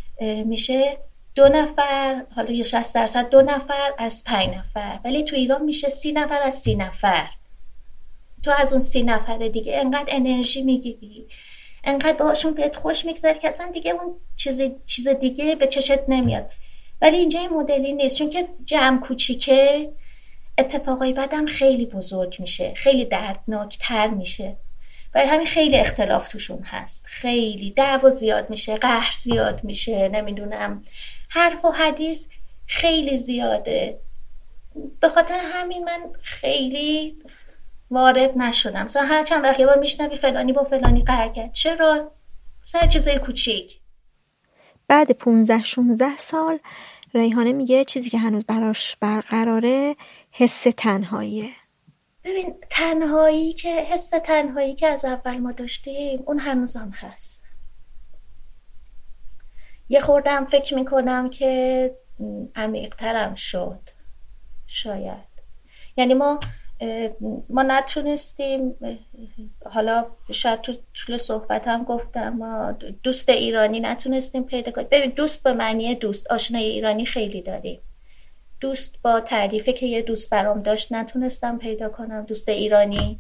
میشه 2 نفر، حالا یا 60% 2 نفر از 5 نفر، ولی تو ایران میشه 30 نفر از 30 نفر. تو از اون 30 نفر دیگه انقدر انرژی میگیری، انقدر باهاشون بهت خوش میگذره که اصلا دیگه اون چیز دیگه به چشت نمیاد. ولی اینجا این مدلی نیست، چون که جمع کوچیکه اتفاقای بعدم خیلی بزرگ میشه، خیلی دردناکتر میشه. برای همین خیلی اختلاف توشون هست، خیلی دعوا زیاد میشه، قهر زیاد میشه، نمیدونم حرف و حدیث خیلی زیاده. به خاطر همین من خیلی وارد نشدم. مثلا هر چند وقت یه بار میشنوی فلانی با فلانی قهر کرد، چرا؟ سر چیزای کوچیک. بعد 15-16 سال ریحانه میگه چیزی که هنوز براش برقراره حس تنهاییه. ببین حس تنهایی که از اول ما داشتیم اون هنوزم هست. یه خوردم فکر میکنم که عمیق‌ترم شد شاید. یعنی ما نتونستیم، حالا شاید تو طول صحبتم گفتم، ما دوست ایرانی نتونستیم پیدا کنیم. ببین دوست به معنی دوست، آشنای ایرانی خیلی داریم. دوست با تعریفی که یه دوست برام داشت نتونستم پیدا کنم، دوست ایرانی.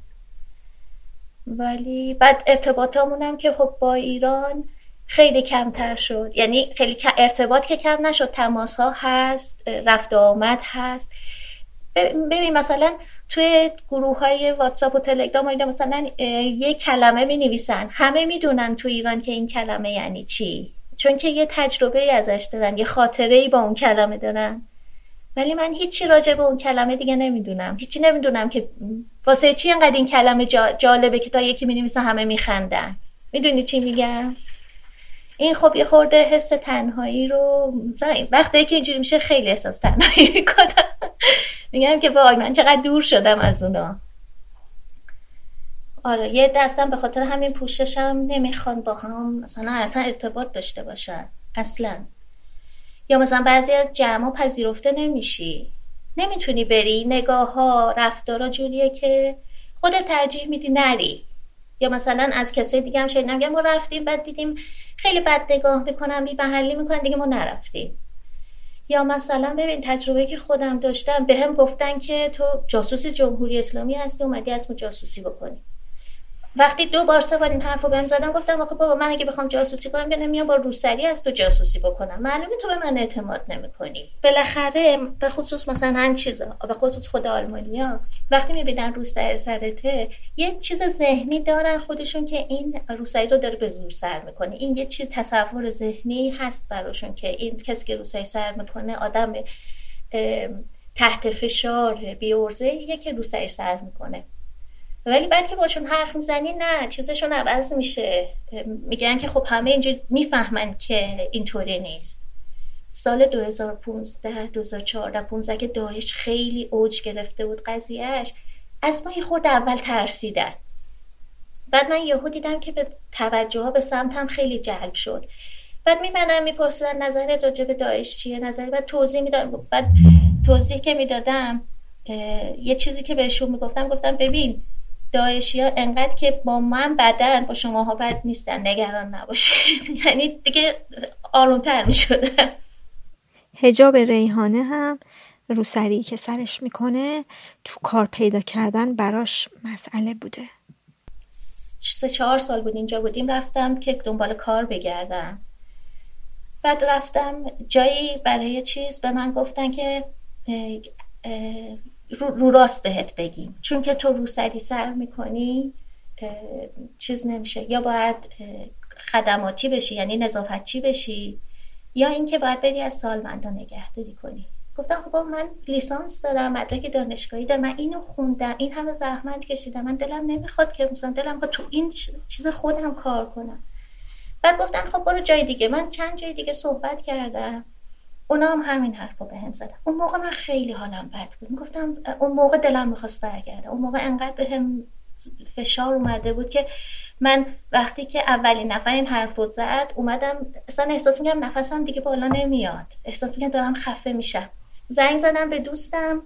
ولی بعد ارتباطامونم که خب با ایران خیلی کمتر شد، یعنی خیلی ارتباط که کم نشد، تماس ها هست، رفت و آمد هست. ببین مثلا توی گروه های واتساپ و تلگرام اینا مثلا یه کلمه می نویسن، همه می دونن تو ایران که این کلمه یعنی چی، چون که یه تجربه ازش دارن، یه خاطره ای با اون کلمه دارن. ولی من هیچی راجع به اون کلمه دیگه نمیدونم، هیچی نمیدونم که واسه چی انقدر این کلمه جالبه که تا یکی می‌نویسه همه میخندن. میدونی چی میگم؟ این خب یه خورده حس تنهایی رو مثلا وقتی که اینجوری میشه خیلی احساس تنهایی میکنم. میگم که وای من چقدر دور شدم از اونا. آره یه دستم به خاطر همین پوششم نمیخوان با هم مثلا ارتباط داشته باشن اصلا. یا مثلا بعضی از جمع‌ها پذیرفته نمیشی، نمیتونی بری، نگاه ها رفتارا جوریه که خودت ترجیح میدی نری. یا مثلا از کسای دیگه هم شنیدم که ما رفتیم بعد دیدیم خیلی بد نگاه میکنن، بی محلی میکنن، دیگه ما نرفتیم. یا مثلا ببین تجربه که خودم داشتم، بهم گفتن که تو جاسوس جمهوری اسلامی هستی، اومدی از ما جاسوسی بکنی. وقتی 2 بار 3 بار این حرفو بهم زدن، گفتم آخه بابا من اگه بخوام جاسوسی کنم که نمیام با روسری از تو جاسوسی بکنم، معلومه تو به من اعتماد نمیکنی. بالاخره به خصوص مثلا هر چیزا، به خصوص خود آلمانیا وقتی میبینن روسری سرته، یه چیز ذهنی دارن خودشون که این روسری رو داره به زور سر میکنه. این یه چیز تصور ذهنی هست براشون که این کسی که روسری سر میکنه آدم تحت فشار بی‌عرضه‌ایه که روسری سر میکنه. ولی بعد که باشون حرف میزنی نه، چیزشون عوض میشه. میگن که خب همه اینجا میفهمن که اینطوری نیست. سال 2015 2014 15 که داعش خیلی اوج گرفته بود قضیهش، از ما یه خورده اول ترسیدن. بعد من یهو دیدم که به توجه ها به سمتم خیلی جلب شد. بعد میمنم میپرسیدن نظرت راجع به داعش چیه، نظری. بعد توضیح میدادم. بعد توضیح که میدادم یه چیزی که بهشون میگفتم، گفتم ببین داعشی‌ها انقدر که با من بدن با شماها بد نیستن، نگران نباشید. یعنی دیگه آرومتر میشدن. حجاب ریحانه هم روسری که سرش میکنه تو کار پیدا کردن براش مسئله بوده. 3-4 سال بود اینجا بودیم، رفتم که دنبال کار بگردم. بعد رفتم جایی برای چیز، به من گفتن که رو راست بهت بگیم، چون که تو روسری سر میکنی چیز نمیشه، یا باید خدماتی بشی یعنی نظافتچی بشی، یا اینکه باید بری از سالمندان نگهداری کنی. گفتم خب من لیسانس دارم، مدرک دانشگاهی دارم، من اینو خوندم، این همه زحمت کشیدم، من دلم نمیخواد که مثلا دلم بخواد تو این چیز خودم کار کنم. بعد گفتن خب برو جای دیگه. من چند جای دیگه صحبت کردم، اونا هم همین حرفو بهم زدن. اون موقع من خیلی حالم بد بود، میگفتم اون موقع دلم میخواست برگردم. اون موقع انقدر بهم فشار اومده بود که من وقتی که اولین نفر این حرفو زد اومدم اصلا احساس میکردم نفسم دیگه بالا نمیاد، احساس میکردم دارم خفه میشم. زنگ زدم به دوستم،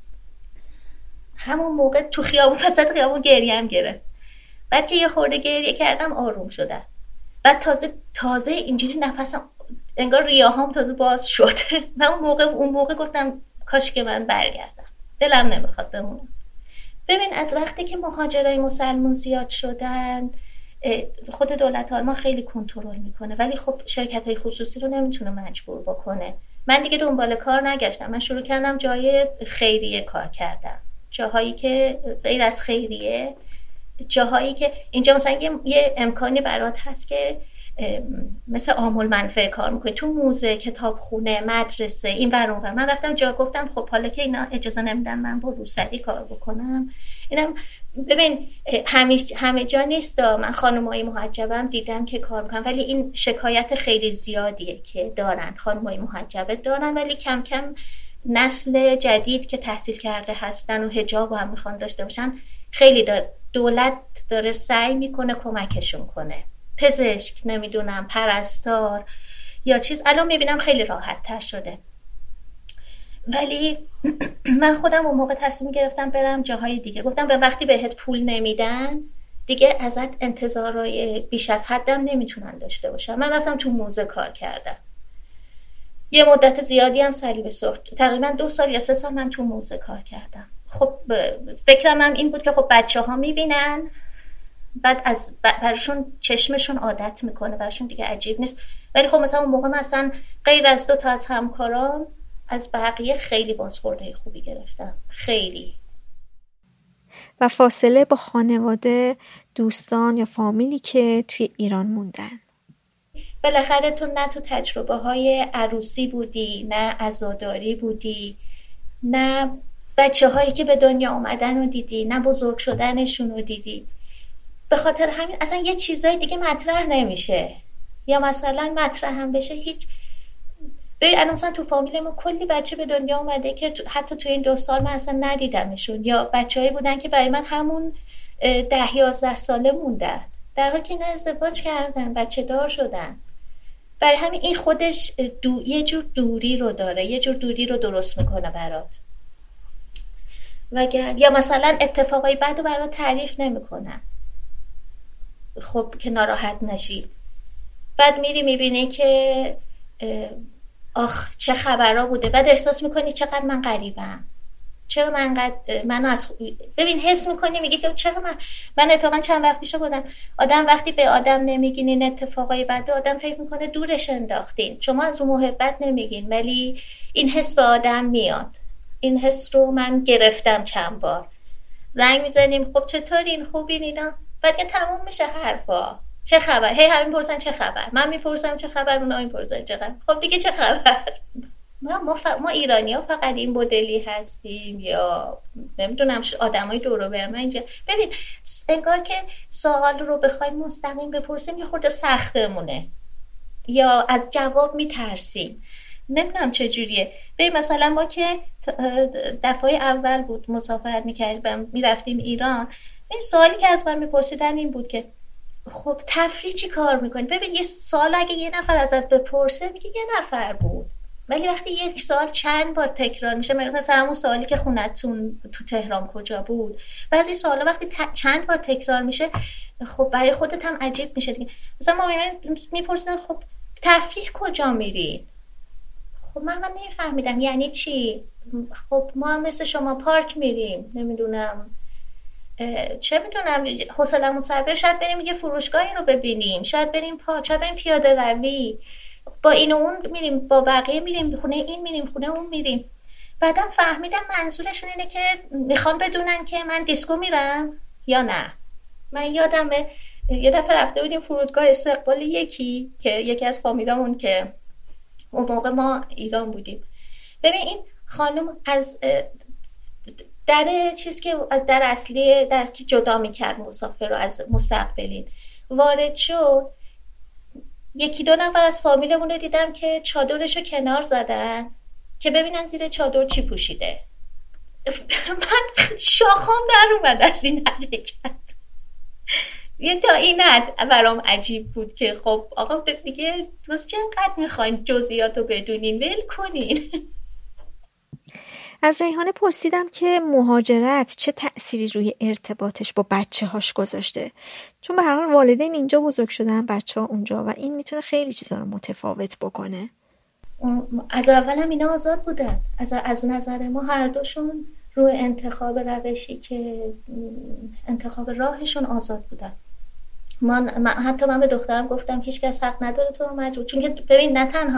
همون موقع تو خیابون وسط خیابون گریم گرفت. بعد که یه خورده گریه کردم آروم شدم. بعد تازه اینجوری نفسم انگار ریاهام تازه باز شد. من اون موقع گفتم کاش که من برگردم، دلم نمیخواد بمونم. ببین از وقتی که مهاجرای مسلمون زیاد شدن، خود دولت آلمان خیلی کنترل میکنه، ولی خب شرکت‌های خصوصی رو نمیتونه مجبور بکنه. من دیگه دنبال کار نگشتم، من شروع کردم جای خیریه کار کردم، جاهایی که غیر از خیریه، جاهایی که اینجا مثلا یه امکانی برات هست که مثل عامل منفعه کار میکنی، تو موزه، کتابخونه، مدرسه، این ور اون ور. من رفتم جا گفتم خب حالا که اینا اجازه نمیدن من با روسری کار بکنم، اینم ببین همه جا نیست. من خانمای محجبم دیدم که کار میکنن، ولی این شکایت خیلی زیادیه که دارن، خانمای محجبه دارن، ولی کم کم نسل جدید که تحصیل کرده هستن و حجاب هم میخوان داشته باشن، خیلی دولت داره سعی میکنه کمکشون کنه. پزشک، نمیدونم پرستار یا چیز، الان میبینم خیلی راحت تر شده. ولی من خودم اون موقع تصمیم گرفتم برم جاهای دیگه. گفتم به وقتی بهت پول نمیدن دیگه ازت انتظارای بیش از حدم نمیتونن داشته باشن. من رفتم تو موزه کار کردم، یه مدت زیادی هم صلیب سرخ، تقریبا 2 سال یا 3 سال من تو موزه کار کردم. خب فکرم هم این بود که خب بچه ها میبینن، بعد براشون چشمشون عادت میکنه، براشون دیگه عجیب نیست. ولی خب مثلا اون موقع مثلا غیر از 2 تا از همکاران از بقیه خیلی بازخورده خوبی گرفتم، خیلی. و فاصله با خانواده، دوستان یا فامیلی که توی ایران موندن. بالاخره تو نه تو تجربه های عروسی بودی، نه عزاداری بودی، نه بچه هایی که به دنیا اومدن رو دیدی، نه بزرگ شدنشون رو دیدی. به خاطر همین اصلا یه چیزای دیگه مطرح نمیشه، یا مثلا مطرح هم بشه هیچ. ببین مثلا تو فامیل ما کلی بچه به دنیا اومده که حتی تو این 2 سال من اصلا ندیدمشون، یا بچه‌هایی بودن که برای من همون 10-11 ساله موندن، در حالی که اینا ازدواج کردن، بچه دار شدن. برای همین این خودش یه جور دوری رو داره، یه جور دوری رو درست میکنه برات. یا مثلا اتفاقای بعد رو برات تعریف نمیکنن. خب که ناراحت نشی. بعد میری میبینی که آخ چه خبرها بوده، بعد احساس میکنی چقدر من غریبم، چرا من انقدر منو از ببین حس میکنی، میگی که چرا من اتفاقا چند وقت پیش بودم آدم وقتی به آدم نمیگین این اتفاقای بده آدم فکر میکنه دورش انداختین، شما از رو محبت نمیگین ولی این حس به آدم میاد. این حس رو من گرفتم چند بار، زنگ میزنیم خب چطورین خوبین اینا، بعد که تموم میشه حرفا چه خبر، هی همین پرسن چه خبر، من میپرسم چه خبر، اونا میپرسن چه خبر، خب دیگه چه خبر. ما ایرانی‌ها فقط این مدلی هستیم یا نمیدونم آدمای دور و بر من اینجا. ببین انگار که سوال رو بخوایم مستقیم بپرسیم یه خورده سختمونه یا از جواب میترسیم، نمیدونم چه جوریه. ببین مثلا ما که دفعه اول بود مسافرت میکردیم میرفتیم ایران، این سوالی که از من میپرسیدن این بود که خب تفریح چی کار میکنی؟ ببین یه سوال اگه یه نفر ازت بپرسه میگه یه نفر بود، ولی وقتی یک سوال چند بار تکرار میشه، مثلا همون سوالی که خونتون تو تهران کجا بود، بعضی سوالا وقتی چند بار تکرار میشه خب برای خودت هم عجیب میشه دیگه. مثلا ما میپرسیدن خب تفریح کجا میری؟ خب من نمیفهمیدم یعنی چی. خب ما هم مثل شما پارک میریم، نمیدونم چه میدونم حوصله‌مون سر بره، شاید بریم یه فروشگاهی رو ببینیم، شاید بریم پارک، شاید بریم پیاده روی، با این و اون میریم، با بقیه میریم، خونه این میریم، خونه اون میریم. بعدم فهمیدم منظورشون اینه که میخوان بدونن که من دیسکو میرم یا نه. من یادم یه دفعه رفته بودیم فرودگاه استقبال یکی که یکی از فامیلامون که اون موقع ما ایران بودیم، ببین این خانم از در چیز که در اصلی در که جدا میکرد مسافر رو از مستقبلین وارد شد، یکی دو نفر از فامیلمون رو دیدم که چادرشو کنار زدن که ببینن زیر چادر چی پوشیده. من شاخام در اومد از این حرکت. یه تا این حد برام عجیب بود که خب آقا دیگه بس چقدر میخواین جزئیاتو بدونین، ول کنین. از ریحانه پرسیدم که مهاجرت چه تأثیری روی ارتباطش با بچه هاش گذاشته، چون به هر حال والدین اینجا بزرگ شدن، بچه ها اونجا، و این میتونه خیلی چیزا رو متفاوت بکنه. از اول هم اینا آزاد بودن، از نظر ما هر دوشون روی انتخاب روشی که انتخاب راهشون آزاد بودن. حتی من به دخترم گفتم هیچ کس حق نداره تو رو مجبور، چون که ببین نه تنها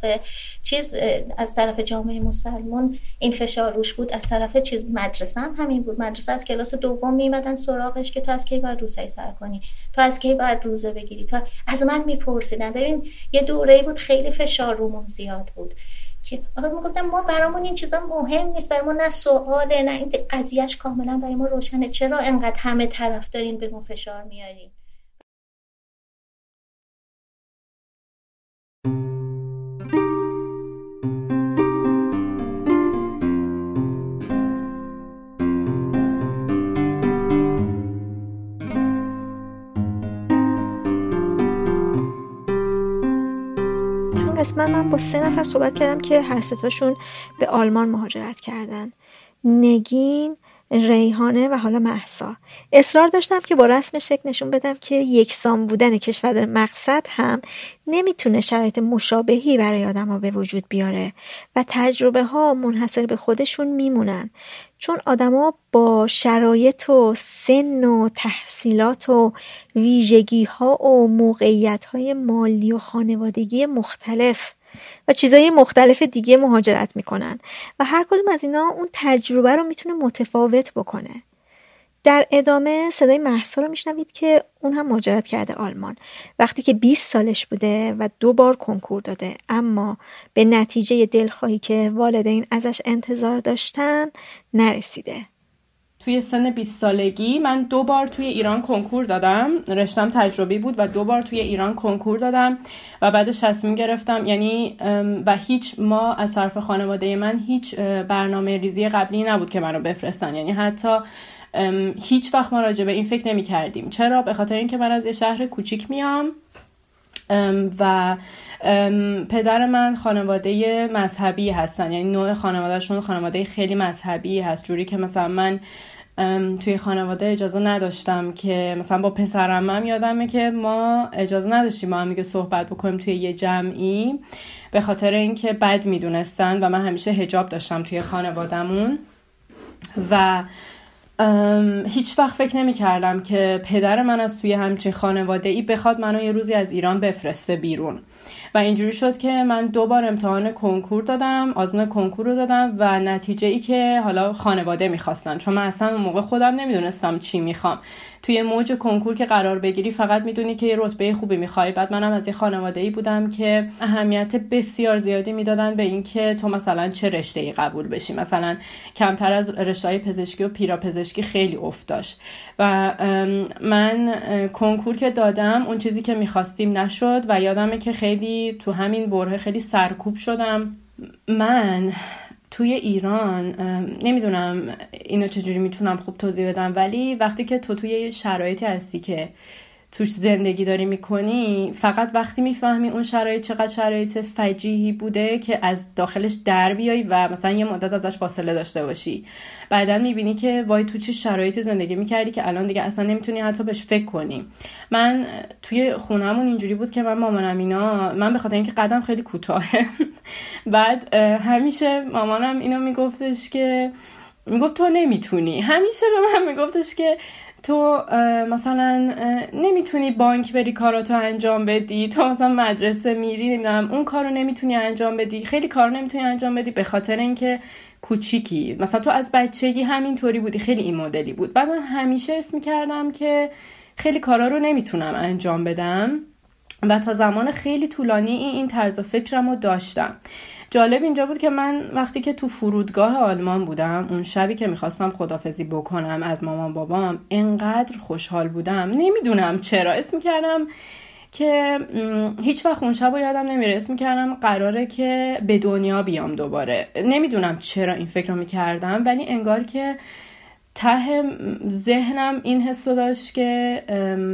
از طرف جامعه مسلمان این فشار روش بود، از طرف مدرسه هم همین بود. مدرسه از کلاس دوم میمدن سراغش که تو از کی باید روزه سر کنی، تو از کی باید روزه بگیری، تو از من میپرسیدن. ببین یه دوره‌ای بود خیلی فشار رومون زیاد بود که میگفتم ما برامون این چیزا مهم نیست، برامون نه سواله نه این قضیهش کاملا برای ما روشنه، چرا انقدر همه طرف دارین به ما فشار میارین. قسمت من با 3 نفر صحبت کردم که هر ستاشون به آلمان مهاجرت کردن: نگین، ریحانه و حالا مهسا. اصرار داشتم که با رسم شکل نشون بدم که یکسان بودن کشور مقصد هم نمیتونه شرایط مشابهی برای آدم ها به وجود بیاره و تجربه ها منحصر به خودشون میمونن، چون آدم ها با شرایط و سن و تحصیلات و ویژگی ها و موقعیت های مالی و خانوادگی مختلف و چیزای مختلف دیگه مهاجرت میکنن و هر کدوم از اینا اون تجربه رو میتونه متفاوت بکنه. در ادامه صدای مهسا رو میشنوید که اون هم مهاجرت کرده آلمان وقتی که 20 سالش بوده و 2 بار کنکور داده، اما به نتیجه دلخواهی که والدین ازش انتظار داشتن نرسیده. توی سن 20 سالگی من 2 بار توی ایران کنکور دادم، رشتم تجربی بود و 2 بار توی ایران کنکور دادم و بعدش تصمیم گرفتم، یعنی و هیچ ما از طرف خانواده من هیچ برنامه ریزی قبلی نبود که منو بفرستن، یعنی حتی هیچ وقت ما راجع به این فکر نمی کردیم. چرا؟ به خاطر اینکه من از یه شهر کوچیک میام و پدر من خانواده مذهبی هستن، یعنی نوع خانوادهشون خانواده خیلی مذهبی هست، جوری که مثلا من توی خانواده اجازه نداشتم که مثلا با پسرمم یادمه که ما اجازه نداشتیم با هم دیگه صحبت بکنیم توی یه جمعی، به خاطر اینکه بد میدونستن و من همیشه حجاب داشتم توی خانوادمون و هیچ وقت فکر نمی کردم که پدر من از توی همچین خانواده‌ای بخواد منو یه روزی از ایران بفرسته بیرون و اینجوری شد که من 2 بار امتحان کنکور دادم، آزمون کنکور رو دادم و نتیجه ای که حالا خانواده میخواستن، چون من اصلا اون موقع خودم نمیدونستم چی میخوام. توی موج کنکور که قرار بگیری فقط میدونی که یه رتبه خوبی میخوای. بعد منم از یه خانواده‌ای بودم که اهمیت بسیار زیادی میدادن به این که تو مثلا چه رشته‌ای قبول بشی، مثلا کمتر از رشته‌های پزشکی و پیراپزشکی خیلی افت داشت و من کنکور که دادم اون چیزی که میخواستیم نشد و یادمه که خیلی تو همین بره خیلی سرکوب شدم. من توی ایران نمیدونم اینو چجوری میتونم خوب توضیح بدم، ولی وقتی که تو توی شرایطی هستی که توش زندگی داری میکنی، فقط وقتی میفهمی اون شرایط چقدر شرایط فجیحی بوده که از داخلش در بیایی و مثلا یه مدت ازش فاصله داشته باشی، بعدا میبینی که وای تو چه شرایط زندگی میکردی که الان دیگه اصلا نمیتونی حتی بهش فکر کنی. من توی خونمون اینجوری بود که مامانم اینا، من به خاطر اینکه قدم خیلی کوتاهه بعد همیشه مامانم اینو میگفتش که میگفت تو نمیتونی، همیشه به من میگفتش که تو مثلا نمیتونی بانک بری کاراتو انجام بدی، تو مثلا مدرسه میری نمیدونم اون کارو نمیتونی انجام بدی، خیلی کار نمیتونی انجام بدی به خاطر اینکه کوچیکی، مثلا تو از بچگی همینطوری بودی، خیلی این مدلی بود. بعد من همیشه اسم میکردم که خیلی کارا رو نمیتونم انجام بدم و تا زمان خیلی طولانی این طرز فکرمو داشتم. جالب اینجا بود که من وقتی که تو فرودگاه آلمان بودم، اون شبی که میخواستم خداحافظی بکنم از مامان بابام، انقدر خوشحال بودم، نمیدونم چرا، اسم کردم که هیچ وقت اون شب رو یادم نمیره، اسم کردم قراره که به دنیا بیام دوباره. نمیدونم چرا این فکر رو میکردم، ولی انگار که ته ذهنم این حس رو داشت که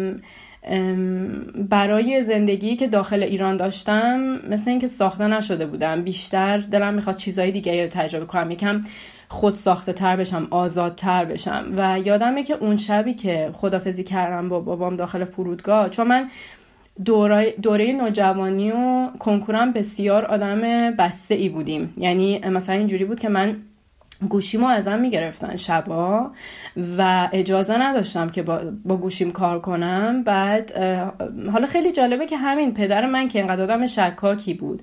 برای زندگی که داخل ایران داشتم مثل این که ساخته نشده بودم، بیشتر دلم میخواد چیزای دیگه رو تجربه کنم، یکم خود ساخته تر بشم، آزادتر بشم. و یادمه که اون شبی که خداحافظی کردم با بابام داخل فرودگاه، چون من دوره نوجوانی و کنکورم بسیار آدم بسته ای بودیم، یعنی مثلا اینجوری بود که من گوشیمو ازم میگرفتن شبا و اجازه نداشتم که با گوشیم کار کنم. بعد حالا خیلی جالبه که همین پدر من که اینقدر آدم شکاکی بود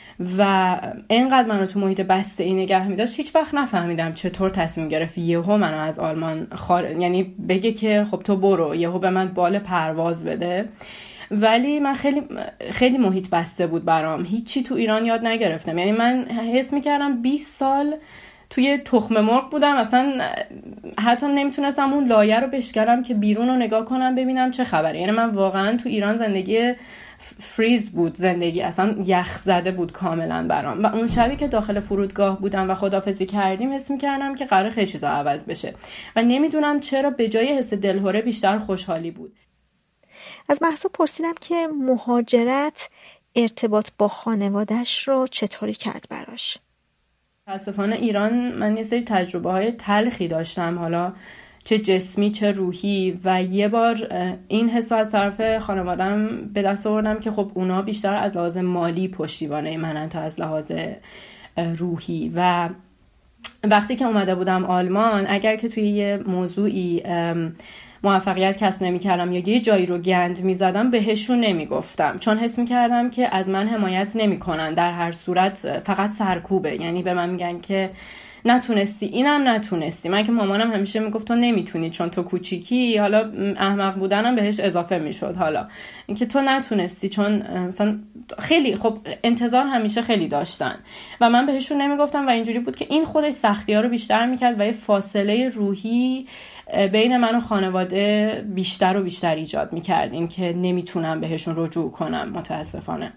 و اینقدر منو تو محیط بسته ای نگه می‌داشت، هیچ وقت نفهمیدم چطور تصمیم گرفت یهو منو از آلمان یعنی بگه که خب تو برو، یهو به من بال پرواز بده. ولی من خیلی محیط بسته بود برام، هیچی تو ایران یاد نگرفتم، یعنی من حس می‌کردم 20 سال توی تخم مرغ بودم، اصلا حتی نمیتونستم اون لایه رو بشکنم که بیرون رو نگاه کنم ببینم چه خبره. یعنی من واقعا تو ایران زندگی فریز بود، زندگی اصلا یخ زده بود کاملا برام. و اون شبی که داخل فرودگاه بودم و خداحافظی کردیم، حس می‌کردم که قراره خیلی چیزا عوض بشه و نمیدونم چرا به جای حس دلهره بیشتر خوشحالی بود. از مهسا پرسیدم که مهاجرت ارتباط با خانواده‌اش رو چطوری کرد براش. متاسفانه ایران من یه سری تجربه های تلخی داشتم، حالا چه جسمی چه روحی، و یه بار این حس از طرف خانوادم به دست آوردم که خب اونا بیشتر از لحاظ مالی پشتیبانه منن تا از لحاظ روحی. و وقتی که اومده بودم آلمان، اگر که توی یه موضوعی موفقیت کسب نمی‌کردم یا یه جایی رو گند می‌زدم، بهشون نمیگفتم، چون حس می‌کردم که از من حمایت نمی‌کنن، در هر صورت فقط سرکوبه، یعنی به من میگن که نتونستی، اینم نتونستی. من که مامانم همیشه میگفت تو نمیتونی چون تو کوچیکی، حالا احمق بودنم بهش اضافه میشد، حالا اینکه تو نتونستی چون مثلا خیلی خب انتظار همیشه خیلی داشتن و من بهشون نمیگفتم و اینجوری بود که این خودش سختی‌ها رو بیشتر میکرد و یه فاصله روحی بین من و خانواده بیشتر و بیشتر ایجاد میکرد، این که نمیتونم بهشون رجوع کنم متاسفانه.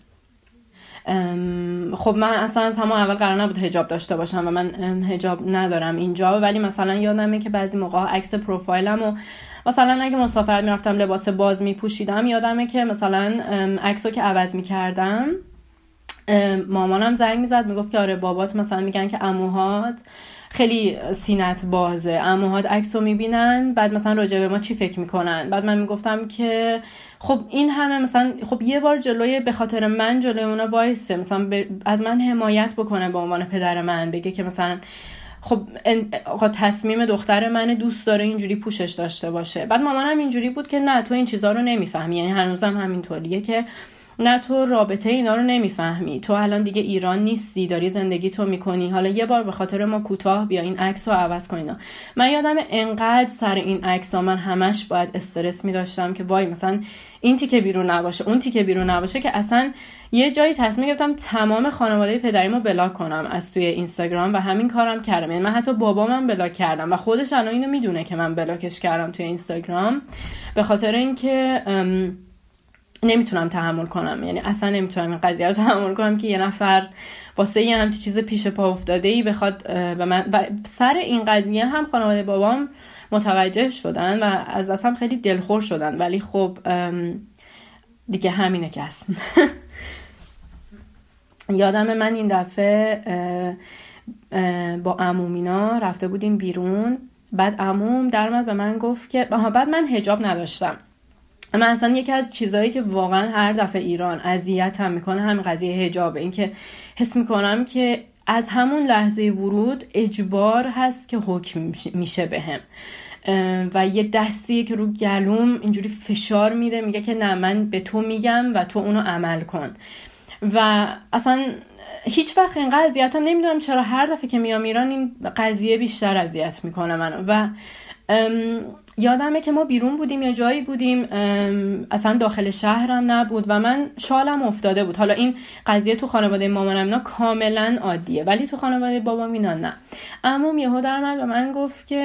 خب من اصلا از همون اول قرار نبود حجاب داشته باشم و من حجاب ندارم اینجا، ولی مثلا یادمه که بعضی موقع عکس پروفایلم و مثلا اگه مسافرت میرفتم لباس باز میپوشیدم، یادمه که مثلا عکسو که عوض میکردم مامانم زنگ میزد میگفت که آره بابات مثلا میگن که عموهات خیلی سینت بازه، عموهات عکسو میبینن بعد مثلا راجع به ما چی فکر میکنن. بعد من میگفتم که خب این همه مثلا خب یه بار جلوی به خاطر من جلوی اونا وایسه، مثلا از من حمایت بکنه به عنوان پدر من، بگه که مثلا خب آقا تصمیم دختر من دوست داره اینجوری پوشش داشته باشه. بعد مامانم اینجوری بود که نه تو این چیزا رو نمیفهمی، یعنی هنوزم همینطوریه که نه تو رابطه اینا رو نمیفهمی، تو الان دیگه ایران نیستی، داری زندگی تو میکنی، حالا یه بار به خاطر ما کوتاه بیا این عکس رو عوض کن اینا. من یادم انقدر سر این عکس ها من همش باید استرس میداشتم که وای مثلا این تیکه بیرون نباشه اون تیکه بیرون نباشه، که اصلا یه جایی تصمیم گرفتم تمام خانواده پدریمو بلاک کنم از توی اینستاگرام و همین کارم کردم. یعنی من حتی بابامم بلاک کردم و خودش الان اینو میدونه که من بلاکش کردم توی اینستاگرام، به خاطر اینکه نمیتونم تحمل کنم، یعنی اصلا نمیتونم این قضیه رو تحمل کنم که یه نفر واسه یه همچین چیز پیش پا افتاده‌ای بخواد به من. و سر این قضیه هم خانواده بابام متوجه شدن و از اصلا خیلی دلخور شدن، ولی خب دیگه همینه که هست. یادم من این دفعه با عمومینا رفته بودیم بیرون، بعد عموم در اومد به من گفت که بعد من حجاب نداشتم. من اصلا یکی از چیزایی که واقعا هر دفعه ایران اذیتم میکنه همین قضیه حجابه، این که حس میکنم که از همون لحظه ورود اجبار هست که حکم میشه بهم و یه دستیه که رو گلوم اینجوری فشار میده، میگه که نه من به تو میگم و تو اونو عمل کن. و اصلا هیچ وقت اینقدر اذیتم نمیدونم چرا هر دفعه که میام ایران این قضیه بیشتر اذیت میکنه منو. و یادمه که ما بیرون بودیم یا جایی بودیم، اصلا داخل شهرم نبود و من شالم افتاده بود. حالا این قضیه تو خانواده مامانم اینا کاملا عادیه، ولی تو خانواده بابام اینا نه. عموم یهو در اومد و من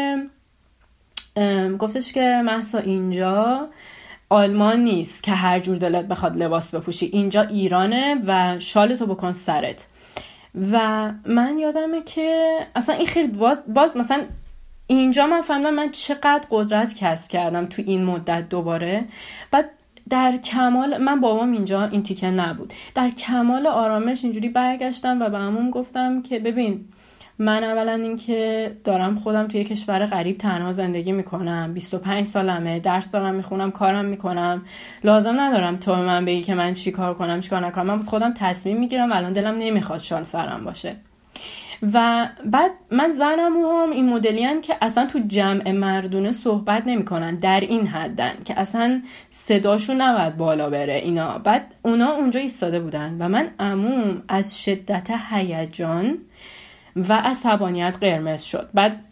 گفتش که مهسا اینجا آلمان نیست که هر جور دلت بخواد لباس بپوشی، اینجا ایرانه و شالتو بکن سرت. و من یادمه که اصلا این خیلی باز مثلا اینجا من فهمیدم من چقدر قدرت کسب کردم تو این مدت دوباره. بعد در کمال من بابام اینجا این تیکه نبود، در کمال آرامش اینجوری برگشتم و به عموم گفتم که ببین من اولا این که دارم خودم توی کشور غریب تنها زندگی میکنم، 25 سالمه، درس دارم میخونم، کارم میکنم، لازم ندارم تو به من بگی که من چی کار کنم چی کار نکنم، من واسه خودم تصمیم میگیرم و الان دلم نمیخواد شال سرم باشه. و بعد من زنم هم این مدلیان که اصلا تو جمع مردونه صحبت نمیکنن، در این حدن که اصلا صداشون نباید بالا بره اینا. بعد اونا اونجا ایستاده بودن و من عموم از شدت هیجان و عصبانیت قرمز شد. بعد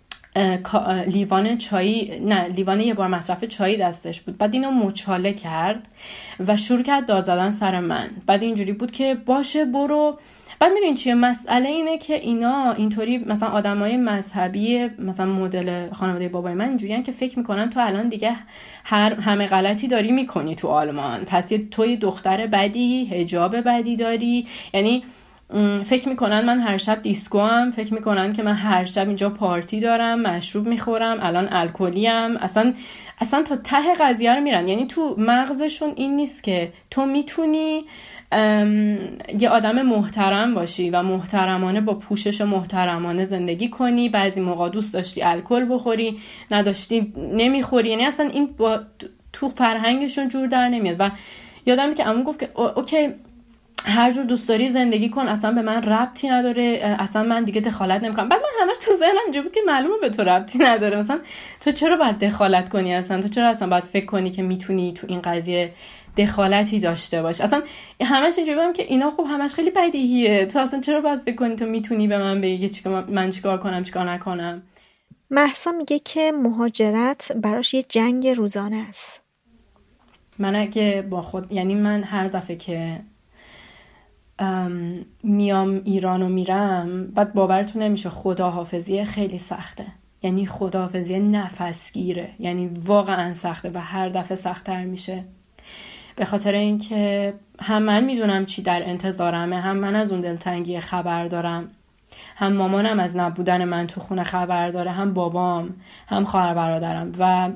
لیوان یه بار مصرف چایی دستش بود، بعد اینو مچاله کرد و شروع کرد داد زدن سر من. بعد اینجوری بود که باشه برو. بعد میدونین چیه مسئله اینه که اینا اینطوری مثلا آدمای مذهبی مثلا مدل خانواده بابای من اینجوریان که فکر میکنن تو الان دیگه همه غلطی داری میکنی تو آلمان، پس توی دختر بدی، حجاب بدی داری. یعنی فکر میکنن من هر شب دیسکو هم، فکر میکنن که من هر شب اینجا پارتی دارم، مشروب میخورم، الان الکلی ام، اصلا تا ته قضیه رو میرن. یعنی تو مغزشون این نیست که تو میتونی یه آدم محترم باشی و محترمانه با پوشش محترمانه زندگی کنی، بعضی موقع دوست داشتی الکل بخوری، نداشتی نمیخوری. یعنی اصلا این تو فرهنگشون جور در نمیاد. و یادم که عمو گفت که اوکی هر جور دوست داری زندگی کن، اصلا به من ربطی نداره، اصلا من دیگه دخالت نمیکنم. بعد من همش تو ذهنم اینجوری بود که معلومه به تو ربطی نداره، مثلا تو چرا باید دخالت کنی، اصلا تو چرا اصلا باید فکر کنی که میتونی تو این قضیه دخالتی داشته باش. اصلا همش اینجوری بودم که اینا خب همش خیلی بدیهیه، تو اصلا چرا باید فکر کنی تو میتونی به من بگی که من چیکار کنم چیکار نکنم. مهسا میگه که مهاجرت براش یه جنگ روزانه است. من اگه با خود، یعنی من هر دفعه که میام ایران و میرم، بعد باورتون نمیشه خداحافظی خیلی سخته، یعنی خداحافظی نفسگیره، یعنی واقعا سخته و هر دفعه سخت‌تر میشه، به خاطر اینکه هم من میدونم چی در انتظارمه، هم من از اون دلتنگی خبر دارم، هم مامانم از نبودن من تو خونه خبر داره، هم بابام، هم خواهر برادرم. و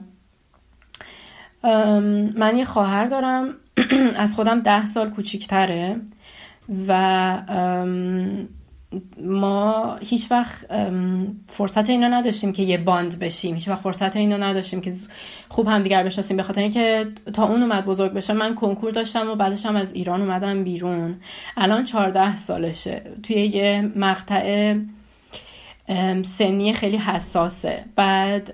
من یه خواهر دارم از خودم 10 سال کوچیک‌تره و ما هیچ وقت فرصت اینو نداشتیم که یه باند بشیم، هیچ وقت فرصت اینو نداشتیم که خوب همدیگر بشناسیم، به خاطر اینکه تا اون اومد بزرگ بشه. من کنکور داشتم و بعدش هم از ایران اومدم بیرون، الان 14 سالشه، توی یه مقطع سنی خیلی حساسه. بعد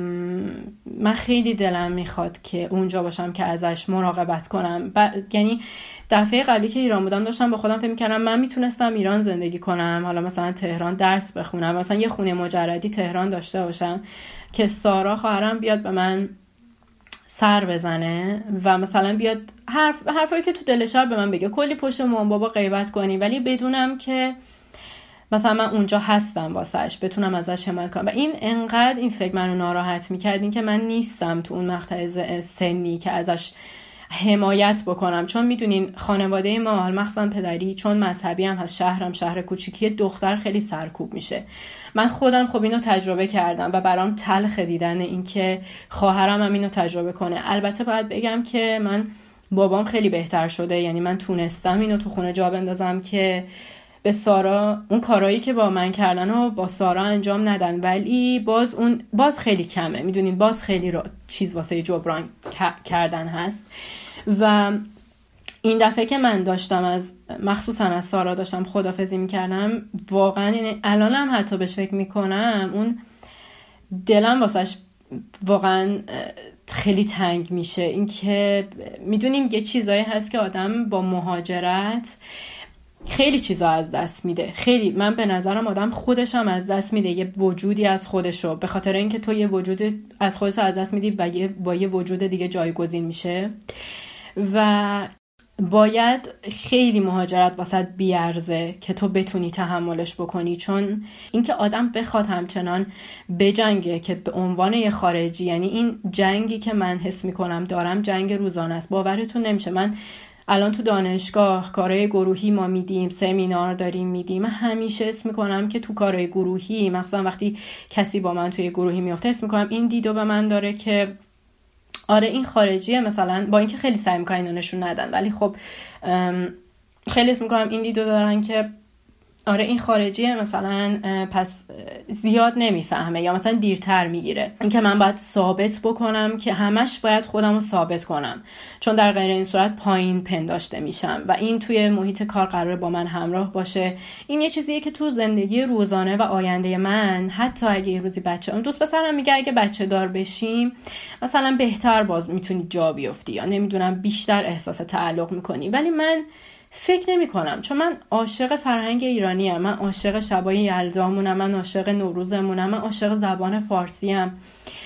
من خیلی دلم میخواد که اونجا باشم که ازش مراقبت کنم. یعنی دفعه قبلی که ایران بودم داشتم با خودم فکر می‌کردم من میتونستم ایران زندگی کنم، حالا مثلا تهران درس بخونم، مثلا یه خونه مجردی تهران داشته باشم که سارا خواهرم بیاد به من سر بزنه و مثلا بیاد حرفایی که تو دلش به من بگه، کلی پشت مام بابا غیبت کنی، ولی بدونم که مثلا من اونجا هستم واسش، بتونم ازش حمایت کنم. و این انقدر این فکر منو ناراحت میکرد، این که من نیستم تو اون مقطع سنی که ازش حمایت بکنم. چون میدونین خانواده ما، مخصوصا پدری، چون مذهبی هم هست، شهرم شهر کوچیکی، دختر خیلی سرکوب میشه. من خودم خب اینو تجربه کردم و برام تلخ دیدن این که خواهرم هم اینو تجربه کنه. البته باید بگم که من بابام خیلی بهتر شده، یعنی من تونستم اینو تو خونه جا بندازم که به سارا اون کارهایی که با من کردن و با سارا انجام ندن، ولی باز خیلی کمه، میدونین باز خیلی چیز واسه جبران کردن هست. و این دفعه که من داشتم مخصوصا از سارا داشتم خداحافظی میکردم، واقعا الانم حتی بهش فکر میکنم اون دلم واسش واقعا خیلی تنگ میشه. این که میدونیم یه چیزایی هست که آدم با مهاجرت خیلی چیزا از دست میده، خیلی، من به نظرم آدم خودشم از دست میده، یه وجودی از خودشو، به خاطر اینکه تو یه وجود از خودت از دست میدی و با یه وجود دیگه جایگزین میشه. و باید خیلی مهاجرت واسط بیارزه که تو بتونی تحملش بکنی، چون اینکه آدم بخواد همچنان بجنگه که به عنوان یه خارجی، یعنی این جنگی که من حس میکنم دارم جنگ روزانه است، باورتون نمیشه. من الان تو دانشگاه کارهای گروهی ما میدیم، سمینار داریم میدیم، من همیشه حس میکنم که تو کارهای گروهی، مثلا وقتی کسی با من توی گروهی میفته، حس میکنم این دیدو به من داره که آره این خارجیه، مثلا با اینکه خیلی سعی میکنن اینو نشون ندن، ولی خب خیلی حس میکنم این دیدو دارن که آره این خارجیه، مثلا پس زیاد نمیفهمه یا مثلا دیرتر میگیره. این که من باید ثابت بکنم که همش باید خودم رو ثابت کنم، چون در غیر این صورت پایین پنداشته میشم و این توی محیط کار قراره با من همراه باشه. این یه چیزیه که تو زندگی روزانه و آینده من، حتی اگه یه روزی دوست پسرم میگه اگه بچه دار بشیم مثلا بهتر باز میتونی جا بیفتی یا نمیدونم بیشتر احساس تعلق میکنی، ولی من فکر نمی کنم، چون من عاشق فرهنگ ایرانیم، من عاشق شبای یلدامونم، من عاشق نوروزمونم، من عاشق زبان فارسیم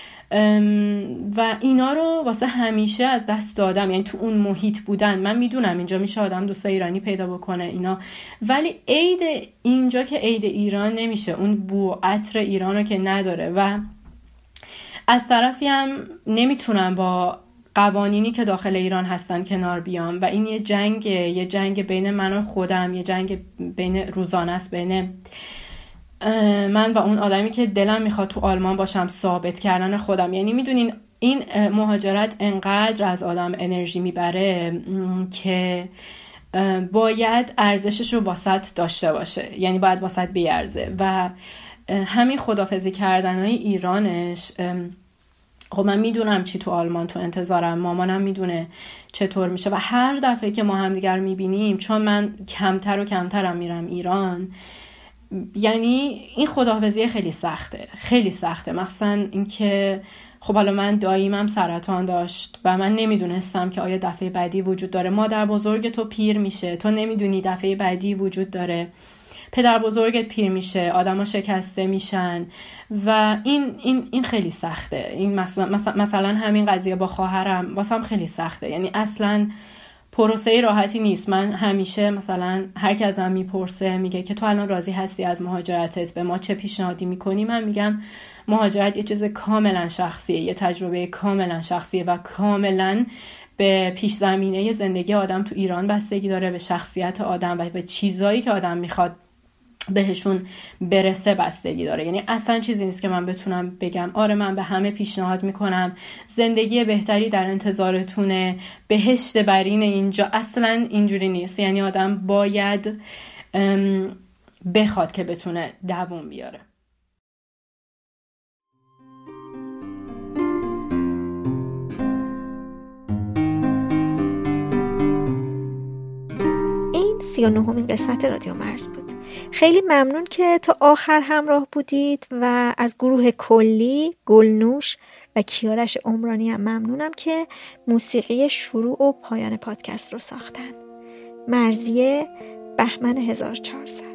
و اینا رو واسه همیشه از دست دادم. یعنی تو اون محیط بودن، من میدونم اینجا میشه آدم دوست ایرانی پیدا بکنه اینا، ولی عید اینجا که عید ایران نمیشه، اون بو عطر ایران رو که نداره. و از طرفی هم نمیتونم با قوانینی که داخل ایران هستن کنار بیام و این یه جنگ بین من و خودم، یه جنگ بین روزانه است، بین من و اون آدمی که دلم میخواد تو آلمان باشم، ثابت کردن خودم. یعنی میدونین این مهاجرت انقدر از آدم انرژی میبره که باید ارزشش رو واسط داشته باشه، یعنی باید واسط بیارزه. و همین خداحافظی کردنهای ایرانش، خب من میدونم چی تو آلمان تو انتظارم، مامانم میدونه چطور میشه و هر دفعه که ما هم دیگر میبینیم، چون من کمتر و کمترم میرم ایران، یعنی این خداحافظی خیلی سخته، خیلی سخته. مخصوصا این که خب حالا من داییمم سرطان داشت و من نمیدونستم که آیا دفعه بعدی وجود داره. مادر بزرگ تو پیر میشه، تو نمیدونی دفعه بعدی وجود داره. پدر بزرگت پیر میشه، آدما شکسته میشن و این خیلی سخته. این مثلا همین قضیه با خواهرم واسم خیلی سخته، یعنی اصلا پروسه راحتی نیست. من همیشه مثلا هر کی ازم میپرسه میگه که تو الان راضی هستی از مهاجرتت، به ما چه پیشنهادی میکنی؟ من میگم مهاجرت یه چیز کاملا شخصیه، یه تجربه کاملا شخصیه و کاملا به پیش زمینه زندگی آدم تو ایران بستگی داره، به شخصیت آدم و به چیزایی که آدم میخواد بهشون برسه بستگی داره. یعنی اصلا چیزی نیست که من بتونم بگم آره من به همه پیشنهاد میکنم زندگی بهتری در انتظارتونه، بهشت برین اینجا، اصلا اینجوری نیست. یعنی آدم باید بخواد که بتونه دووم بیاره. این 39مین قسمت رادیو مرز بود. خیلی ممنون که تا آخر همراه بودید و از گروه کلی، گلنوش و کیارش عمرانی هم ممنونم که موسیقی شروع و پایان پادکست رو ساختن. مرزیه، بهمن 1400.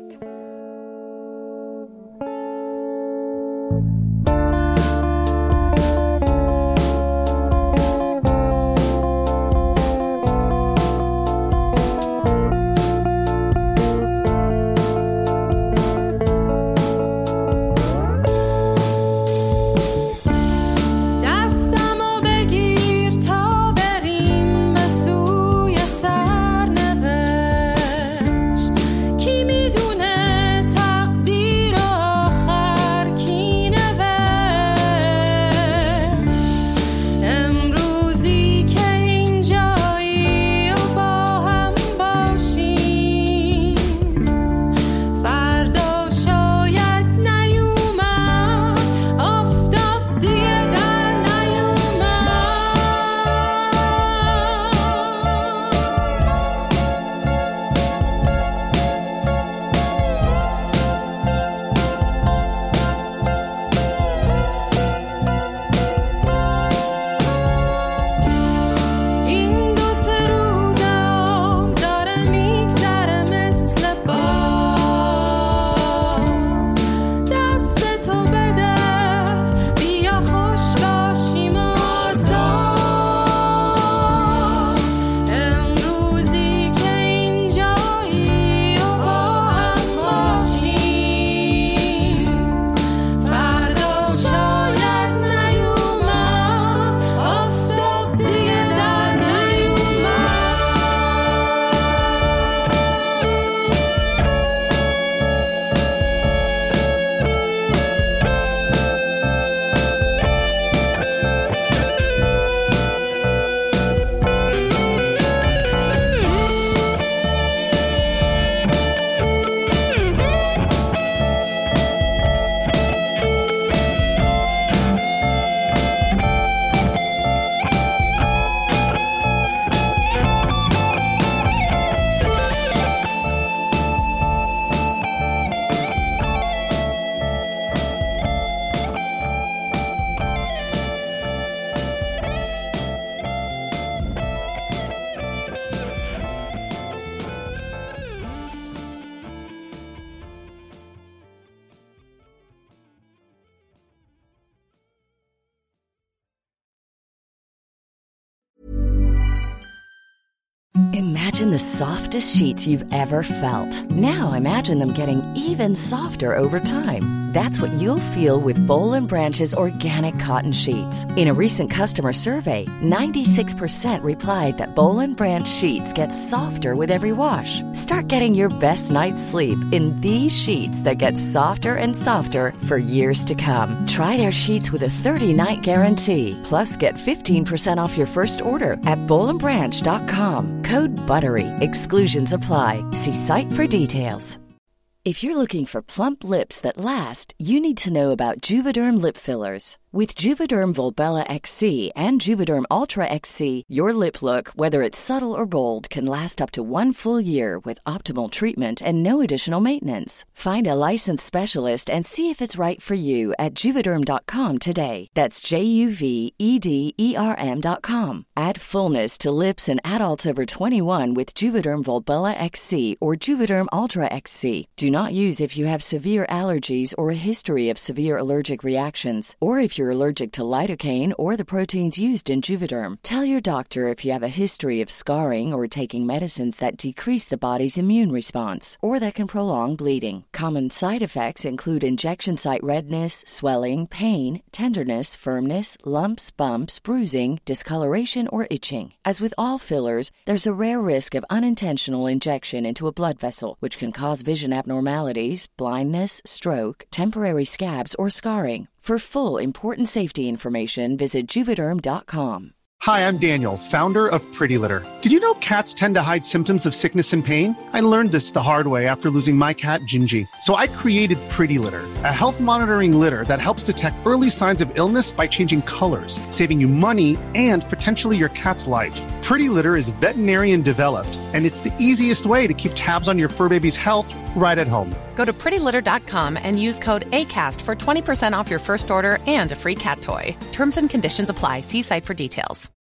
Imagine the softest sheets you've ever felt. Now imagine them getting even softer over time. That's what you'll feel with Boll & Branch's organic cotton sheets. In a recent customer survey, 96% replied that Boll & Branch sheets get softer with every wash. Start getting your best night's sleep in these sheets that get softer and softer for years to come. Try their sheets with a 30-night guarantee. Plus, get 15% off your first order at bollandbranch.com. Code BUTTERY. Exclusions apply. See site for details. If you're looking for plump lips that last, you need to know about Juvederm lip fillers. With Juvederm Volbella XC and Juvederm Ultra XC, your lip look, whether it's subtle or bold, can last up to 1 full year with optimal treatment and no additional maintenance. Find a licensed specialist and see if it's right for you at Juvederm.com today. That's JUVEDERM.com. Add fullness to lips in adults over 21 with Juvederm Volbella XC or Juvederm Ultra XC. Do not use if you have severe allergies or a history of severe allergic reactions, or if you're allergic to lidocaine or the proteins used in Juvederm. Tell your doctor if you have a history of scarring or taking medicines that decrease the body's immune response or that can prolong bleeding. Common side effects include injection site redness, swelling, pain, tenderness, firmness, lumps, bumps, bruising, discoloration, or itching. As with all fillers, there's a rare risk of unintentional injection into a blood vessel, which can cause vision abnormalities, blindness, stroke, temporary scabs, or scarring. For full, important safety information, visit Juvederm.com. Hi, I'm Daniel, founder of Pretty Litter. Did you know cats tend to hide symptoms of sickness and pain? I learned this the hard way after losing my cat, Gingy. So I created Pretty Litter, a health monitoring litter that helps detect early signs of illness by changing colors, saving you money and potentially your cat's life. Pretty Litter is veterinarian developed, and it's the easiest way to keep tabs on your fur baby's health right at home. Go to prettylitter.com and use code ACAST for 20% off your first order and a free cat toy. Terms and conditions apply. See site for details.